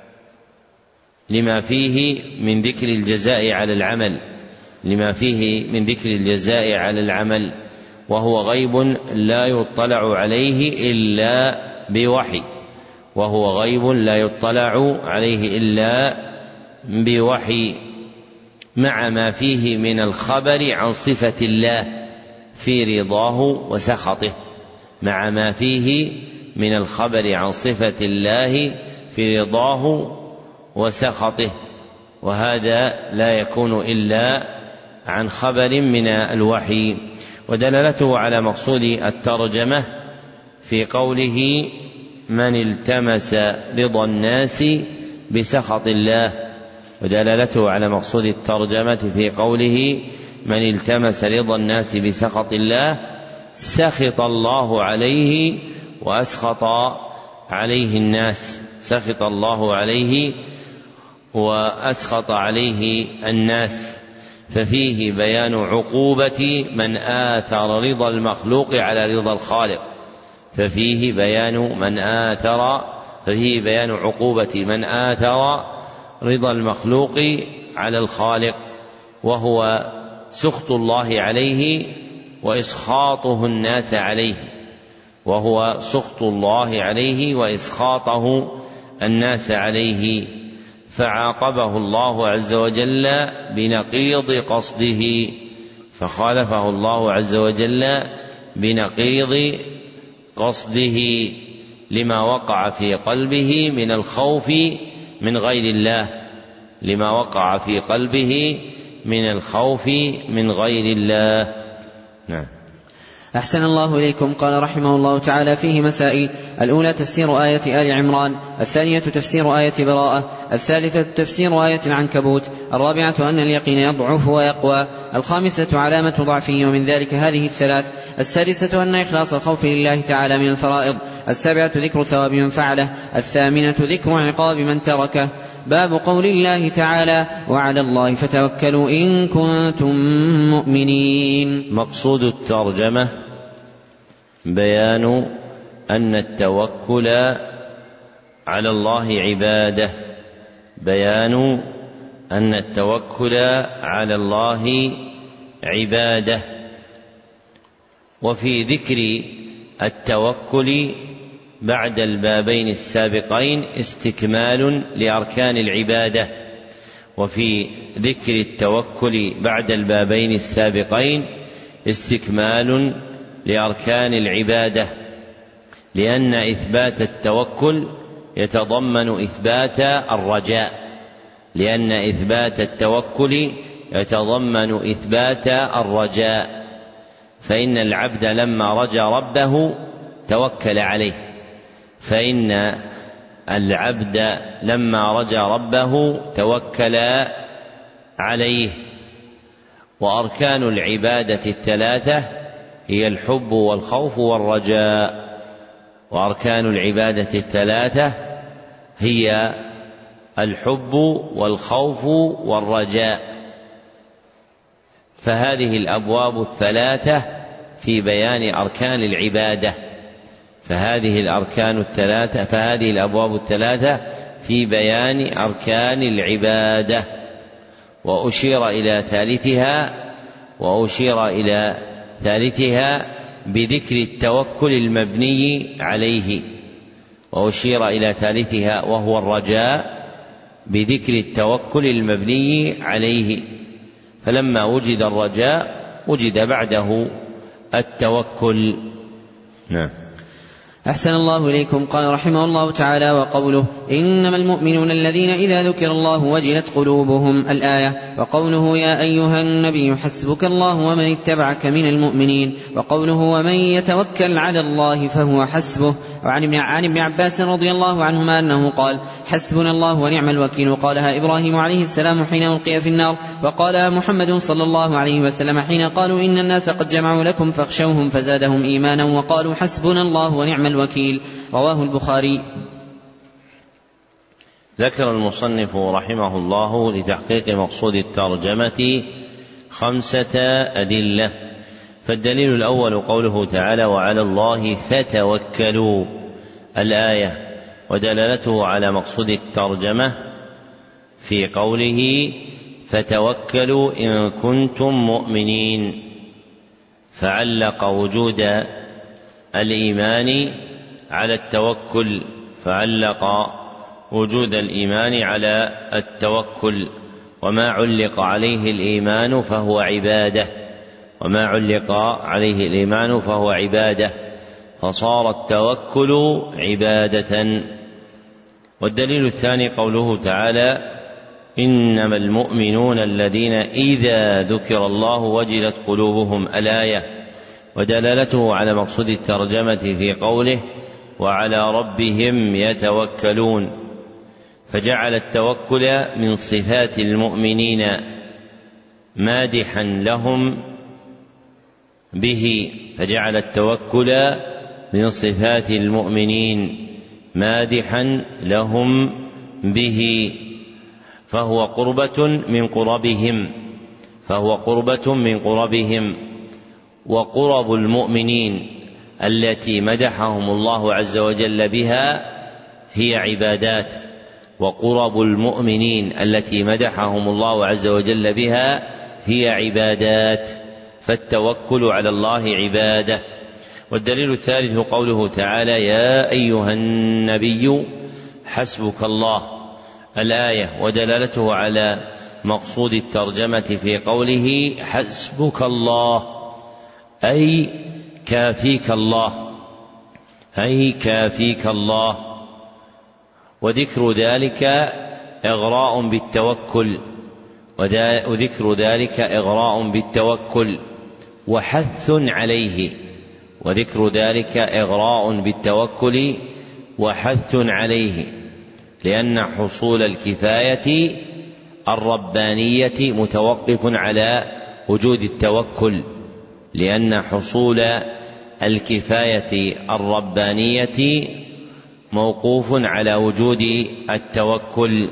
لما فيه من ذكر الجزاء على العمل لما فيه من ذكر الجزاء على العمل وهو غيب لا يطلع عليه إلا بوحي وهو غيب لا يطلع عليه إلا بوحي مع ما فيه من الخبر عن صفة الله في رضاه وسخطه مع ما فيه من الخبر عن صفة الله في رضاه وسخطه وهذا لا يكون إلا عن خبر من الوحي. ودلالته على مقصود الترجمة في قوله من التمس رضا الناس بسخط الله ودلالته على مقصود الترجمة في قوله من التمس رضا الناس بسخط الله سخط الله عليه وأسخط عليه الناس سخط الله عليه وأسخط عليه الناس ففيه بيان عقوبة من آثر رضا المخلوق على رضا الخالق ففيه بيان من آثر ففيه بيان عقوبة من آثر رضا المخلوق على الخالق وهو سخط الله عليه وإسخاطه الناس عليه وهو سخط الله عليه وإسخاطه الناس عليه فعاقبه الله عز وجل بنقيض قصده فخالفه الله عز وجل بنقيض قصده لما وقع في قلبه من الخوف من غير الله لما وقع في قلبه من الخوف من غير الله. نعم. أحسن الله إليكم. قال رحمه الله تعالى فيه مسائل: الأولى تفسير آية آل عمران، الثانية تفسير آية براءة، الثالثة تفسير آية العنكبوت، الرابعة أن اليقين يضعف ويقوى، الخامسة علامة ضعفه ومن ذلك هذه الثلاث، السادسة أن إخلاص الخوف لله تعالى من الفرائض، السابعة ذكر ثواب من فعله، الثامنة ذكر عقاب من تركه. باب قول الله تعالى: وعلى الله فتوكلوا إن كنتم مؤمنين. مقصود الترجمة بيان أن التوكل على الله عبادة بيان أن التوكل على الله عبادة وفي ذكر التوكل بعد البابين السابقين استكمال لأركان العبادة وفي ذكر التوكل بعد البابين السابقين استكمال لأركان العبادة لأن إثبات التوكل يتضمن إثبات الرجاء لأن إثبات التوكل يتضمن إثبات الرجاء فإن العبد لما رجا ربه توكل عليه فإن العبد لما رجا ربه توكل عليه. وأركان العبادة الثلاثة هي الحب والخوف والرجاء وأركان العبادة الثلاثة هي الحب والخوف والرجاء فهذه الأبواب الثلاثة في بيان أركان العبادة فهذه الأركان الثلاثة فهذه الأبواب الثلاثة في بيان أركان العبادة وأشير إلى ثالثها وأشير إلى ثالثها بذكر التوكل المبني عليه وأشير إلى ثالثها وهو الرجاء بذكر التوكل المبني عليه فلما وجد الرجاء وجد بعده التوكل. نعم. أحسن الله إليكم. قال رحمه الله تعالى: وقوله إنما المؤمنون الذين إذا ذكر الله وجلت قلوبهم الآية، وقوله يا أيها النبي حسبك الله ومن اتبعك من المؤمنين، وقوله ومن يتوكل على الله فهو حسبه. وعن ابن عباس رضي الله عنهما أنه قال: حسبنا الله ونعم الوكيل. قالها إبراهيم عليه السلام حين ألقي في النار، وقالها محمد صلى الله عليه وسلم حين قالوا إن الناس قد جمعوا لكم فاخشوهم فزادهم إيمانا وقالوا حسبنا الله ونعم الوكيل. رواه البخاري. ذكر المصنف رحمه الله لتحقيق مقصود الترجمة خمسة أدلة. فالدليل الأول قوله تعالى: وعلى الله فتوكلوا الآية ودلالته على مقصود الترجمة في قوله فتوكلوا إن كنتم مؤمنين، فعلق وجود الإيمان على التوكل فعلق وجود الإيمان على التوكل، وما علق عليه الإيمان فهو عبادة وما علق عليه الإيمان فهو عبادة فصار التوكل عبادة. والدليل الثاني قوله تعالى إنما المؤمنون الذين إذا ذكر الله وجلت قلوبهم الآية، ودلالته على مقصود الترجمة في قوله وعلى ربهم يتوكلون، فجعل التوكل من صفات المؤمنين مادحا لهم به فجعل التوكل من صفات المؤمنين مادحا لهم به فهو قربة من قربهم فهو قربة من قربهم وقرب المؤمنين التي مدحهم الله عز وجل بها هي عبادات وقرب المؤمنين التي مدحهم الله عز وجل بها هي عبادات، فالتوكل على الله عبادة. والدليل الثالث قوله تعالى يا أيها النبي حسبك الله الآية، ودلالته على مقصود الترجمة في قوله حسبك الله أي كافيك الله أي كافيك الله، وذكر ذلك إغراء بالتوكل وذكر ذلك إغراء بالتوكل وحث عليه وذكر ذلك إغراء بالتوكل وحث عليه، لأن حصول الكفاية الربانية متوقف على وجود التوكل لأن حصول الكفاية الربانية موقوف على وجود التوكل.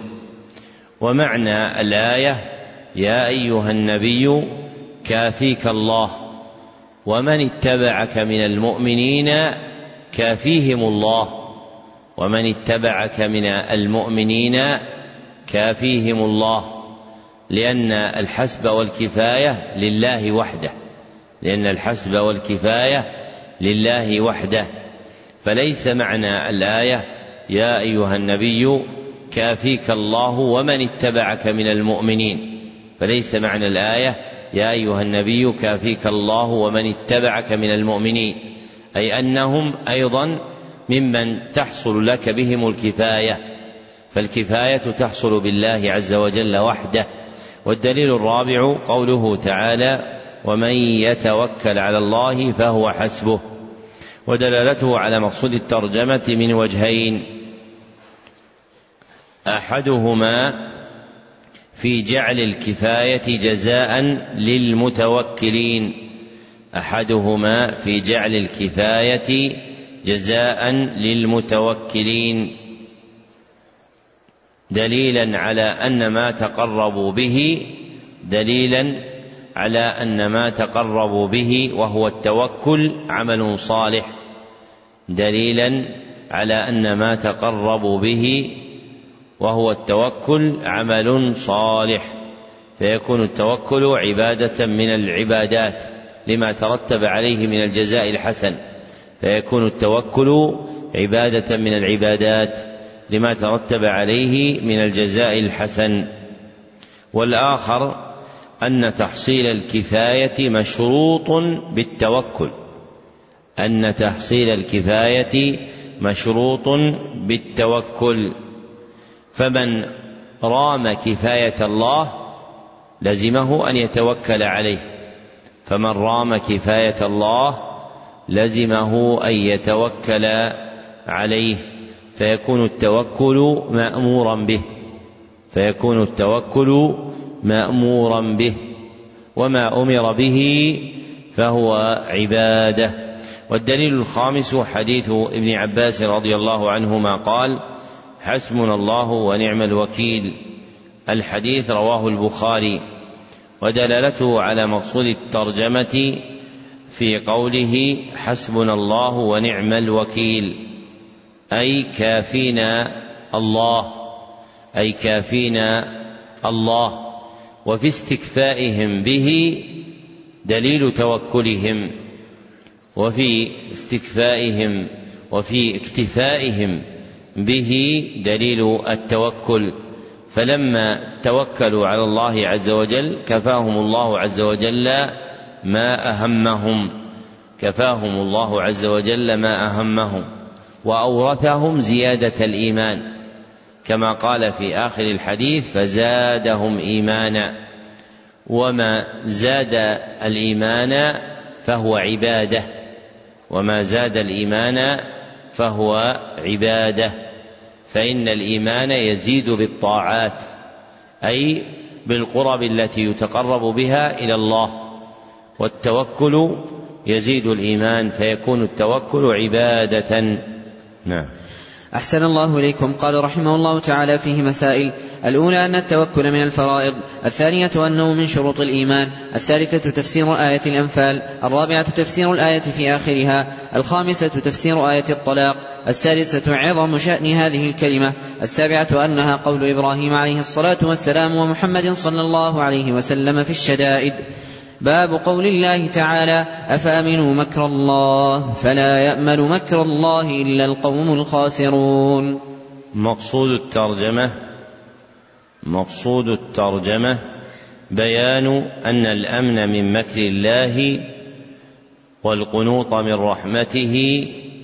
ومعنى الآية يا أيها النبي كافيك الله ومن اتبعك من المؤمنين كافيهم الله ومن اتبعك من المؤمنين كافيهم الله، لأن الحسب والكفاية لله وحده لأن الحسب والكفاية لله وحده فليس معنى الآية يا أيها النبي كافيك الله ومن اتبعك من المؤمنين فليس معنى الآية يا أيها النبي كافيك الله ومن اتبعك من المؤمنين، أي أنهم أيضا ممن تحصل لك بهم الكفاية، فالكفاية تحصل بالله عز وجل وحده. والدليل الرابع قوله تعالى ومن يتوكل على الله فهو حسبه، ودلالته على مقصود الترجمة من وجهين، أحدهما في جعل الكفاية جزاء للمتوكلين أحدهما في جعل الكفاية جزاء للمتوكلين دليلا على أن ما تقربوا به دليلا على أن ما تقربوا به وهو التوكل عمل صالح دليلا على أن ما تقربوا به وهو التوكل عمل صالح، فيكون التوكل عبادة من العبادات لما ترتب عليه من الجزاء الحسن فيكون التوكل عبادة من العبادات لما ترتب عليه من الجزاء الحسن. والآخر أن تحصيل الكفاية مشروط بالتوكل أن تحصيل الكفاية مشروط بالتوكل فمن رام كفاية الله لزمه أن يتوكل عليه فمن رام كفاية الله لزمه أن يتوكل عليه فيكون التوكل مأمورا به فيكون التوكل مأمورا به وما أمر به فهو عبادة. والدليل الخامس حديث ابن عباس رضي الله عنهما قال حسبنا الله ونعم الوكيل، الحديث رواه البخاري، ودلالته على مقصود الترجمة في قوله حسبنا الله ونعم الوكيل أي كافينا الله أي كافينا الله وفي استكفائهم به دليل توكلهم وفي استكفائهم وفي اكتفائهم به دليل التوكل، فلما توكلوا على الله عز وجل كفاهم الله عز وجل ما أهمهم كفاهم الله عز وجل ما أهمهم وأورثهم زيادة الإيمان، كما قال في آخر الحديث فزادهم إيمانا، وما زاد الإيمان فهو عبادة وما زاد الإيمان فهو عبادة فإن الإيمان يزيد بالطاعات أي بالقرب التي يتقرب بها إلى الله، والتوكل يزيد الإيمان فيكون التوكل عبادة. نعم. أحسن الله إليكم. قال رحمه الله تعالى فيه مسائل: الأولى أن التوكل من الفرائض، الثانية أنه من شروط الإيمان، الثالثة تفسير آية الأنفال، الرابعة تفسير الآية في آخرها، الخامسة تفسير آية الطلاق، السادسة عظم شأن هذه الكلمة، السابعة أنها قول إبراهيم عليه الصلاة والسلام ومحمد صلى الله عليه وسلم في الشدائد. باب قول الله تعالى: أفأمنوا مكر الله فلا يأمن مكر الله إلا القوم الخاسرون. مقصود الترجمة مقصود الترجمة بيان أن الأمن من مكر الله والقنوط من رحمته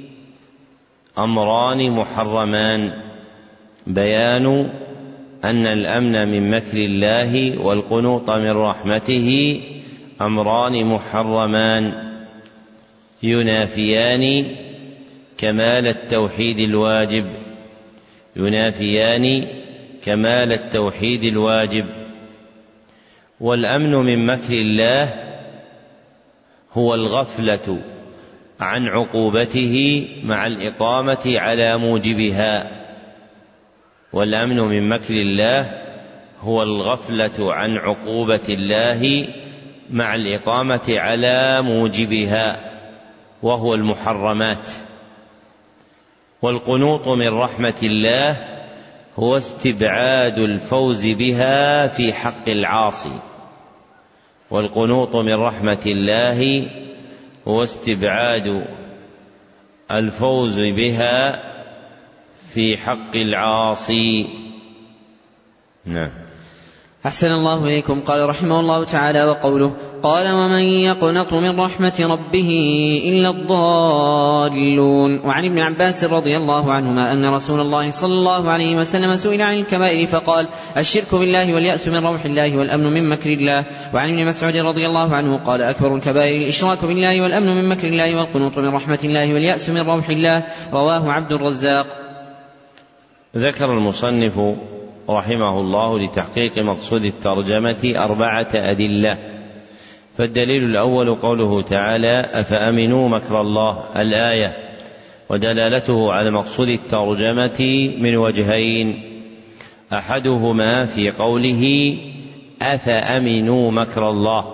أمران محرمان بيان أن الأمن من مكر الله والقنوط من رحمته أمران محرمان ينافيان كمال التوحيد الواجب ينافيان كمال التوحيد الواجب والأمن من مكر الله هو الغفلة عن عقوبته مع الإقامة على موجبها والأمن من مكر الله هو الغفلة عن عقوبة الله مع الإقامة على موجبها وهو المحرمات. والقنوط من رحمة الله هو استبعاد الفوز بها في حق العاصي والقنوط من رحمة الله هو استبعاد الفوز بها في حق العاصي. نعم. أحسن الله إليكم. قال رحمه الله تعالى: وقوله: قال ومن يقنط من رحمة ربه إلا الضالون. وعن ابن عباس رضي الله عنهما أن رسول الله صلى الله عليه وسلم سئل عن الكبائر فقال: الشرك بالله واليأس من روح الله والأمن من مكر الله. وعن ابن مسعود رضي الله عنه قال: أكبر الكبائر الإشراك بالله والأمن من مكر الله والقنوط من رحمة الله واليأس من روح الله. رواه عبد الرزاق. ذكر المصنف رحمه الله لتحقيق مقصود الترجمة أربعة أدلة. فالدليل الأول قوله تعالى: أفأمنوا مكر الله الآية، ودلالته على مقصود الترجمة من وجهين: أحدهما في قوله أفأمنوا مكر الله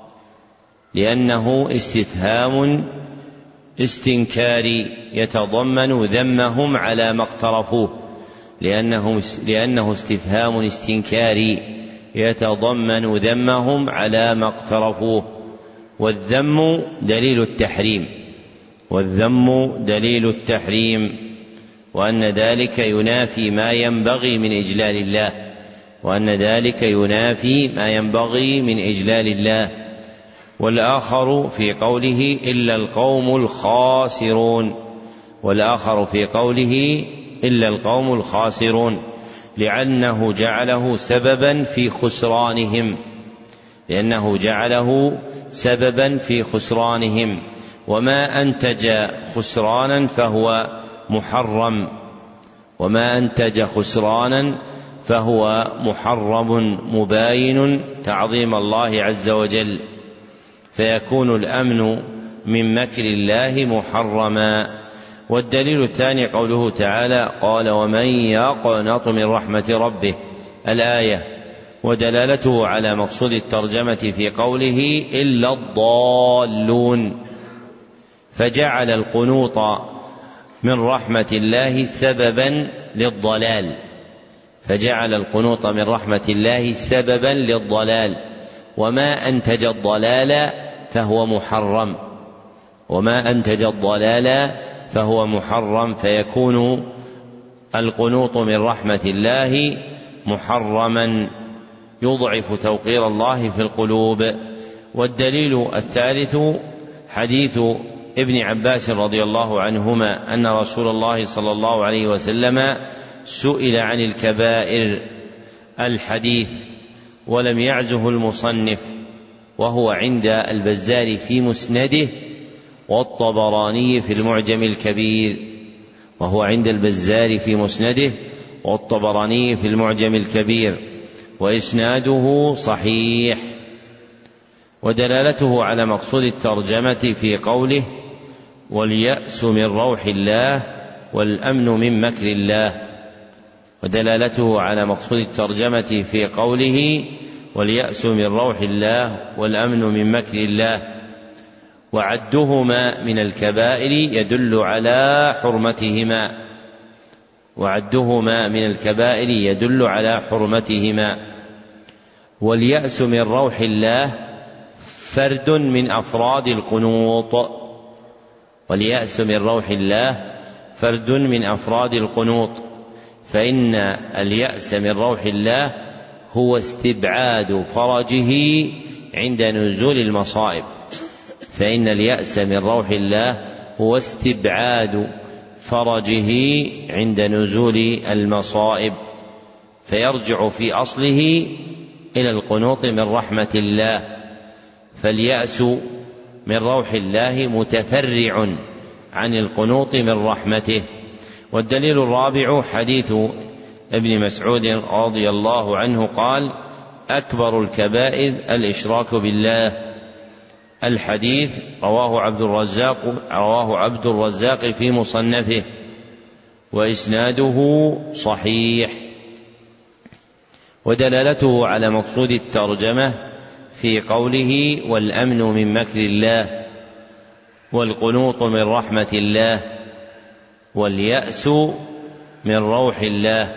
لأنه استفهام استنكاري يتضمن ذمهم على ما اقترفوه لأنه, لأنه استفهام استنكاري يتضمن ذمهم على ما اقترفوه، والذم دليل التحريم والذم دليل التحريم وأن ذلك ينافي ما ينبغي من إجلال الله وأن ذلك ينافي ما ينبغي من إجلال الله. والآخر في قوله إلا القوم الخاسرون والآخر في قوله إلا القوم الخاسرون لأنه جعله سببا في خسرانهم لأنه جعله سببا في خسرانهم وما أنتج خسرانا فهو محرم وما أنتج خسرانا فهو محرم مباين تعظيم الله عز وجل، فيكون الأمن من مكر الله محرما. والدليل الثاني قوله تعالى: قال ومن يقنط من رحمة ربه الآية، ودلالته على مقصود الترجمة في قوله إلا الضالون، فجعل القنوط من رحمة الله سببا للضلال، فجعل القنوط من رحمة الله سببا للضلال، وما أنتج الضلال فهو محرم، وما أنتج الضلال فهو محرم، فيكون القنوط من رحمة الله محرما يضعف توقير الله في القلوب. والدليل الثالث حديث ابن عباس رضي الله عنهما أن رسول الله صلى الله عليه وسلم سئل عن الكبائر الحديث ولم يعزه المصنف، وهو عند البزار في مسنده والطبراني في المعجم الكبير، وهو عند البزار في مسنده والطبراني في المعجم الكبير، وإسناده صحيح. ودلالته على مقصود الترجمة في قوله واليأس من روح الله والأمن من مكر الله، ودلالته على مقصود الترجمة في قوله واليأس من روح الله والأمن من مكر الله، وعدهما من الكبائر يدل على حرمتهما، وعدهما من الكبائر يدل على حرمتهما. واليأس من روح الله فرد من أفراد القنوط، واليأس من روح الله فرد من أفراد القنوط، فإن اليأس من روح الله هو استبعاد فرجه عند نزول المصائب، فإن اليأس من روح الله هو استبعاد فرجه عند نزول المصائب، فيرجع في أصله إلى القنوط من رحمة الله، فاليأس من روح الله متفرع عن القنوط من رحمته. والدليل الرابع حديث ابن مسعود رضي الله عنه قال أكبر الكبائر الإشراك بالله. الحديث رواه عبد الرزاق رواه عبد الرزاق في مصنفه، وإسناده صحيح. ودلالته على مقصود الترجمة في قوله والأمن من مكر الله والقنوط من رحمة الله واليأس من روح الله،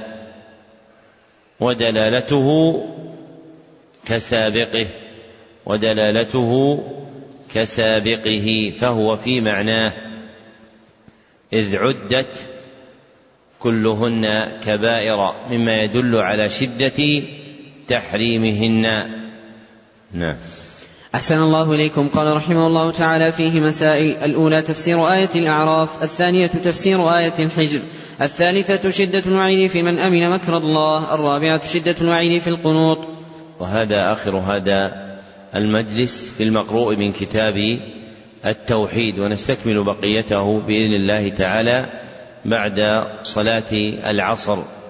ودلالته كسابقه ودلالته كسابقه فهو في معناه، إذ عدت كلهن كبائر مما يدل على شدة تحريمهن. نعم. أحسن الله إليكم. قال رحمه الله تعالى فيه مسائل: الأولى تفسير آية الأعراف، الثانية تفسير آية الحجر، الثالثة شدة الوعيد في من أمن مكر الله، الرابعة شدة الوعيد في القنوط. وهذا آخر هذا المجلس في المقروء من كتاب التوحيد، ونستكمل بقيته بإذن الله تعالى بعد صلاة العصر.